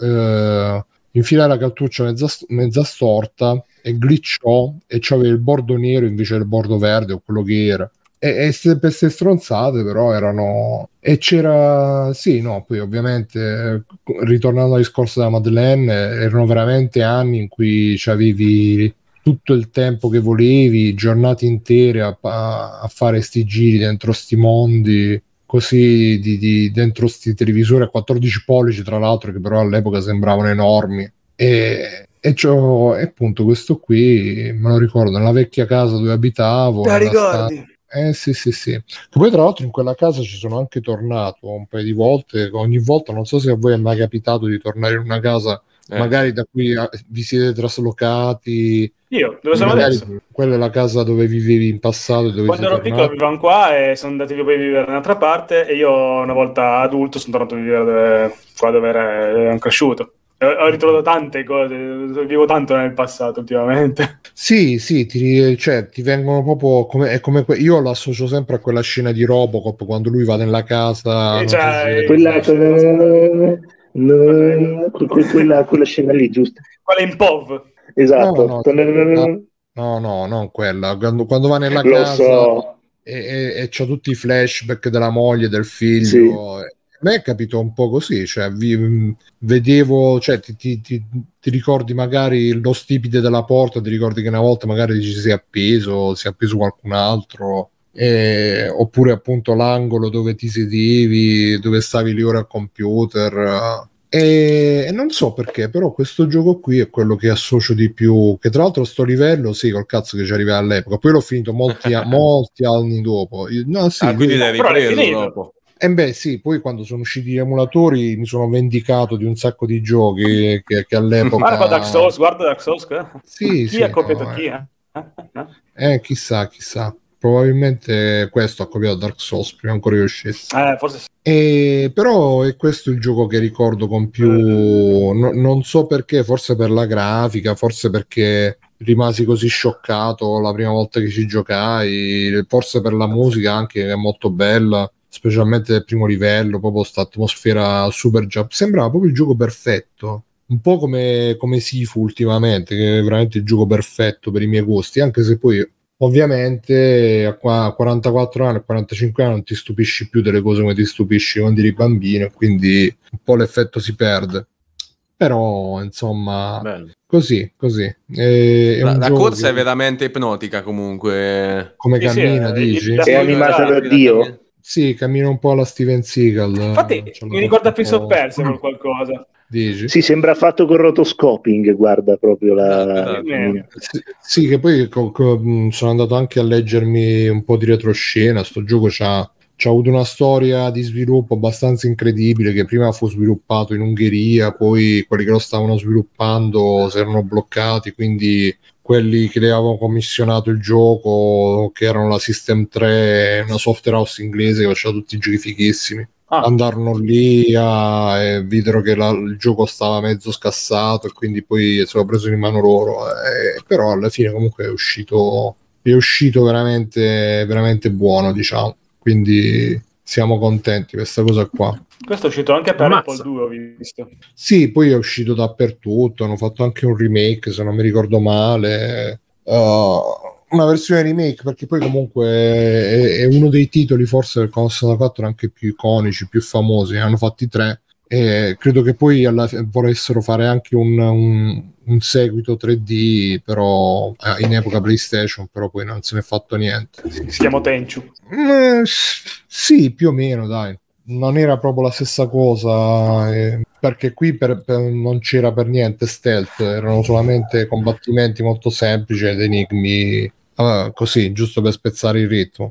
uh, infilai la cartuccia mezza, mezza storta e glitchò e c'aveva il bordo nero invece del bordo verde o quello che era, e, e queste stronzate però erano, e c'era sì no poi ovviamente ritornando al discorso della Madeleine, erano veramente anni in cui c'avevi tutto il tempo che volevi, giornate intere a, a, a fare sti giri dentro sti mondi così di, di, dentro sti televisori a quattordici pollici tra l'altro, che però all'epoca sembravano enormi. E E, e appunto questo qui me lo ricordo nella vecchia casa dove abitavo.
Te la ricordi?
Sta... Eh sì sì sì. Che poi tra l'altro in quella casa ci sono anche tornato un paio di volte. Ogni volta non so se a voi è mai capitato di tornare in una casa eh. magari da cui vi siete traslocati.
Io dove sono adesso?
Quella è la casa dove vivevi in passato. Dove
quando ero piccolo vivevamo qua e sono andati poi a vivere da un'altra parte, e io una volta adulto sono tornato a vivere dove, qua dove ero cresciuto. Ho ritrovato tante cose, vivo tanto nel passato ultimamente.
Sì, sì, ti, cioè, ti vengono proprio come, è come que- io l'associo sempre a quella scena di Robocop quando lui va nella casa.
Eh, cioè, quella, quella, quella, quella, quella scena lì, giusto?
Quella in P O V.
Esatto.
No, no, no, no, non quella. Quando, quando va nella
Lo
casa
so.
e, e, e c'ha tutti i flashback della moglie, del figlio.
Sì.
A me è capito un po' così, cioè vi, vedevo, cioè ti, ti, ti, ti ricordi magari lo stipite della porta, ti ricordi che una volta magari ci si è appeso, si è appeso qualcun altro, eh, oppure appunto l'angolo dove ti sedevi, dove stavi lì ora al computer, e, e non so perché, però questo gioco qui è quello che associo di più, che tra l'altro sto livello, sì, col cazzo che ci arriva all'epoca, poi l'ho finito molti, molti anni dopo. No, sì,
ah, quindi l'hai ripreso dopo.
E beh sì, poi quando sono usciti gli emulatori mi sono vendicato di un sacco di giochi che, che all'epoca...
Guarda Dark Souls, guarda Dark Souls. Eh?
Sì,
chi
sì,
ha copiato
no,
chi?
Eh.
Eh?
eh, chissà, chissà. Probabilmente questo ha copiato Dark Souls prima ancora che uscisse.
Eh, forse sì.
E, però è questo il gioco che ricordo con più... No, non so perché, forse per la grafica, forse perché rimasi così scioccato la prima volta che ci giocai, forse per la musica anche, che è molto bella, specialmente del primo livello, proprio sta atmosfera super jump, sembrava proprio il gioco perfetto, un po' come, come Sifu ultimamente, che è veramente il gioco perfetto per i miei gusti, anche se poi ovviamente a quarantaquattro anni, quarantacinque anni non ti stupisci più delle cose come ti stupisci quando eri bambino, quindi un po' l'effetto si perde. Però insomma bello. così, così. È, è
la la corsa
che...
è veramente ipnotica comunque.
Come
sì,
cammina,
sì,
dici?
È animata da Dio.
Sì, cammina un po' alla Steven Seagal.
Infatti mi ricorda Prince of Persia con qualcosa.
Dici?
Sì, sembra fatto con rotoscoping, guarda proprio la...
Esatto. Sì, sì, che poi co- co- sono andato anche a leggermi un po' di retroscena. Sto gioco c'ha, c'ha avuto una storia di sviluppo abbastanza incredibile, che prima fu sviluppato in Ungheria, poi quelli che lo stavano sviluppando si erano bloccati, quindi quelli che le avevano commissionato il gioco, che erano la System tre, una software house inglese che faceva tutti i giochi fighissimi, ah. andarono lì a, e videro che la, il gioco stava mezzo scassato e quindi poi se l'ho preso in mano loro, eh, però alla fine comunque è uscito è uscito veramente veramente buono, diciamo, quindi siamo contenti di questa cosa qua.
Questo è uscito anche per Ammazza. Apple due, ho visto.
Sì, poi è uscito dappertutto, hanno fatto anche un remake, se non mi ricordo male, uh, una versione remake, perché poi comunque è, è uno dei titoli forse del Commodore sessantaquattro anche più iconici, più famosi, ne hanno fatti tre, e credo che poi alla, volessero fare anche un, un, un seguito tre D, però in epoca PlayStation, però poi non se ne è fatto niente.
Si chiama Tenchu.
Eh, sì, più o meno, dai. Non era proprio la stessa cosa, eh, perché qui per, per, non c'era per niente stealth, erano solamente combattimenti molto semplici ed enigmi, eh, così, giusto per spezzare il ritmo.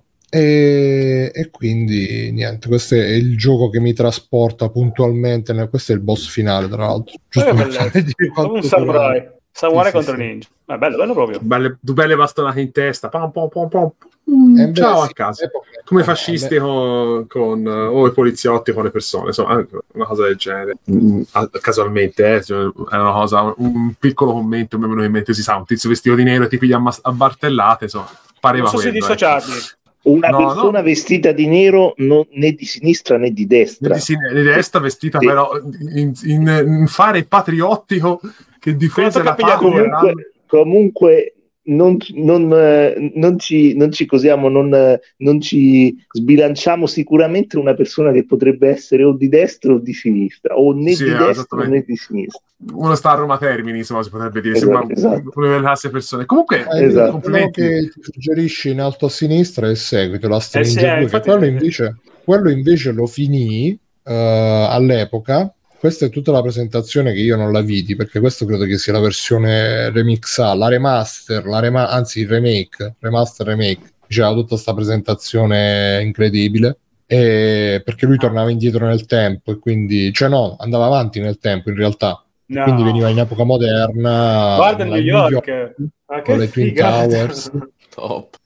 E, e quindi niente, questo è il gioco che mi trasporta puntualmente. Questo è il boss finale, tra l'altro. Giusto per fare dire
un samurai, samurai sì, contro sì, ninja. Sì. È bello, bello proprio.
Belle, due belle bastonate in testa. Pom, pom, pom, pom. Mm, ciao a casa. Come fascisti con, con uh, o i poliziotti con le persone, insomma, una cosa del genere. Mm, casualmente, eh, cioè, è una cosa, un piccolo commento mi è venuto in mente, si sa, un tizio vestito di nero e ti piglia a bartellate, insomma, pareva
non so
quello.
Se dissociarli.
Una no, persona
no.
vestita di nero non, né di sinistra né di destra.
Né di, sin- di destra vestita sì. Però in, in, in fare patriottico che difese la patria.
Comunque, comunque non, non, non, ci, non ci cosiamo, non, non ci sbilanciamo sicuramente una persona che potrebbe essere o di destra o di sinistra, o né sì, di destra né di sinistra.
Uno sta a Roma Termini, insomma, si potrebbe dire,
esatto,
sembra
esatto.
una delle classe persone. Comunque,
eh, esatto. Complimenti. Quello che ti suggerisci in alto a sinistra è il seguito, la Ninja eh sì, due, che quello invece, quello invece lo finì uh, all'epoca. Questa è tutta la presentazione che io non la vidi, perché questo credo che sia la versione remixata, la remaster, la rema- anzi il remake, remaster remake, c'era tutta questa presentazione incredibile, e perché lui tornava indietro nel tempo e quindi, cioè no, andava avanti nel tempo in realtà, no. Quindi veniva in epoca moderna,
guarda New York, New York ah,
con le Twin Towers.
Top.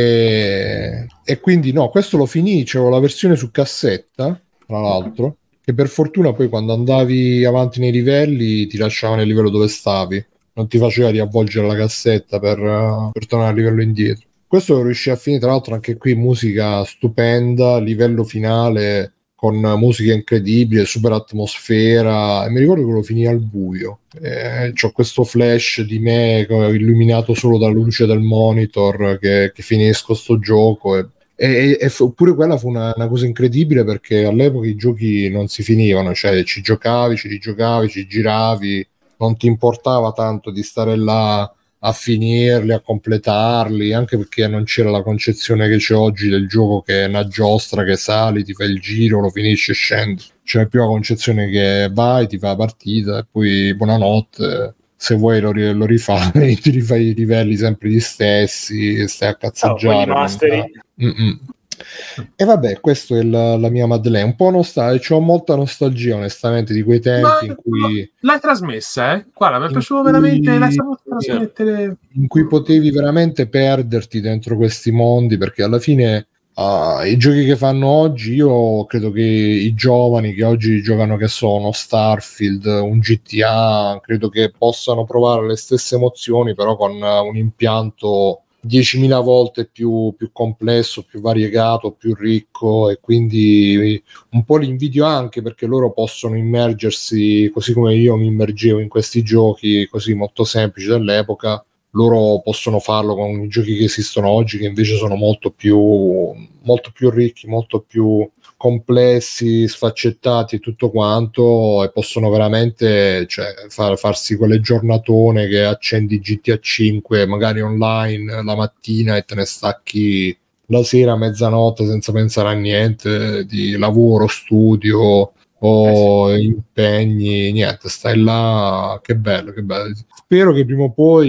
E, e quindi no, questo lo finì, c'era la versione su cassetta, tra l'altro, che per fortuna poi quando andavi avanti nei livelli ti lasciava nel livello dove stavi, non ti faceva riavvolgere la cassetta per, uh, per tornare al livello indietro. Questo riuscì a finire, tra l'altro anche qui musica stupenda, livello finale con musica incredibile, super atmosfera, e mi ricordo che lo finì al buio, eh, c'ho questo flash di me illuminato solo dalla luce del monitor che, che finisco sto gioco e E, e oppure quella fu una, una cosa incredibile, perché all'epoca i giochi non si finivano, cioè ci giocavi, ci rigiocavi, ci giravi, non ti importava tanto di stare là a finirli, a completarli, anche perché non c'era la concezione che c'è oggi del gioco, che è una giostra che sali, ti fai il giro, lo finisci e scendi. C'è più la concezione che vai, ti fai la partita e poi buonanotte, se vuoi lo, lo rifai, ti rifai i livelli sempre gli stessi, stai a cazzeggiare.
Oh, masteri.
E vabbè, questa è la, la mia Madeleine, un po' nostalgica, ho molta nostalgia onestamente di quei tempi. Ma, in cui
l'hai trasmessa, eh? Guarda, mi è piaciuto veramente, l'hai saputo trasmettere,
in cui potevi veramente perderti dentro questi mondi, perché alla fine uh, i giochi che fanno oggi, io credo che i giovani che oggi giocano, che sono Starfield, un G T A, credo che possano provare le stesse emozioni, però con uh, un impianto diecimila volte più, più complesso, più variegato, più ricco, e quindi un po' li invidio anche perché loro possono immergersi così come io mi immergevo in questi giochi così molto semplici dell'epoca, loro possono farlo con i giochi che esistono oggi, che invece sono molto più molto più ricchi, molto più complessi, sfaccettati e tutto quanto, e possono veramente, cioè, far, farsi quelle giornatone che accendi G T A cinque magari online la mattina e te ne stacchi la sera a mezzanotte senza pensare a niente di lavoro, studio o eh sì. impegni, niente, stai là, che bello, che bello. Spero che prima o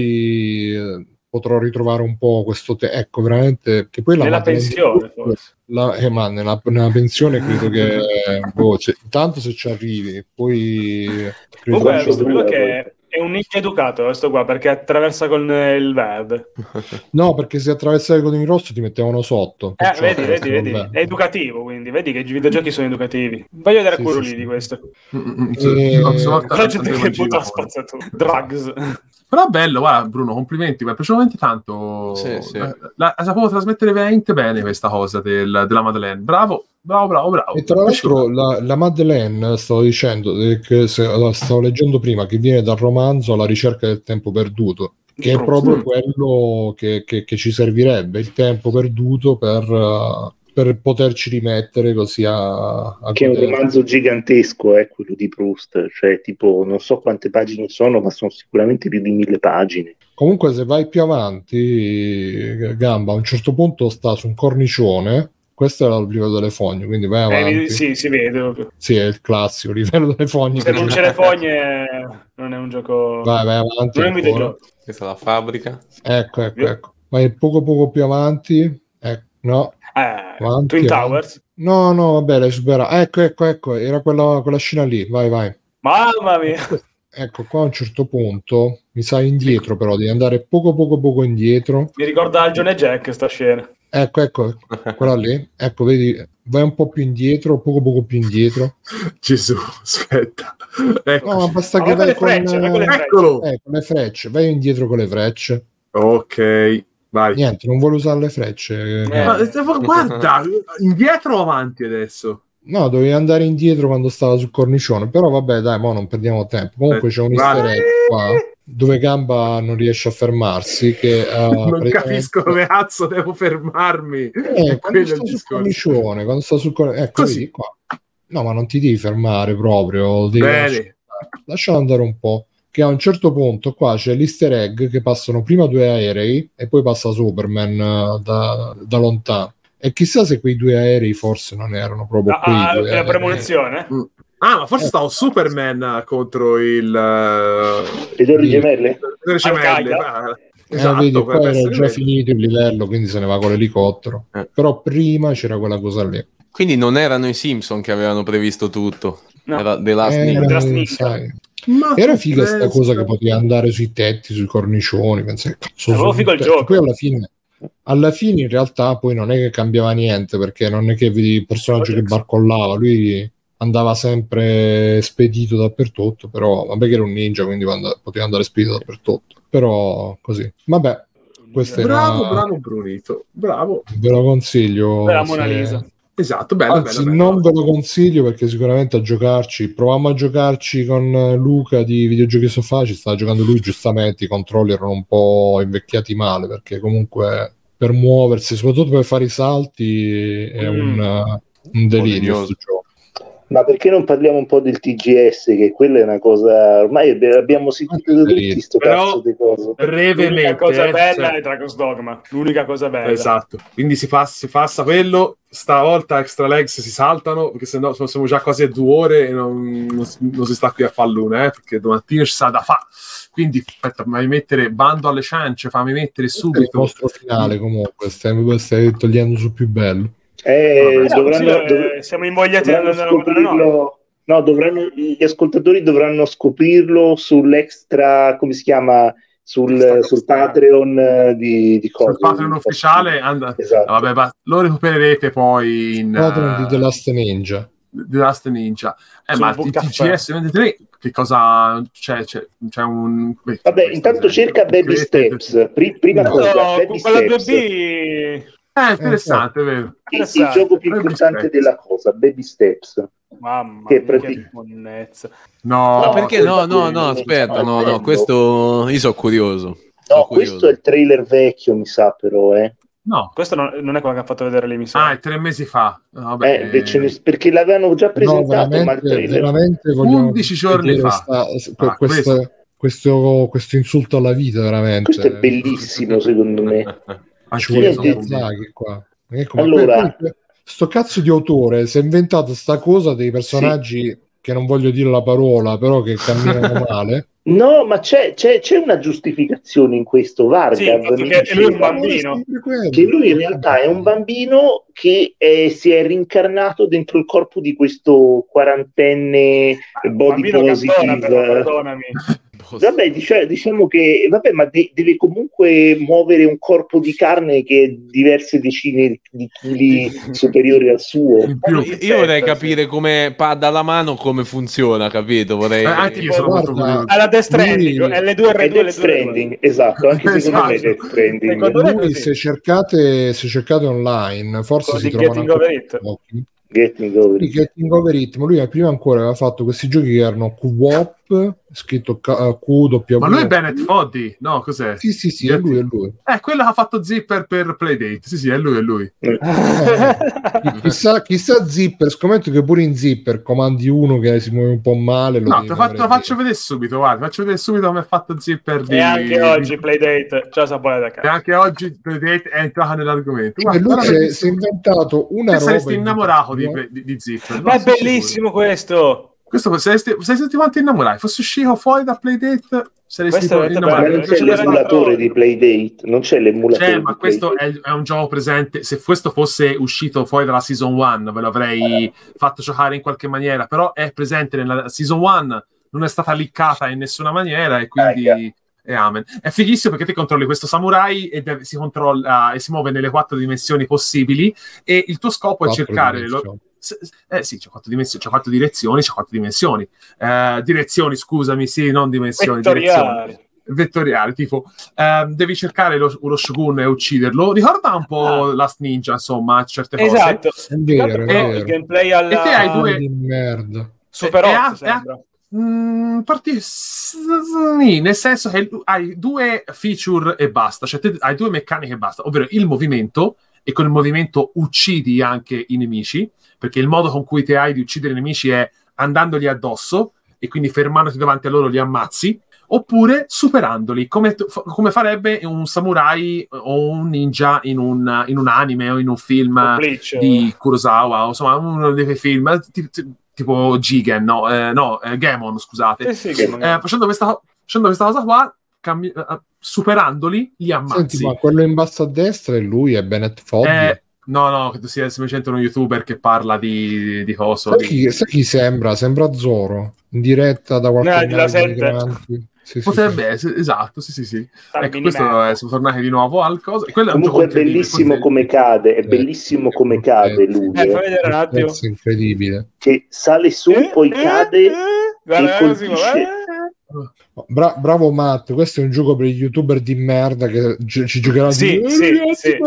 poi eh, potrò ritrovare un po' questo te- ecco, veramente, che poi la
nella pensione forse.
La, eh, ma nella, nella pensione credo che boh, se, tanto se ci arrivi poi
comunque ho visto quello che è un ninja educato questo qua, perché attraversa con il verde.
No, perché se attraversavi con il rosso ti mettevano sotto,
eh, vedi, vedi, vedi. È educativo, quindi vedi che i videogiochi sono educativi. Voglio vedere sì, quello sì, lì sì. di questo
e...
la gente che butta la spazzatura drugs.
Però bello, guarda Bruno, complimenti, mi è piaciuto veramente tanto.
Sì, sì.
La, la, la sapevo trasmettere veramente bene questa cosa del, della Madeleine. Bravo, bravo, bravo, bravo.
E tra l'altro la, la Madeleine, stavo dicendo, che se, stavo leggendo prima, che viene dal romanzo Alla ricerca del tempo perduto, che è proprio quello che, che, che ci servirebbe, il tempo perduto per... Uh, per poterci rimettere così a, a
che godere. È un romanzo gigantesco, eh, quello di Proust, cioè tipo non so quante pagine sono, ma sono sicuramente più di mille pagine.
Comunque se vai più avanti, Gamba a un certo punto sta su un cornicione, questo era il livello delle fogne, quindi vai avanti.
Eh, sì, si vede.
Sì, è il classico livello delle fogne.
Se non c'è le fogne non è un gioco...
Vai, vai avanti.
Non è un videogioco.
Questa è la fabbrica.
Ecco, ecco, Io. ecco. Vai poco poco più avanti. Ecco, no.
Eh, avanti, Twin avanti. Towers?
No, no, vabbè, l'hai superato. Ecco, ecco, ecco, era quella, quella scena lì. Vai, vai.
Mamma mia.
Ecco, qua a un certo punto mi sa indietro, però devi andare poco poco poco indietro.
Mi ricorda Algione e Jack sta scena.
Ecco, ecco, quella lì. Ecco, vedi, vai un po' più indietro, poco poco più indietro.
Gesù, aspetta.
Ecco. No, basta che vai con,
frecce, vai con le frecce.
Eccolo. Eh, con le frecce. Vai indietro con le frecce.
Ok, vai.
Niente, non vuole usare le frecce.
Eh. Ma, guarda, indietro o avanti adesso?
No, dovevi andare indietro quando stava sul cornicione, però vabbè, dai, mo non perdiamo tempo. Comunque eh, c'è un easter egg qua dove Gamba non riesce a fermarsi che uh,
non praticamente... capisco come cazzo devo fermarmi.
Eh, quando sta sul cornicione, quando sta sul cornicione, ecco,
così
vedi, qua. No, ma non ti devi fermare proprio, devi
bene.
Lascialo andare un po', che a un certo punto qua c'è l'easter egg che passano prima due aerei e poi passa Superman uh, da, da lontano. E chissà se quei due aerei forse non erano proprio
ah,
quei
ah,
due
la premonizione?
Mm. Ah, ma forse eh. stava Superman contro il uh,
le Torri Gemelle?
Le Gemelle. Ah,
esatto, eh, vedi, poi era già finito il livello, quindi se ne va con l'elicottero. Eh. Però prima c'era quella cosa lì.
Quindi non erano i Simpson che avevano previsto tutto.
No.
Era The Last
era,
Ninja.
Era figa sta cosa che potevi andare sui tetti, sui cornicioni. Pensai, cazzo,
avevo figo il gioco.
Poi alla fine... alla fine in realtà poi non è che cambiava niente, perché non è che vedi il personaggio che barcollava, lui andava sempre spedito dappertutto, però vabbè che era un ninja, quindi poteva andare spedito dappertutto, però così, vabbè, questo
bravo
era...
bravo Brunito, bravo,
ve lo consiglio.
Bella Mona Lisa.
Esatto, bello,
anzi
bello, bello.
Non ve lo consiglio perché sicuramente a giocarci, provammo a giocarci con Luca di Videogiochi Sofà, ci stava giocando lui, giustamente i controlli erano un po' invecchiati male, perché comunque per muoversi, soprattutto per fare i salti, è mm. un, un delirio questo gioco.
Ma perché non parliamo un po' del T G S, che quella è una cosa, ormai abbiamo sentito tutti sto cazzo di cose.
Brevemente,
l'unica cosa bella
cioè...
è Dragon's Dogma, l'unica cosa bella.
Esatto, quindi si passa, si passa quello, stavolta Extra Legs si saltano, perché sennò siamo già quasi a due ore e non, non, non si sta qui a fare l'una, eh, perché domattina ci sa da fare. Quindi aspetta, fammi mettere bando alle ciance, fammi mettere subito
il nostro finale. Comunque stai, stai togliendo sul più bello.
Eh,
no,
dovranno,
sì, dov- siamo invogliati a
scoprirlo. No, dovranno, gli ascoltatori dovranno scoprirlo sull'extra, come si chiama, sul, sul Patreon di, di
sul Patreon ufficiale. And- esatto. Vabbè, ma lo recupererete poi in
Patreon uh, di The Last Ninja.
The Last Ninja. Eh, ma il T G S ventitré che cosa c'è? C'è, c'è un... Beh,
vabbè, intanto cerca Baby Steps. Pri- prima
no,
cosa,
no,
Baby
Steps.
È interessante,
eh,
vero?
Il, il gioco più Baby importante Steps. Della cosa, Baby Steps.
Mamma
che
mia, che monnezza.
No,
ma perché no, no, no, aspetta, no, no, questo io sono curioso.
No, questo è il trailer vecchio, mi sa, però, eh.
No, questo non, non è quello che ha fatto vedere l'emissione.
Ah, è tre mesi fa. Vabbè,
eh, invece, eh... perché l'avevano già presentato,
no,
ma il trailer...
veramente
undici giorni fa.
Sta, ah, questo, questo, questo, questo insulto alla vita, veramente.
Questo è bellissimo, secondo me.
Ci vuole Miyazaki qua. Ecco,
allora...
que- sto cazzo di autore si è inventato sta cosa dei personaggi, sì, che non voglio dire la parola, però che camminano male.
No, ma c'è, c'è, c'è una giustificazione in questo. Varga,
sì, che lui è un bambino,
che lui in realtà è un bambino che è, si è rincarnato dentro il corpo di questo quarantenne body positive.
Perdonami.
Vabbè, diciamo, diciamo che vabbè, ma de- deve comunque muovere un corpo di carne che è diverse decine di chili superiori al suo.
Io, io vorrei capire come pad alla mano come funziona, capito? Vorrei
eh, anche io sono molto curioso.
Alla Death Stranding,
lui...
L due R due,
Death Stranding, esatto, anche secondo me Death Stranding.
Lui, se cercate, se cercate online, forse
con
si trovano
Getting Over It.
Getting Over It, ma lui prima ancora aveva fatto questi giochi che erano Q-Wop, scritto Q W.
Ma lui è Bennett Foddy, no? Cos'è?
Sì, sì, sì, è lui, è lui.
Eh, quello che ha fatto Zipper per Playdate. Sì, sì, è lui, è lui.
Eh, chissà, chissà Zipper, scommetto che pure in Zipper comandi uno che si muove un po' male. Lo
no, te lo, faccio, lo faccio vedere subito, guarda, faccio vedere subito come è fatto Zipper. Di...
E anche oggi Playdate, già sapore da casa.
E anche oggi Playdate è entrato nell'argomento.
Guarda, lui si è, si è inventato una roba.
Saresti innamorato di, di, di Zipper.
Ma è bellissimo sicuro. questo.
Questo saresti, saresti tutti quanti innamorati. Fosse uscito fuori da Playdate, saresti
innamorato. Ma non c'è l'emulatore di Playdate, non c'è l'emulatore.
C'è, ma questo è, è un gioco presente. Se questo fosse uscito fuori dalla Season uno, ve l'avrei fatto giocare in qualche maniera. Però è presente nella Season uno, non è stata liccata in nessuna maniera, e quindi. Ah, e amen. È fighissimo perché te controlli questo samurai e deve, si controlla e si muove nelle quattro dimensioni possibili, e il tuo scopo è cercare lo, eh sì, c'è quattro dimensioni, c'è quattro direzioni, c'è quattro dimensioni. Eh, direzioni, scusami, sì, non dimensioni,
vettoriali.
direzioni. Vettoriali, tipo eh, devi cercare lo, lo shogun e ucciderlo. Ricorda un po' ah. Last Ninja, insomma, certe cose.
Esatto.
È vero, è vero.
Il gameplay alla...
E te hai due
di merda.
Super otto, sembra.
Mm, parti... sì, nel senso che hai due feature e basta, cioè te hai due meccaniche e basta, ovvero il movimento, e con il movimento uccidi anche i nemici, perché il modo con cui te hai di uccidere i nemici è andandoli addosso e quindi fermandoti davanti a loro li ammazzi, oppure superandoli, come, come farebbe un samurai o un ninja in un, in un anime o in un film di Kurosawa, o insomma uno dei quei film ti, ti, tipo Jigen, no, eh, no eh, Gamon, scusate.
Sì, sì,
eh, facendo, questa, facendo questa cosa qua, cambi- uh, superandoli, li ammazzi.
Senti, ma quello in basso a destra è lui, è Bennett Foddy?
Eh, no, no, credo sia semplicemente uno youtuber che parla di, di coso.
Sai chi, sai chi sembra? Sembra Zoro, in diretta da qualche
no, la
Sì, potrebbe sì, essere, esatto, sì, sì, sì. Ecco, questo è, siamo tornati di nuovo al coso. Quello
Comunque
è,
è bellissimo come cade, è bellissimo come cade lui.
Eh, fai vedere un attimo.
È incredibile.
Che sale su, eh, poi eh, cade eh,
guarda,
e colpisce.
Bra- bravo Matt, questo è un gioco per gli youtuber di merda che gi- ci giocherà
sì,
di...
sì,
eh,
sì,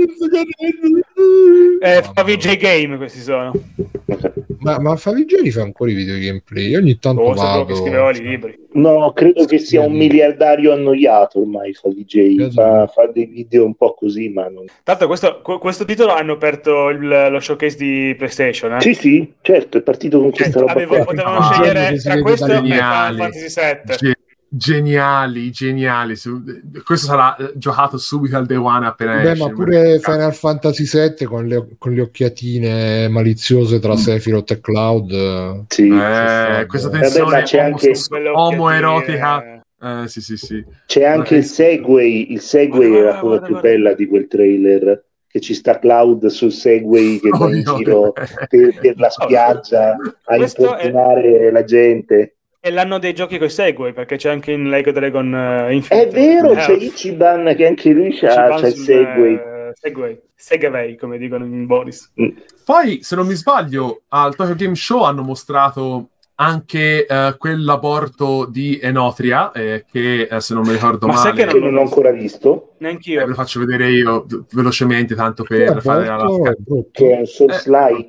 sì. Eh, F V J Game questi sono.
Ma, ma Favigeri fa ancora i video gameplay? Ogni tanto oh, vado...
che scriveva i libri.
No, credo che sia un miliardario annoiato ormai Favigeri, fa, fa dei video un po' così, ma non...
Tanto questo, questo titolo hanno aperto il, lo showcase di PlayStation, eh?
Sì, sì, certo, è partito con questa roba
avevo, potevano ah, scegliere tra questo e Final Fantasy sette.
Ge- geniali, geniali. Questo sarà giocato subito al day one appena
Beh,
esce.
ma pure Final Fantasy sette con le, con le occhiatine maliziose tra mm. Sephiroth e Cloud.
Sì,
eh, questa tensione
Vabbè, c'è anche
omoerotica. Eh, sì, sì, sì.
C'è anche il Segway. Il Segway è la cosa più guarda. bella di quel trailer. Che ci sta Cloud sul Segway che oh, va in no, giro per, per la spiaggia a importunare è... la gente.
È l'anno dei giochi con i Segway, perché c'è anche in Like Dragon uh, Infinite.
È vero, c'è Ichiban che anche lui c'ha, c'ha il Segway.
Uh, Segway. Segway, come dicono in Boris.
Mm. Poi, se non mi sbaglio, al Tokyo Game Show hanno mostrato anche uh, quell'aborto di Enotria, eh, che uh, se non mi ricordo
Ma
male...
sai che non,
che non l'ho ancora visto?
Neanch'io.
Eh, ve lo faccio vedere io velocemente, tanto per
che
fare la...
È
che è un Souls-like.
Eh,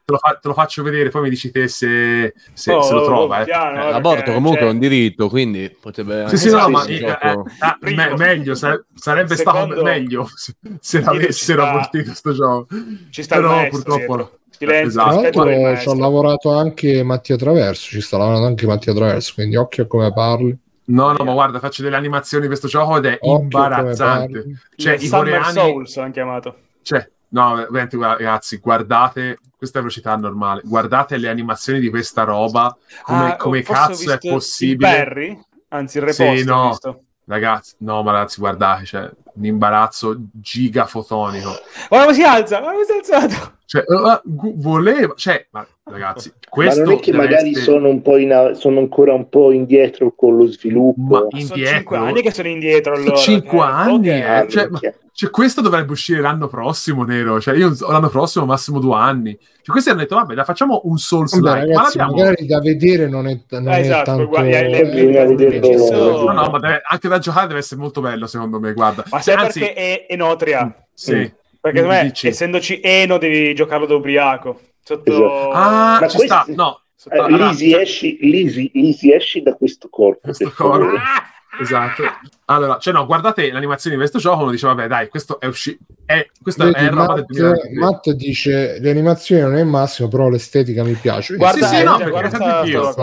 te, lo fa- te lo faccio vedere, poi mi dici te se, se,
oh,
se lo trova.
oh,
Eh.
piano,
Eh, l'aborto comunque
c'è...
è un diritto, quindi potrebbe...
Sì, sì, no,
Esatto,
ma
sì,
eh,
sì.
eh, ah, me- meglio, sare- sarebbe
Secondo...
stato meglio se, se l'avessero
sta...
portato sto gioco.
Ci sta
però
il maestro
purtroppo
dietro. Silenzio,
esatto.
Tra
rispetto per il
l'altro ci ha
maestro.
lavorato anche Mattia Traverso, ci sta lavorando anche Mattia Traverso, quindi occhio a come parli.
No, no, ma guarda, faccio delle animazioni di questo gioco ed è
Occhio
imbarazzante. Cioè,
il
i
Summer
coreani...
Souls l'hanno chiamato.
Cioè, no, veramente, ragazzi, guardate, questa è velocità normale, guardate le animazioni di questa roba, come,
ah,
come cazzo è possibile.
Il Barry? Anzi, il reposto,
sì, no,
visto.
Ragazzi, no, ma ragazzi, guardate, cioè, un imbarazzo gigafotonico.
Guarda come si alza, guarda come si è alzato.
Cioè, uh, voleva, cioè, ma, ragazzi, questo
ma non è che magari
essere...
sono, un po in, sono ancora un po' indietro con lo sviluppo.
Ma
indietro. Sono cinque anni che sono indietro allora.
cinque
eh,
anni,
okay.
eh.
Ah,
cioè, ma, cioè, questo dovrebbe uscire l'anno prossimo, Nero. Cioè, io l'anno prossimo massimo due anni. Cioè, questi hanno detto, vabbè, la facciamo un Souls-like.
Ragazzi,
ma
magari da vedere non è, non
eh,
è
esatto,
tanto...
Guarda, le,
bisogna vederlo.
No, no, ma deve, anche da giocare deve essere molto bello, secondo me, guarda.
Ma sai
Anzi,
perché è Enotria?
Sì.
Mm. Perché me, essendoci Eno, devi giocarlo da ubriaco. Sotto...
Esatto.
Ah,
ma
ci
questi...
sta, no.
Eh,
allora,
Lisi,
cioè...
esci, Lisi, Lisi esci da questo corpo.
Questo corpo. Esatto. Allora, cioè no, guardate l'animazione di questo gioco, uno dice vabbè dai, questo è uscito è, questo
Vedi,
è roba
Matt,
del duemilaventi.
Matt dice le animazioni non è il massimo, però l'estetica mi piace.
Guarda,
sì, sì,
eh,
no,
cioè,
perché
guarda
io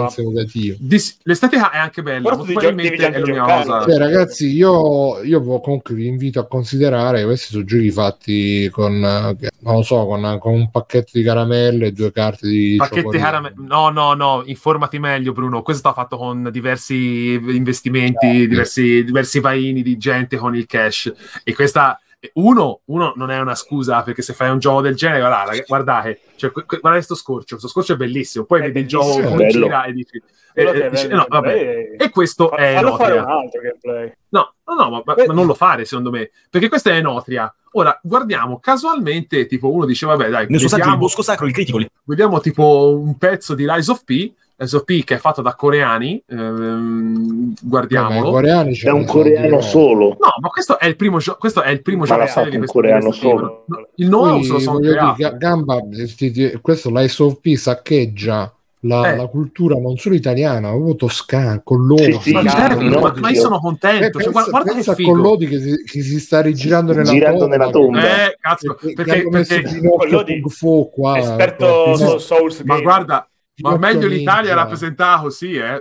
Dis-
l'estetica è anche bella,
molto probabilmente è l'unica cosa.
Cioè, ragazzi, io, io comunque vi invito a considerare che questi sono giochi fatti con non lo so, con, con un pacchetto di caramelle e due carte di
pacchetti caramelle. No, no, no, informati meglio, Bruno. Questo sta fatto con diversi investimenti, no. diversi, diversi vaini di gente con il cash. E questa uno, uno non è una scusa, perché se fai un gioco del genere, guardate, guardate cioè, guardate questo scorcio, questo scorcio è bellissimo. Poi è vedi il gioco come gira e dici, e, e, dici no, vabbè. E questo è Enotria.
Un altro gameplay.
No, no, no, ma, ma non lo fare, secondo me, perché questa è Enotria. Ora, guardiamo, casualmente, tipo, uno dice, vabbè, dai,
nel suo
vediamo,
sacro, il bosco sacro, il critico.
Vediamo, tipo, un pezzo di Lies of P, Lies of P che è fatto da coreani, ehm, guardiamolo.
No, coreani
è un coreano solo.
No, ma questo è il primo gioco, questo è il primo
ma
gioco
di questo coreano solo.
No, il know-how se lo sono creato.
Gamba, questo Lies of P saccheggia La, eh. la cultura non solo italiana, proprio toscana, Collodi.
Sì, sì, ma, certo, no, ma, ma io sono contento.
Eh,
cioè,
pensa,
guarda
pensa
che
a Collodi che si, che si sta rigirando nella
girando
tomba.
Nella tomba.
Eh, cazzo,
che,
perché,
che
perché
Collodi
Fu qua,
esperto su Souls
ma
game.
guarda, ma meglio l'Italia rappresentata così, eh?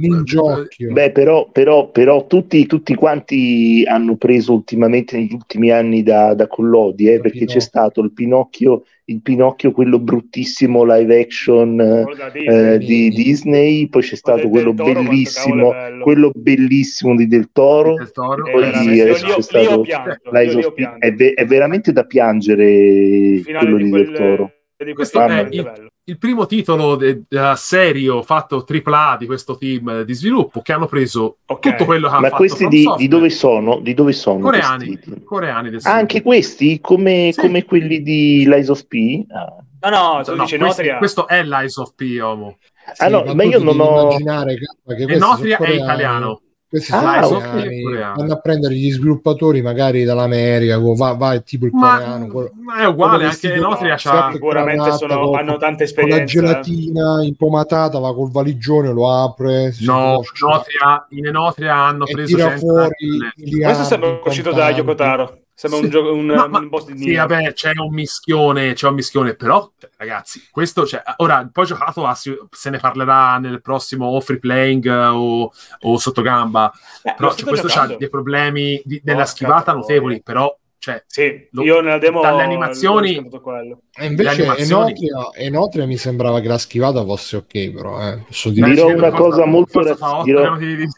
Beh, però, però, però tutti, tutti quanti hanno preso ultimamente negli ultimi anni da, da Collodi, eh, perché c'è stato il Pinocchio, il Pinocchio, quello bruttissimo live action eh, di Disney, poi c'è stato quello Toro, bellissimo, quello bellissimo di Del Toro,
Del Toro.
poi
io,
c'è
io,
stato
io pianto, io
of, è, ve- è veramente da piangere quello di, di Del Toro.
Di questo è il, il primo titolo de, de, serio fatto tripla A di questo team di sviluppo che hanno preso okay. tutto quello che hanno
ma
fatto.
Ma questi di, di dove sono? Di dove sono?
Coreani. Coreani
ah, anche questi? Come, sì. come quelli di Lies of P?
Ah. No, no, tu no, dici
questi,
Notria.
Questo è Lies of P, uomo.
Sì, ah no, ma, ma io non ho...
Che Notria è italiano.
Questi
ah,
sono
okay.
vanno a prendere gli sviluppatori magari dall'America, va, va tipo il
ma,
coreano. Quello,
ma è uguale, anche Notria c'ha
sicuramente sono, con, hanno tante esperienze.
Con la gelatina impomatata, va col valigione, lo apre.
No, Notria, in Enotria hanno preso
fuori. Questo sembra uscito da Yokotaro. Sembra
sì.
un gioco un,
no,
un
ma,
boss di
sì, vabbè, c'è un mischione, c'è un mischione, però cioè, ragazzi, questo cioè, ora poi giocato ah, si, se ne parlerà nel prossimo o free playing uh, o, o sottogamba, eh, però cioè, questo ha dei problemi di, della oh, schivata notevoli, però cioè,
sì, lo, io nella demo
dalle animazioni
e invece
animazioni...
Enotria, Enotria mi sembrava che la schivata fosse ok, però eh. Posso
dire dirò una cosa, cosa molto
razzista
dirò...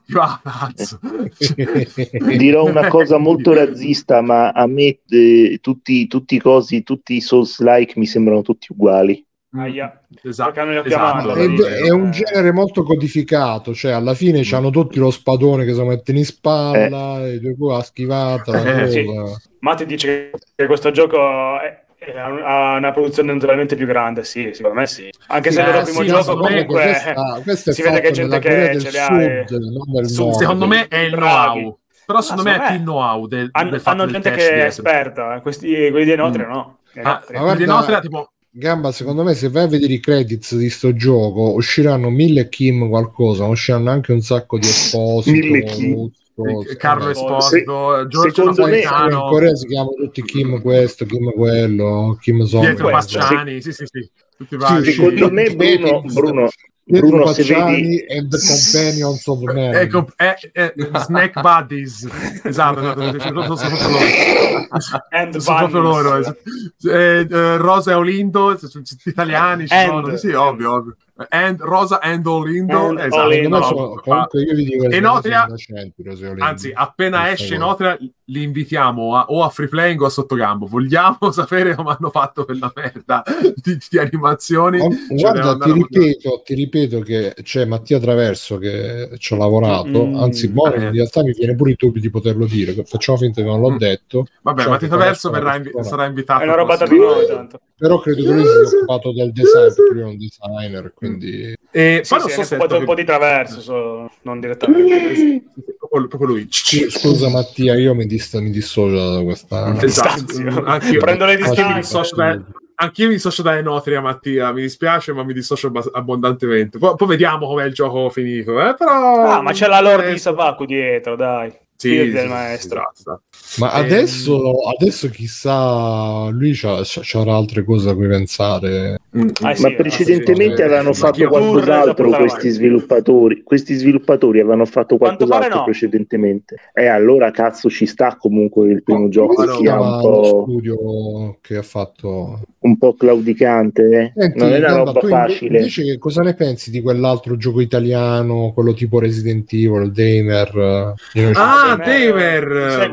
dirò una cosa molto razzista, ma a me eh, tutti, tutti i cosi, tutti i Souls-like mi sembrano tutti uguali.
Ah, yeah.
Esatto,
esatto.
È, è un genere molto codificato, cioè alla fine mm. hanno tutti lo spadone che si mettono in spalla eh. e poi la schivata
eh, sì. Matti dice che questo gioco è, è, ha una produzione naturalmente più grande, sì, secondo me sì, anche se eh, il loro primo
sì,
gioco comunque
questa, questa
si vede che c'è gente che ce le ha
sud,
secondo me è il know-how, però secondo ah, me è più il know-how del,
hanno,
del
hanno gente che è esperta, questi, quelli di Enotria mm. no
ah, quelli di Enotria tipo
Gamba, secondo me se vai a vedere i credits di sto gioco usciranno mille Kim qualcosa, usciranno anche un sacco di Esposito,
mille Kim.
Carlo Esposito, Giorgio
Napolitano. In Corea si chiamano tutti Kim questo, Kim quello, Kim Son.
Pietro Pacciani, sì sì sì. Tutti vari.
Sì, secondo me Bruno, Bruno
Pietro Bruno Pacciani and the Companions of Man.
Eh, comp- eh, eh, Snack Buddies. Esatto, sono proprio loro. Eh, eh, Rosa e Olindo, italiani ci sono, sì, ovvio, ovvio. And, Rosa and Olindo, and esatto. Olindo.
No, so, comunque io vi dico
e Notria, anzi, appena esce Notria, li invitiamo a, o a free playing o a Sottogambo. Vogliamo sapere come hanno fatto quella merda di, di animazioni.
Oh, guarda, ti ripeto, ti ripeto che c'è Mattia Traverso che ci ha lavorato, mm, anzi, boh, eh. in realtà mi viene pure il dubbio di poterlo dire, facciamo finta che non l'ho mm. detto.
Vabbè,
cioè,
Mattia Traverso verrà invi- sarà invitato.
È una roba da noi, tanto.
Però credo che lui sia occupato del design, perché lui è un designer, quindi...
E
sì, poi sì, non so se un, un po' di Traverso, so, non direttamente.
proprio, proprio lui.
Scusa Mattia, io mi, dist- mi dissocio da questa...
Esatto. Anch'io,
prendo le
distanze. Anch'io mi dissocio dalle Notria, Mattia, mi dispiace, ma mi dissocio bas- abbondantemente. Poi, poi vediamo com'è il gioco finito, eh? Però...
Ah, ma c'è la lore eh... di Sabaku dietro, dai.
Sì,
del
sì,
maestro.
Sì, esatto.
Ma e... adesso, adesso chissà, lui c'ha, c'ha altre cose a cui pensare.
Mm. Ah, sì, ma precedentemente sì, avevano sì, fatto qualcos'altro questi sviluppatori. Questi sviluppatori avevano fatto qualcos'altro no. precedentemente. E eh, allora cazzo ci sta comunque il primo no, gioco che sia un po'
studio che ha fatto
un po' claudicante, eh? Senti, non è una roba tu facile.
Invece che cosa ne pensi di quell'altro gioco italiano, quello tipo Resident Evil, il Damer?
Ah, Damer,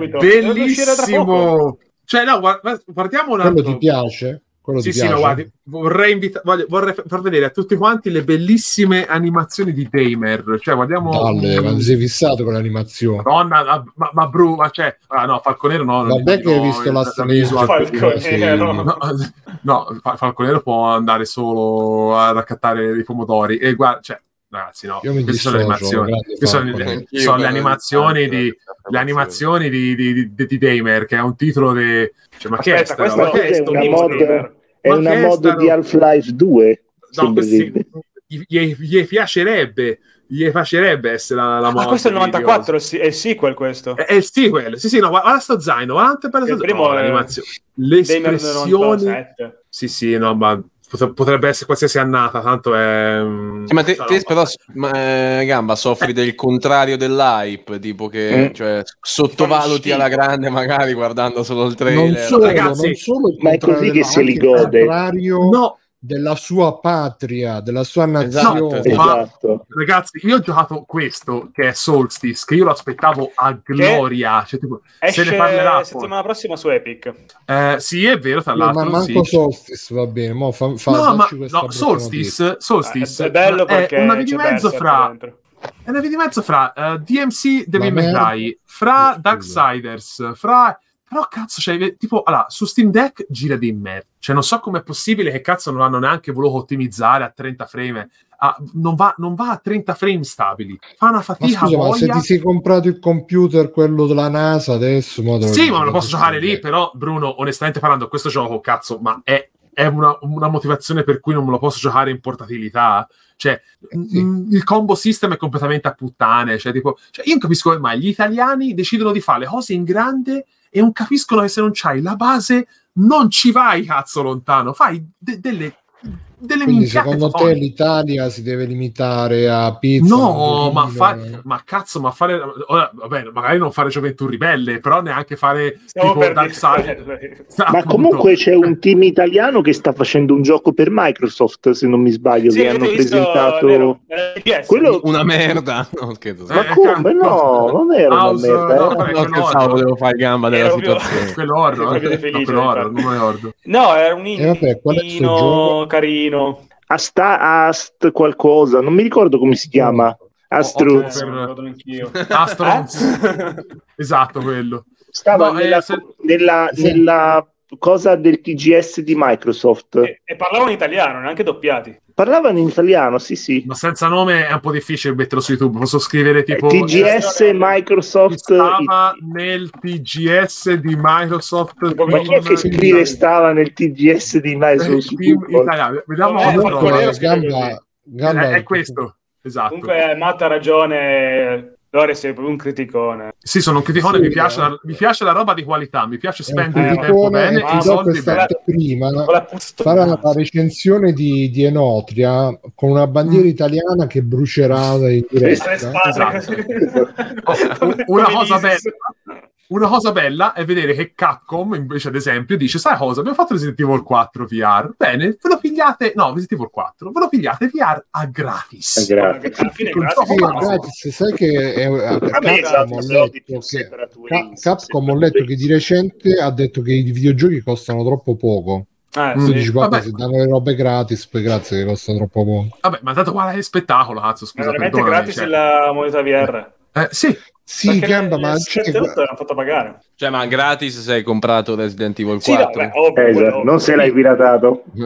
bellissimo. Cioè, no, guardiamo un altro.
Quello ti piace? Quello
sì,
ti
sì,
piace?
no, guardi, vorrei, invita- voglio, vorrei far vedere a tutti quanti le bellissime animazioni di Damer. Cioè, guardiamo.
Dalle, ma sei fissato con l'animazione.
Madonna, ma, ma Bru, ma c'è. Ah, no, Falconero no.
Vabbè, che hai visto la
visual. Falconero.
No, no, Falconero può andare solo a raccattare i pomodori. E guarda, cioè. Ragazzi, no, queste sono le animazioni, sono, le, sono le animazioni di le animazioni di, di, di, di Damer, che è un titolo di cioè, ma
Aspetta,
che è, sta,
ma che è, una mod, è una mod di Half-Life due?
No, questi, gli, gli piacerebbe gli piacerebbe essere la, la mod.
Ah, questo è il novantaquattro, è il sequel questo.
È, è il sequel, sì sì, no, guarda sto zaino, guarda per il primo, no, l'animazione, le espressioni. Sì sì, no, ma potrebbe essere qualsiasi annata, tanto è
sì, ma te, te però ma, eh, Gamba soffri eh. del contrario dell'hype, tipo che mm. cioè, sottovaluti alla grande magari guardando solo il trailer.
Non solo,
ragazzi,
non solo
ma è così che se li gode.
No, della sua patria, della sua nazione.
Esatto, esatto. Ma, ragazzi, io ho giocato questo che è Solstice, che io lo aspettavo a gloria. Cioè, tipo,
esce
se ne parlerà
settimana poi. prossima su Epic.
Eh, sì, è vero, tra l'altro.
No, ma manco
sì.
Solstice va bene. Mo fa, fa,
no, ma no, Solstice, Solstice
eh, è bello perché
è una via di mezzo fra. È una via di mezzo fra uh, D M C Devil May Cry, fra Darksiders, fra. Però cazzo, cioè, tipo, allora, su Steam Deck gira di merda. Cioè, non so com'è possibile che cazzo non hanno neanche voluto ottimizzare a trenta frame. Ah, non, va, non va a trenta frame stabili. Fa una fatica.
Ma, scusa, ma se ti sei comprato il computer, quello della NASA, adesso... Ma
sì, ma lo posso giocare lì, però, Bruno, onestamente parlando, questo gioco, cazzo, ma è, è una, una motivazione per cui non me lo posso giocare in portatilità? Cioè, sì. mh, il combo system è completamente a puttane. Cioè, tipo, cioè, io non capisco come mai gli italiani decidono di fare le cose in grande e non capiscono che se non c'hai la base non ci vai cazzo lontano, fai de- delle delle
quindi secondo te fuori. L'Italia si deve limitare a pizza?
No, ma, fa- ma cazzo, ma fare ora, vabbè, magari non fare Gioventù Ribelle, però neanche fare
Stiamo
tipo
Darksiders. Ma comunque c'è un team italiano che sta facendo un gioco per Microsoft, se non mi sbaglio, sì, che hanno presentato
vero,
quello...
una merda. No, scherzo,
ma eh, come no, non era
House,
una merda.
No,
eh.
vabbè,
no, pensavo volevo fare il gamba della situazione.
Quello horror, non me lo ricordo.
No, era un indino carino.
Asta, Ast qualcosa, non mi ricordo come si chiama. Astruz.
Astruz. Esatto, quello.
Stava no, nella, eh, se... nella, sì. nella cosa del T G S di Microsoft.
E, e parlavano italiano, neanche doppiati.
Parlavano in italiano, sì sì.
Ma senza nome è un po' difficile metterlo su YouTube. Posso scrivere tipo
T G S Microsoft.
Stava nel T G S di Microsoft.
Ma chi è che scrive stava nel T G S di Microsoft?
Italiano. Vediamo
eh,
no,
gamba, gamba,
è, è questo. Esatto.
Comunque Matt ha ragione. Lore sei proprio un criticone.
Sì, sono un criticone,
sì,
mi, piace
no.
la, mi piace la roba di qualità, mi piace spendere il
eh,
tempo bene e i soldi bene.
Prima farà la recensione di, di Enotria con una bandiera mm. italiana che brucerà in diretta.
Esatto. oh, una cosa bella Una cosa bella è vedere che Capcom, invece, ad esempio, dice: sai cosa? Abbiamo fatto Resident Evil quattro V R. Bene, ve lo pigliate. No, Resident Evil quattro, ve lo pigliate V R a gratis.
A gratis.
Alla fine è gratis. Sì, a gratis. Sai che è, a, Capcom, ho letto che, Capcom ho letto che di recente ha detto che i videogiochi costano troppo poco.
Ah,
sì. Dici, vabbè,
vabbè,
se danno le robe gratis, poi grazie che costano troppo poco.
Vabbè, ma tanto guarda che spettacolo, cazzo, scusa.
È veramente gratis cioè. La moneta V R.
Eh, sì.
Sì, Gamba, ma
cioè, l'hanno fatto pagare.
Cioè, ma gratis se hai comprato Resident Evil
sì,
quattro?
No, beh, ovvio,
eh, ovvio. Non se l'hai piratato.
Eh,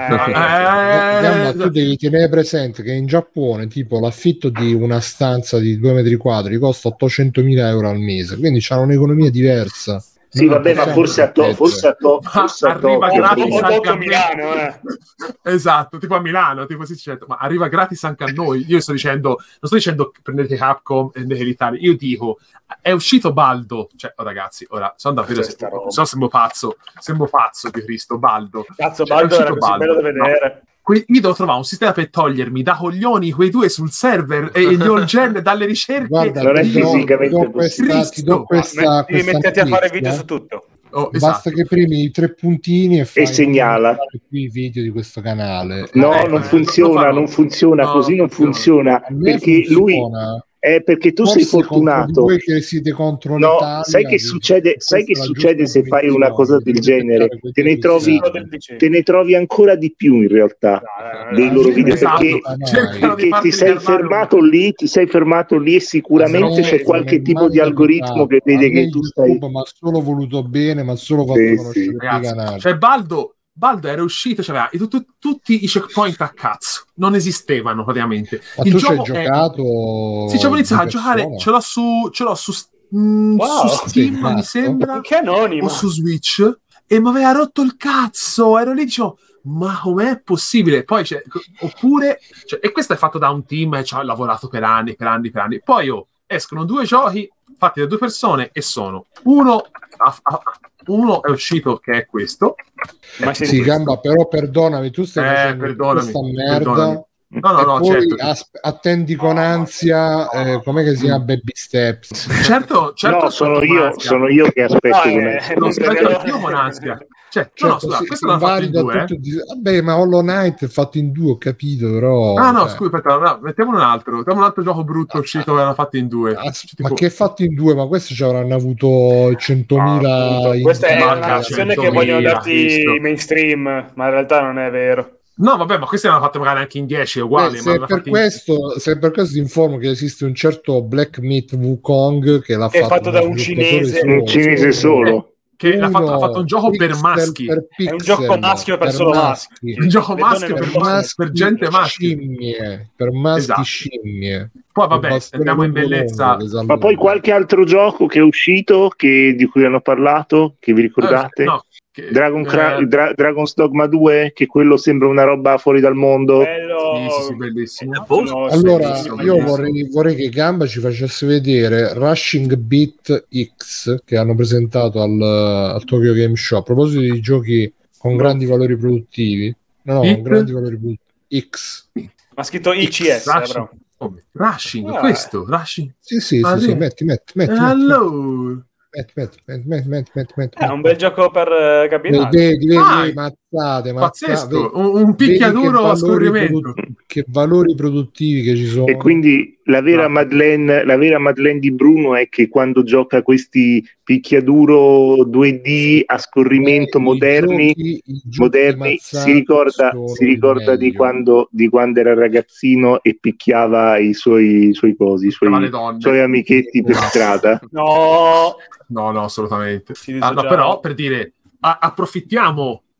eh, Gamba, tu devi tenere presente che in Giappone tipo l'affitto di una stanza di due metri quadri costa ottocentomila euro al mese, quindi c'è un'economia diversa.
Sì, non vabbè, ma forse a to- forse a to- forse a
arriva
to-
gratis anche a
Milano, eh.
Esatto, tipo a Milano, tipo si dice, ma arriva gratis anche a noi. Io sto dicendo, non sto dicendo prendete Capcom e prendete l'Italia, io dico è uscito Baldo, cioè oh, ragazzi, ora sono davvero se, so, sembro pazzo, sembro pazzo di Cristo, Baldo.
Cazzo,
cioè,
Baldo era così bello da vedere.
No. Que- io devo trovare un sistema per togliermi da coglioni quei due sul server e gli all gen dalle ricerche.
Guarda,
non è
ti do,
fisicamente
ti do questa, ti do questa,
devi metterti a fare video su tutto.
Oh,
basta
esatto.
che premi i tre puntini e, fai
e segnala
qui i video di questo canale.
No,
eh,
non
eh,
funziona,
non,
non funziona,
no,
così non funziona,
funziona.
perché
funziona.
lui è perché tu
Forse
sei fortunato.
Voi che siete contro
no,
l'Italia,
sai che succede, sai che succede se fai una cosa del genere? Te ne trovi te ne trovi ancora di più in realtà no, dei loro video
esatto.
perché, perché ti sei fermato lì, ti sei fermato lì e sicuramente c'è qualche tipo di algoritmo che vede che tu stai
ma solo voluto bene, ma solo fatto
sì,
conoscere
sì.
i canali.
Cioè Baldo Baldo era uscito, cioè, aveva tu, tu, tutti i checkpoint a cazzo, non esistevano praticamente.
Ma
il
tu
gioco
ci hai giocato?
Sì, ci avevo iniziato a giocare, ce l'ho su, ce l'ho su, mh,
wow,
su Steam, mi sembra,
che anonimo.
o su Switch, e mi aveva rotto il cazzo, ero lì, dicevo, ma com'è possibile? Poi c'è, oppure, cioè, e questo è fatto da un team e ci ho lavorato per anni, per anni, per anni. Poi oh, escono due giochi fatti da due persone e sono uno... A, a, uno è uscito che è questo,
ma sì, questo. Gamba, però perdonami, tu stai
eh,
facendo
perdonami,
questa merda
perdonami. No, no,
e
no,
poi
certo.
asp- attendi con ansia eh, com'è che si chiama Baby Steps.
Certo, certo,
no, sono io, sono io che aspetto no, con
eh, non aspetto io con ansia. Cioè, certo, no, no, scusa, sì, questo l'hanno fatto in due, eh?
Di... Vabbè, ma Hollow Knight è fatto in due, ho capito, però...
Ah, no,
cioè...
scusa, aspetta, no, mettiamo un altro, mettiamo un altro gioco brutto ah, uscito che l'hanno fatto in due.
Ah, tipo... Ma che è fatto in due? Ma questi ci avranno avuto centomila...
Ah,
in...
questa è un'azione che vogliono darti mainstream, ma in realtà non è vero.
No, vabbè, ma questi l'hanno fatto magari anche in dieci, è uguale.
Beh, se,
ma
per questo, in... se per questo ti informo che esiste un certo Black Myth Wukong che l'ha
è
fatto,
fatto da un cinese,
solo, un cinese solo.
Che l'ha fatto, ha fatto un gioco per maschi,
per pixel,
è un gioco maschio per, per solo maschi, maschi.
un gioco maschio per, per, maschi, per gente maschia,
scimmie, per maschi
esatto.
scimmie.
Poi vabbè, andiamo in bellezza.
Ma poi qualche altro gioco che è uscito che, di cui hanno parlato, che vi ricordate?
Eh, no, che,
Dragon Cra-
eh,
Dra- Dragon's Dogma due, che quello sembra una roba fuori dal mondo.
Bello.
Sì, sì, sì, bellissimo.
No,
allora,
bellissimo,
io
bellissimo.
Vorrei, vorrei che Gamba ci facesse vedere Rushing Beat X che hanno presentato al, al Tokyo Game Show a proposito di giochi con grandi valori produttivi. No, no, con grandi valori produttivi. X.
Ha scritto I C S,
Rushing,
però.
oh, Rushing
ah.
questo, Rushing.
Sì, sì, sì, sì, metti, metti, metti.
Allora.
Metti, metti, metti, metti, metti, metti, metti.
È un bel gioco per uh, cabinare.
Vedi, vedi, vedi, mazzate,
mazzate.
Vedi,
un, un picchiaduro a scorrimento.
Produ- che valori produttivi che ci sono.
E quindi la vera no. Madeleine, la vera Madeleine di Bruno è che quando gioca questi picchiaduro due D a scorrimento eh, moderni, giochi, moderni si ricorda, si ricorda di quando, di quando era ragazzino e picchiava i suoi, i suoi cosi, i suoi, suoi amichetti per strada.
No,
no, no, assolutamente. Ah, no, però per dire, a- approfittiamo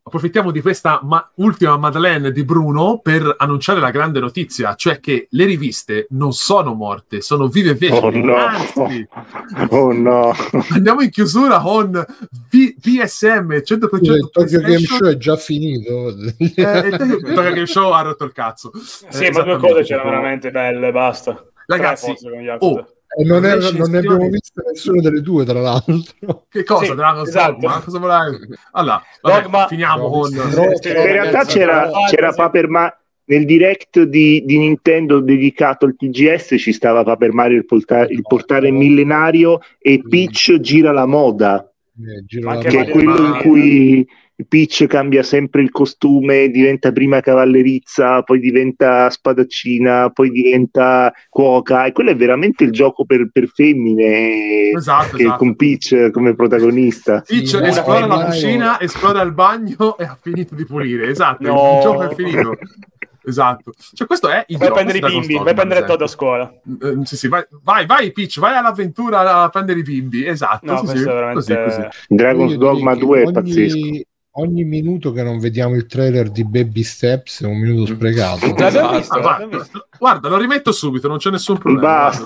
approfittiamo di questa ma- ultima Madeleine di Bruno per annunciare la grande notizia, cioè che le riviste non sono morte, sono vive e vegete.
Oh no!
Anzi,
oh no!
Andiamo in chiusura con v- P S M cento per cento
il Tokyo Game Show è già finito.
Eh, il Tokyo Game Show ha rotto il cazzo.
Sì,
eh,
ma due cose c'erano veramente belle, basta.
Ragazzi,
oh,
e non, è, non ne abbiamo viste nessuna delle due, tra l'altro.
Che cosa?
Sì,
Dragon's
esatto.
Dogma? Cosa volai? Allora, vabbè,
Dogma.
finiamo
No,
con...
no,
In realtà c'era, c'era Paper Mario nel direct di, di Nintendo dedicato al T G S, ci stava Paper Mario il, porta- il portale millenario e Peach gira la moda,
Eh, gira
Ma
la
che
che è
mano.
quello in cui Peach cambia sempre il costume, diventa prima cavallerizza, poi diventa spadaccina, poi diventa cuoca, e quello è veramente il gioco per, per femmine,
Esatto,
che
esatto.
con Peach come protagonista.
Peach
Sì,
esplora
no,
la
no,
cucina, esplora il bagno e ha finito di pulire. Esatto,
No.
il gioco è finito. Esatto. Cioè, questo è il
vai a
gioco.
prendere i
Dragon's
bimbi,
Dogma,
vai a prendere
ad
Todd a
esempio.
scuola.
Eh, sì, sì, vai, vai, vai, Peach, vai all'avventura a prendere i bimbi. Esatto,
No,
sì, sì,
questo è veramente...
così, così.
Dragon's
Io direi
Dogma
che
due è
ogni,
pazzesco.
ogni minuto che non vediamo il trailer di Baby Steps è un minuto sprecato.
L'abbiamo visto,
Ah,
l'abbiamo
guarda,
visto.
guarda, lo rimetto subito, non c'è nessun problema.
Basta.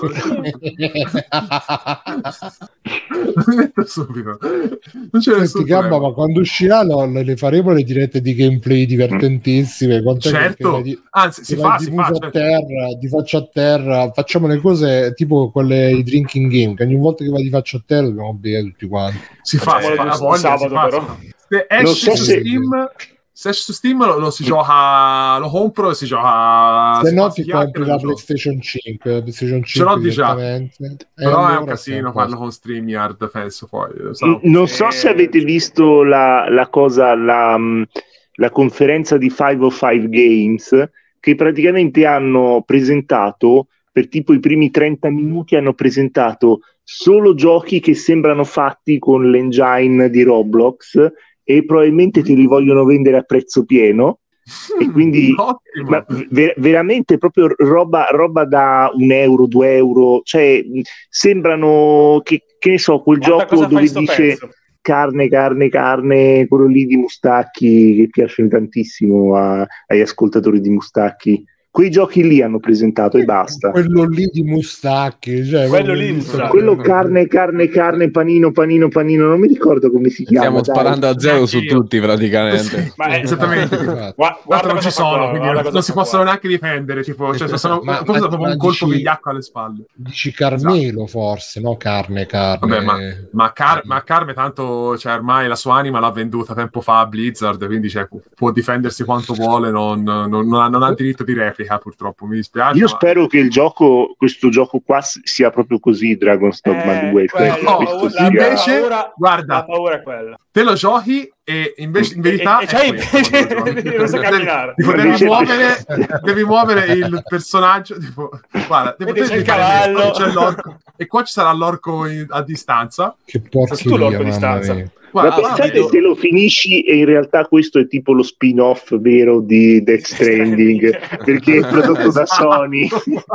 Lo rimetto subito. Non c'è nessun
Senti, Gabba,
problema.
ma quando uscirà no, le faremo le dirette di gameplay divertentissime. Quant'è che-
Certo,
che vai di-
anzi,
che
si
vai
fa,
di
si fa.
muso
Cioè,
a terra, di faccia a terra, facciamo le cose tipo quelle i drinking game, che ogni volta che vai di faccia a terra dobbiamo bere tutti quanti.
si fa, si
Facciamolo
fa, la
giusto
voglia,
sabato,
si fa,
però.
si fa. Se
Non
esce
so
su
se-
Steam, se esce su Steam lo, lo si gioca, lo compro e si gioca.
Se
si
no
fa- si
ti compri
chiacchiera,
la
lo gioco.
PlayStation cinque, la PlayStation
Ce l'ho
cinque
di già.
direttamente. E
Però è
allora
un casino
stiamo a
farlo
posto.
con StreamYard, penso poi. Sa-
N- Non so se avete visto la, la cosa, la, mh, la conferenza di cinquecentocinque Games, che praticamente hanno presentato, per tipo i primi trenta minuti, hanno presentato solo giochi che sembrano fatti con l'engine di Roblox e probabilmente te li vogliono vendere a prezzo pieno. E quindi
Ottimo.
ma ver- veramente proprio roba, roba da un euro, due euro, cioè mh, sembrano che, che ne so, quel
Guarda
gioco
cosa
dove
fai sto
dice
pezzo.
carne, carne, carne, quello lì di Mustacchi che piace tantissimo a- agli ascoltatori di Mustacchi. Quei giochi lì hanno presentato e basta.
Quello lì di Mustacchi, cioè,
Quello lì di
proprio-
Mustacchi.
Quello carne, carne, carne, panino, panino, panino, non mi ricordo come si chiama.
Stiamo
dai.
sparando a zero su
Neanche io.
tutti praticamente.
Ma è-
Esattamente.
Esatto.
Gua-
Tanto
guarda
non
cosa
ci
fa
sono,
qua,
quindi
guarda
non
cosa
si
fa
possono
qua.
neanche difendere. Tipo, cioè, sono
Ma-
proprio
ma-
dopo
ma
un colpo
dici-
vigliacco alle spalle.
Dici Carmelo forse, no carne, carne.
Vabbè, ma, ma, Car- ma Carme tanto, cioè, ormai la sua anima l'ha venduta tempo fa a Blizzard, quindi cioè, pu- può difendersi quanto vuole, non, non, non ha, non ha diritto di replica, purtroppo, mi dispiace.
Io
ma-
spero che il gioco, questo gioco qua s- sia proprio così, Dragon's Dogma
Eh,
due.
quello,
cioè che
no,
questo
la-
sia-
invece-
la paura-
guarda.
la paura è quella.
te lo giochi e invece in verità
E- e
è
c'hai-
questo, quando lo giochi.
non so camminare.
Tipo, devi,
Invece-
muovere, devi muovere il personaggio tipo, guarda, devo,
Vedi, c'è
devi
il
fare
cavallo.
questo, c'è l'orco, e qua ci sarà l'orco in- a distanza.
Che
Tu l'orco
porcheria,
di
mamma
stanza.
mia.
Ma
Guarda,
pensate
vedo-
se lo finisci e in realtà questo è tipo lo spin-off vero di Death Stranding, perché è prodotto da Sony.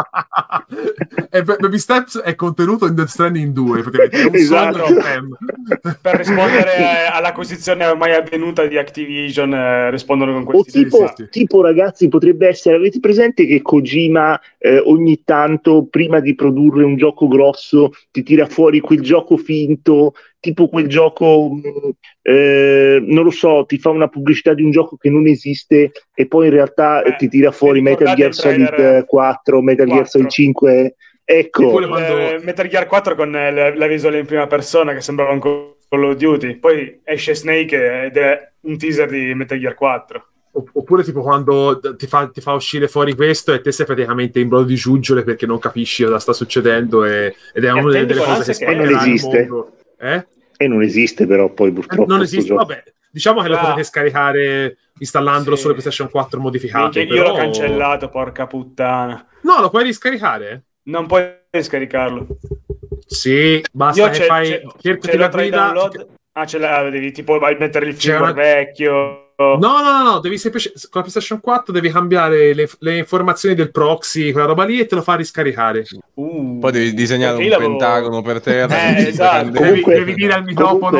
e Ba- Baby Steps è contenuto in Death Stranding due, praticamente è un
Esatto.
sogno di Sam.
Per rispondere eh, all'acquisizione ormai avvenuta di Activision, eh, rispondono con
O
questi
tipo,
sì, sì.
tipo, ragazzi, potrebbe essere, avete presente che Kojima eh, ogni tanto prima di produrre un gioco grosso ti tira fuori quel gioco finto, tipo quel gioco mh, eh, non lo so, ti fa una pubblicità di un gioco che non esiste e poi in realtà
Eh,
ti tira fuori
vi
Metal
ricordate
Gear
il
Solid
trailer
quattro, Metal Gear
quattro?
Solid cinque. Ecco,
Oppure
Il,
quando-
eh, Metal Gear quattro con eh, la, la visuale in prima persona che sembrava un Call of Duty, poi esce Snake ed è un teaser di Metal Gear quattro.
Oppure tipo quando ti fa, ti fa uscire fuori questo e te sei praticamente in brodo di giuggiole perché non capisci cosa sta succedendo e, ed è una delle,
attendi
delle
con
cose che
ansia che
spaventa
non
il
esiste.
mondo. Eh?
e non esiste però poi purtroppo
Non
questo
esiste,
gioco.
vabbè, diciamo che lo
Ah.
potete scaricare installandolo
Sì.
sulle PlayStation quattro modificato.
Minchia, io
però-
l'ho cancellato, porca puttana.
No, lo puoi riscaricare?
Non puoi scaricarlo.
Sì, basta
Io
che
c'è,
fai
c'è,
cercati
c'è
la
la tra i
guida.
download. Ah, ce l'ha, devi tipo vai a mettere il
C'è
firmware
una-
vecchio.
No, no, no, no, devi semplice... con la PlayStation quattro devi cambiare le, le informazioni del proxy, quella roba lì, e te lo fa riscaricare.
Uh,
Poi devi disegnare
perché
un
io l'avevo-
pentagono per terra.
Eh, esatto.
Devi,
Comunque-
devi dire al microfono
comunque-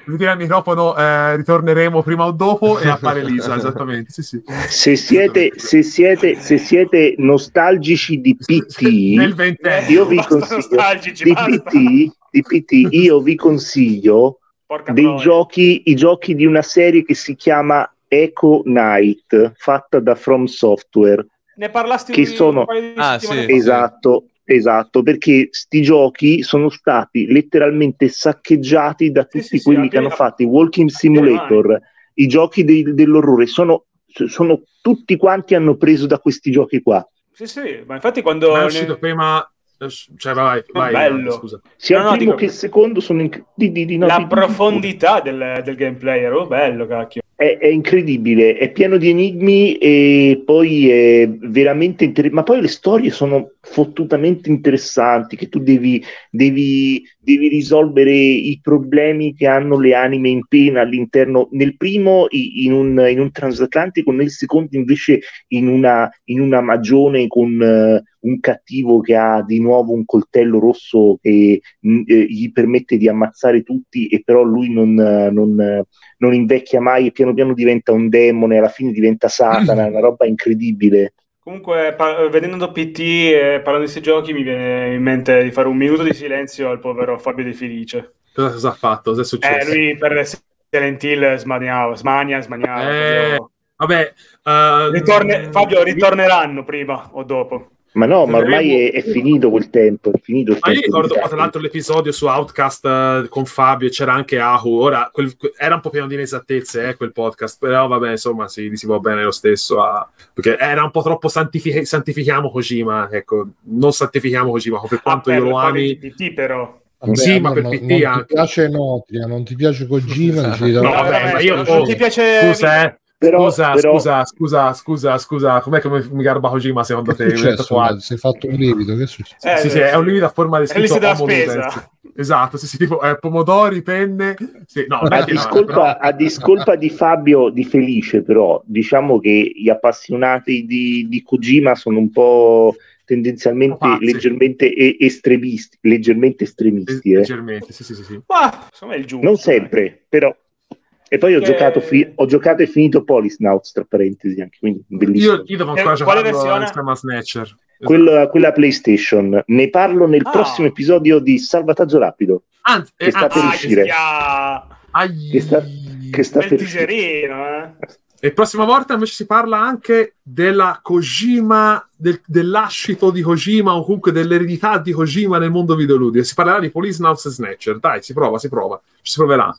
vedere al microfono, eh, ritorneremo prima o dopo e appare Lisa, esattamente. Sì, sì.
Se siete, se siete, se siete nostalgici di P T,
nel ventennio,
io vi consiglio di P T, di P T, io vi consiglio
Porca
dei
troia.
giochi, i giochi di una serie che si chiama Echo Knight, fatta da From Software.
Ne parlasti
che
un,
sono
un paio di
ah,
settimane
sì,
fa.
esatto, esatto, perché sti giochi sono stati letteralmente saccheggiati da tutti
sì, sì,
quelli
sì,
che hanno
a-
fatto i Walking Simulator, i giochi dei, dell'orrore, sono, sono tutti quanti hanno preso da questi giochi qua.
Sì, sì, ma infatti quando
ma è
ne-
uscito prima, cioè vai, vai,
bello.
scusa.
Sia
No,
il
no,
primo
dico-
che il secondo sono inc- di, di, di, no,
la
di- di-
profondità del, del gameplay era oh, bello, cacchio.
È, è incredibile, è pieno di enigmi e poi è veramente inter- ma poi le storie sono fottutamente interessanti, che tu devi, devi, devi risolvere i problemi che hanno le anime in pena all'interno, nel primo in un, in un transatlantico, nel secondo invece in una, in una magione con uh, un cattivo che ha di nuovo un coltello rosso che mh, eh, gli permette di ammazzare tutti e però lui non, non non invecchia mai e piano piano diventa un demone, alla fine diventa Satana, è una roba incredibile.
Comunque, par- vedendo P T e parlando di questi giochi, mi viene in mente di fare un minuto di silenzio al povero Fabio De Felice.
Cosa, cosa ha fatto? Cosa è successo?
Eh, lui per Silent Hill smaniava, smania, smaniava.
Eh,
proprio.
vabbè, uh,
Ritorne- Fabio, ritorneranno prima o dopo.
Ma no, ma ormai è, è finito quel tempo, è finito il
Ma io
tempo
ricordo
di
poi, tra l'altro, l'episodio su Outcast uh, con Fabio, c'era anche Ahu. Ora quel, que- era un po' pieno di inesattezze eh, quel podcast, però vabbè, insomma, sì, si va bene lo stesso. A... perché era un po' troppo santific- santifichiamo Kojima, ecco, non santifichiamo Kojima, per quanto
ah,
io
per,
lo ami.
P T però.
Vabbè,
sì, ma per
non,
P T
non
anche.
ti piace Notria, non ti piace Kojima, dici,
no, vabbè, ma io
non,
oh,
non ti piace
scusa, eh.
Però,
scusa,
però...
scusa, scusa, scusa, scusa, com'è che mi garba Kojima secondo
che
te?
è successo? Si è fatto un livido, che è successo?
Eh, sì, sì, è un livido a forma di scritto
della
Homo
spesa.
Ludens. Esatto, sì, sì, tipo eh, pomodori, penne. Sì, no,
a, discolpa, no, però... a discolpa di Fabio Di Felice, però, diciamo che gli appassionati di, di Kojima sono un po' tendenzialmente
Pazzi.
leggermente e- estremisti, leggermente estremisti. Eh.
Leggermente, sì, sì, sì. sì.
Ma, insomma, è il giusto.
Non sempre, eh. però. E poi ho, che... giocato fi- ho giocato e finito Polisnauts, tra parentesi, anche, quindi bellissimo.
Io, io devo ancora
giocare
insieme a Snatcher. Esatto.
Quella, quella PlayStation. Ne parlo nel ah. prossimo episodio di Salvataggio Rapido.
Anzi,
che sta
anzi,
per uscire.
Ah,
che sta, che sta
per uscire. Eh.
E prossima volta invece si parla anche della Kojima, del, dell'ascito di Kojima o comunque dell'eredità di Kojima nel mondo videoludico. Si parlerà di Policenauts e Snatcher. Dai, si prova, si prova, ci si proverà.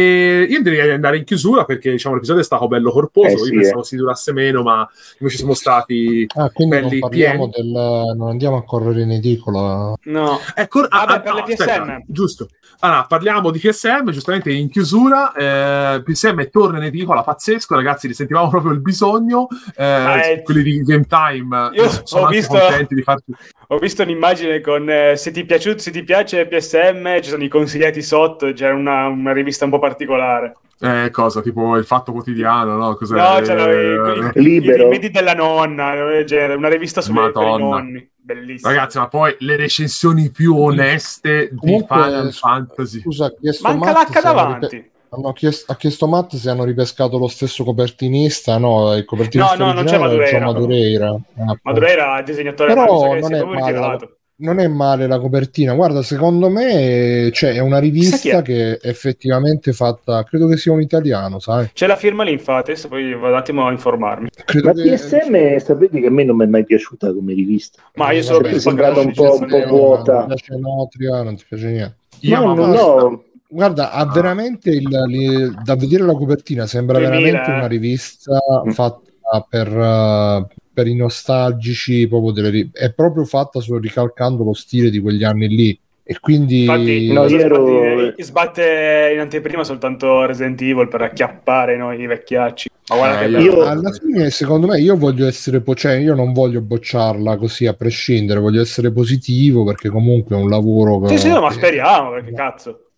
E io direi di andare in chiusura perché diciamo l'episodio è stato bello corposo. Eh, io sì, pensavo eh. si durasse meno, ma invece siamo stati
ah, quindi
belli
non parliamo
pieni.
Del, non andiamo a correre in edicola.
No,
eh, cor-
Vabbè,
ah,
per
no,
le P S M.
Aspetta, giusto. Allora, parliamo di P S M, giustamente in chiusura. Eh, P S M torna in edicola, pazzesco, ragazzi, sentivamo proprio il bisogno. Eh, eh, quelli di Game Time
io
sono
ho
anche
visto,
contenti di farci.
Ho visto un'immagine con eh, se ti piace, se ti piace P S M, ci sono i consigliati sotto, c'era una, una rivista un po' particolare.
Eh, cosa? Tipo il Fatto Quotidiano, no? Cos'è?
No, c'erano
eh, i, i, i
rimedi della nonna, una rivista sulle per i nonni. Bellissimo.
Ragazzi, ma poi le recensioni più oneste
Comunque,
di Final Fantasy.
Scusa,
manca l'H davanti.
Rip- hanno chiesto, ha chiesto Matt se hanno ripescato lo stesso copertinista. No, il copertinista
no, no, non c'è Madureira.
Madureira. Ah,
Madureira, disegnatore,
però non è male la, non è male la copertina. Guarda, secondo me cioè, è una rivista che è effettivamente fatta, credo che sia un italiano, sai?
C'è la firma lì, infatti, adesso poi vado un attimo a informarmi.
Credo Ma che... P S M, sapete che a me non mi è mai piaciuta come rivista.
Ma io
eh,
sono
è sembrata un po', un po' vuota.
Non ti piace Notria, non ti piace niente.
Io no, no, no.
Guarda, ha veramente il, il, da vedere la copertina sembra duemila, veramente eh. una rivista mm. fatta per, uh, per i nostalgici, proprio delle, è proprio fatta solo ricalcando lo stile di quegli anni lì. E quindi
infatti no, io ero... sbatte in anteprima soltanto Resident Evil per acchiappare noi i vecchiacci. Ma guarda
eh,
che
io, alla fine, secondo me, io voglio essere po- cioè, io non voglio bocciarla così a prescindere, voglio essere positivo perché comunque è un lavoro.
Sì, sì, no, ma speriamo perché cazzo.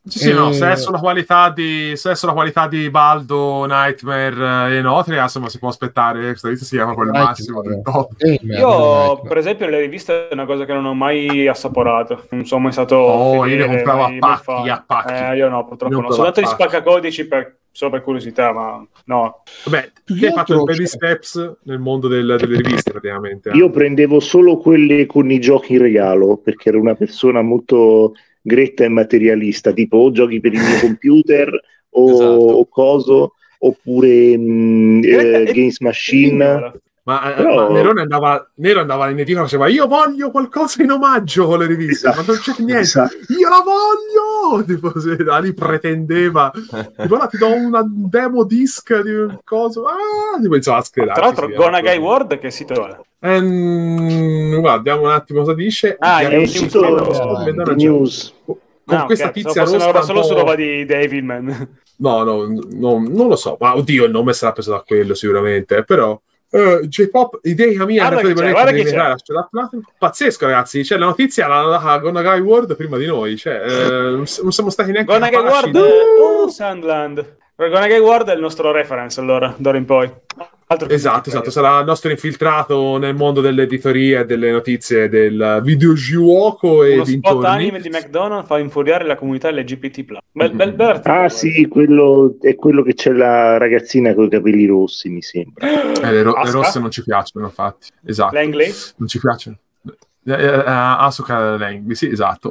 Sì, sì, e... no, se è sulla qualità di se è sulla qualità di Baldo, Nightmare e Notria, insomma si può aspettare, questa lista si chiama quel massimo del top.
Io per esempio le riviste è una cosa che non ho mai assaporato, non sono mai stato
oh, fedele, io ne compravo a pacchi, a pacchi.
Eh, io no, purtroppo no, soltanto gli spaccacodici per, solo per curiosità, ma no.
Vabbè, tu hai fatto il baby steps nel mondo del, delle riviste praticamente.
Io prendevo solo quelle con i giochi in regalo, perché ero una persona molto gretta e materialista, tipo o giochi per il mio computer o, esatto. o coso, oppure mh, eh, Games Machine.
Ma, Però... ma Nerone andava, Nero andava in edicola e faceva io voglio qualcosa in omaggio con le riviste, esatto. ma non c'è niente, esatto. io la voglio! Tipo, se Ali pretendeva, tipo, no, ti do una demo disc di un coso, ah, tipo, insomma, a schierarsi.
Tra l'altro, sì, Gonagai World che sito è?
Um, guardiamo un attimo cosa dice.
Ah, è un sito
uh, news.
Con
ah,
questa
okay.
tizia
rossa
rossa
solo su roba di Devilman.
No, no, no, non lo so, ma oddio, il nome sarà preso da quello sicuramente, però Uh, J-Pop, idea mia,
guarda che c'è, guarda che c'è.
Pazzesco, ragazzi. Cioè, la notizia l'ha data Gonagai World prima di noi. Cioè, eh, non siamo stati neanche
Gonagai World. Oh, Sandland. Gonagai World è il nostro reference, allora, d'ora in poi.
Altro esatto, esatto. Sarà il nostro infiltrato nel mondo dell'editoria e delle notizie del videogioco e
uno
dintorni.
Spot anime di McDonald's fa infuriare la comunità L G B T plus. Bel, bel, bel articolo.
Ah sì, quello è quello che c'è la ragazzina con i capelli rossi, mi sembra.
Eh, le, ro- le rosse non ci piacciono, infatti. Esatto.
Langley?
Non ci piacciono. Uh, Asuka Langley, sì, esatto.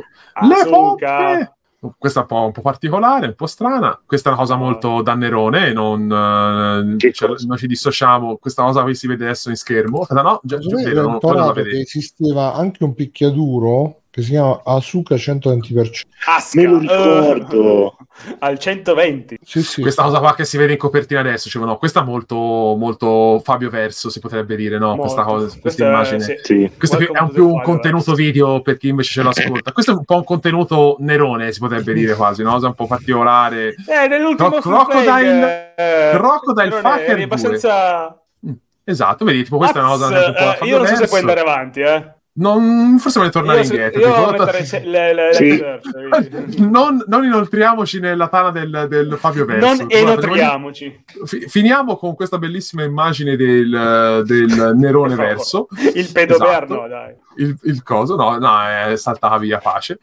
Asuka.
Le poppe! Questa è un po', un po' particolare, un po' strana. Questa è una cosa molto da Nerone. Non, eh, cioè, noi ci dissociamo. Questa cosa che si vede adesso in schermo. No, già, già vedo,
non, non che esisteva anche un picchiaduro che si chiama Asuka centoventi per cento.
Asca,
me lo ricordo.
Uh, al centoventi.
Sì, sì.
Questa cosa qua che si vede in copertina adesso, cioè, no, questa è molto, molto Fabio Verso, si potrebbe dire, no?
Molto.
Questa, cosa, questa,
questa
immagine.
Sì.
Sì.
Questo è un più un contenuto video per chi invece ce l'ascolta. Questo è un po' un contenuto Nerone, si potrebbe dire quasi, no? Cosa un po' particolare.
Eh, nell'ultimo
Cro- Crocodile,
eh,
Crocodile Fucker
abbastanza...
Esatto, vedi, tipo questa
Mazz,
è una cosa un po'
eh, io non so se puoi andare avanti, eh.
Non, forse voglio tornare
io,
indietro.
Io tipo, mettere se, le, le,
sì.
le
non, non inoltriamoci nella tana del, del Fabio Verso.
Non enotriamoci.
F- finiamo con questa bellissima immagine del, del Nerone Verso.
Il pedoverno,
esatto.
dai.
Il, il coso, no, no, è saltata via pace.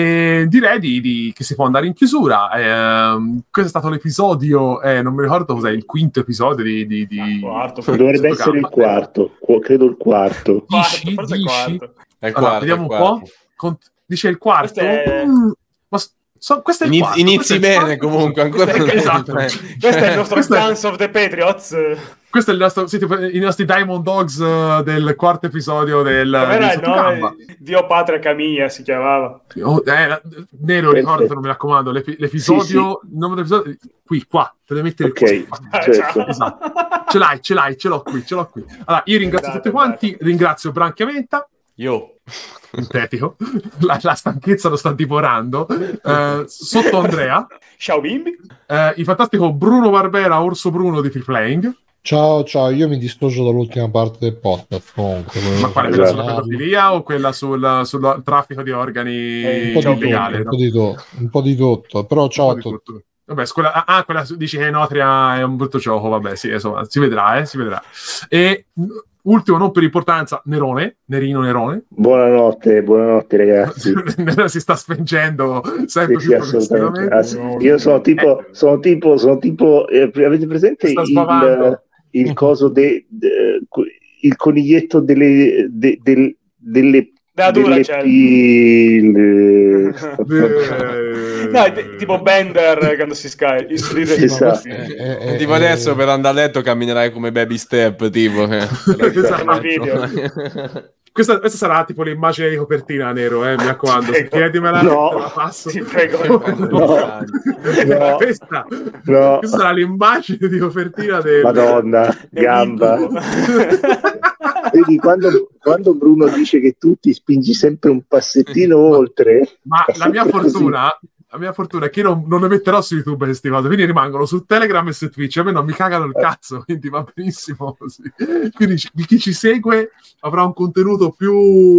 E direi di, di, che si può andare in chiusura. Eh, questo è stato l'episodio, eh, non mi ricordo cos'è, il quinto episodio di... di, di
ah, quarto,
dovrebbe essere il quarto, credo il quarto.
Dici,
quarto,
dici?
quarto.
È il
allora,
quarto,
vediamo
il
un
quarto.
po'. Con, dice il quarto.
È...
Mm, ma so, questo è il
Inizi,
quarto.
inizi
questo
bene comunque. Ancora
questo è, esatto.
Questo è il nostro Dance of the Patriots.
Questo è il nostro, sì, tipo, i nostri Diamond Dogs uh, del quarto episodio del
era il nome? Dio Patria Camilla si chiamava.
Oh, eh, Nero, ricordatelo, mi raccomando, l'ep- l'episodio, sì, sì. Il nome dell'episodio, qui, qua, te lo devi mettere
okay,
qua.
certo.
Esatto. Ce l'hai, ce l'hai, ce l'ho qui, ce l'ho qui. Allora, io ringrazio
dai,
tutti quanti, dai. Ringrazio Branchiamenta.
Io.
Sintetico. La, la stanchezza lo sta divorando. Uh, sotto Andrea.
Ciao bimbi.
Uh, il fantastico Bruno Barbera, Orso Bruno di Free Playing.
Ciao, ciao, io mi dissocio dall'ultima parte del podcast. Comunque,
ma quale, quella sulla pedofilia o quella sul, sul traffico di organi
eh, un po' illegale? Di tutto, no? un, po di to- un po' di tutto, però ciao a tutti.
Vabbè, quella, ah, quella dici che Notria è un brutto gioco, vabbè, sì, insomma, si vedrà, eh, si vedrà. E ultimo, non per importanza, Nerone, Nerino Nerone.
Buonanotte, buonanotte ragazzi.
Si sta spengendo sempre
sì,
più
sì, assolutamente. Ass- io sono tipo, eh. sono tipo, sono tipo, eh, avete presente il, il coso de, de, il coniglietto delle de, de, delle
da dura c'è
pile...
no, tipo Bender quando si scaglia
esatto.
eh, eh, tipo adesso per andare a letto camminerai come Baby Step tipo
esatto. Video. Questa, questa sarà tipo l'immagine di copertina, Nero, eh, mi raccomando, se chiedimela
no.
te la passo.
Ti prego.
No. No.
Questa,
no.
questa sarà l'immagine di copertina del...
Madonna, gamba. Vedi, quando, quando Bruno dice che tu ti spingi sempre un passettino oltre...
Ma la mia fortuna... la mia fortuna è che io non, non le metterò su YouTube queste cose, quindi rimangono su Telegram e su Twitch. A me non mi cagano il cazzo, quindi va benissimo così. Quindi di chi ci segue avrà un contenuto più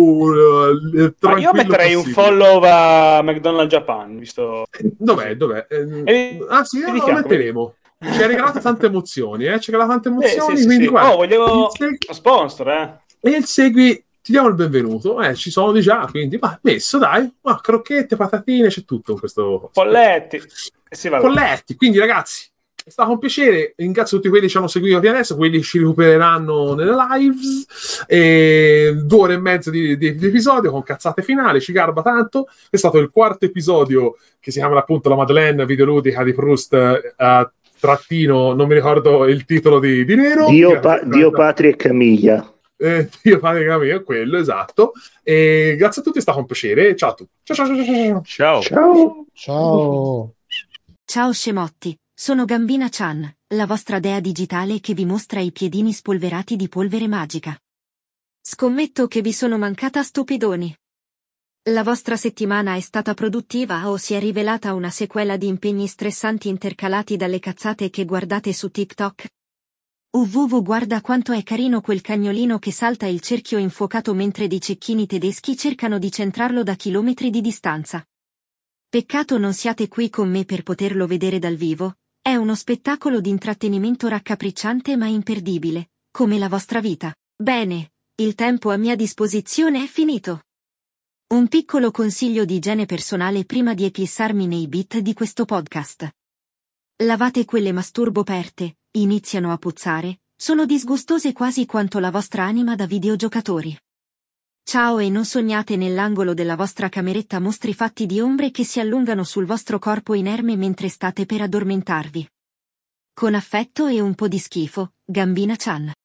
uh,
Ma io metterei possibile. Un follow a McDonald's Japan, visto...
Dov'è? Dov'è? Eh, ah sì, lo metteremo. Ci ha regalato tante emozioni, eh? Ci ha regalato tante emozioni,
eh, sì,
quindi
sì,
guarda,
oh, volevo segui... sponsor, eh?
E il segui, ti diamo il benvenuto, eh, ci sono di già, quindi va messo, dai, ah, crocchette, patatine, c'è tutto in questo...
Polletti.
Sì, Polletti, quindi ragazzi, è stato un piacere, ringrazio tutti quelli che ci hanno seguito fino adesso, quelli ci recupereranno nelle lives, e due ore e mezza di, di, di episodio con cazzate finali, ci garba tanto, è stato il quarto episodio che si chiama appunto la Madeleine videoludica di Proust, uh, trattino, non mi ricordo il titolo di, di Nero.
Dio, pa- Dio Patria e Camiglia.
Eh, Dio Patria e Camiglia, quello, esatto. E grazie a tutti, è stato un piacere. Ciao a tutti. Ciao, ciao, ciao, ciao.
Ciao. Ciao.
Ciao.
Ciao scemotti, sono Gambina Chan, la vostra dea digitale che vi mostra i piedini spolverati di polvere magica. Scommetto che vi sono mancata stupidoni. La vostra settimana è stata produttiva o si è rivelata una sequela di impegni stressanti intercalati dalle cazzate che guardate su TikTok? Uvuvu, guarda quanto è carino quel cagnolino che salta il cerchio infuocato mentre dei cecchini tedeschi cercano di centrarlo da chilometri di distanza. Peccato non siate qui con me per poterlo vedere dal vivo, è uno spettacolo di intrattenimento raccapricciante ma imperdibile, come la vostra vita. Bene, il tempo a mia disposizione è finito. Un piccolo consiglio di igiene personale prima di eclissarmi nei beat di questo podcast. Lavate quelle masturboperte, iniziano a puzzare, sono disgustose quasi quanto la vostra anima da videogiocatori. Ciao, e non sognate nell'angolo della vostra cameretta mostri fatti di ombre che si allungano sul vostro corpo inerme mentre state per addormentarvi. Con affetto e un po' di schifo, Gambina Chan.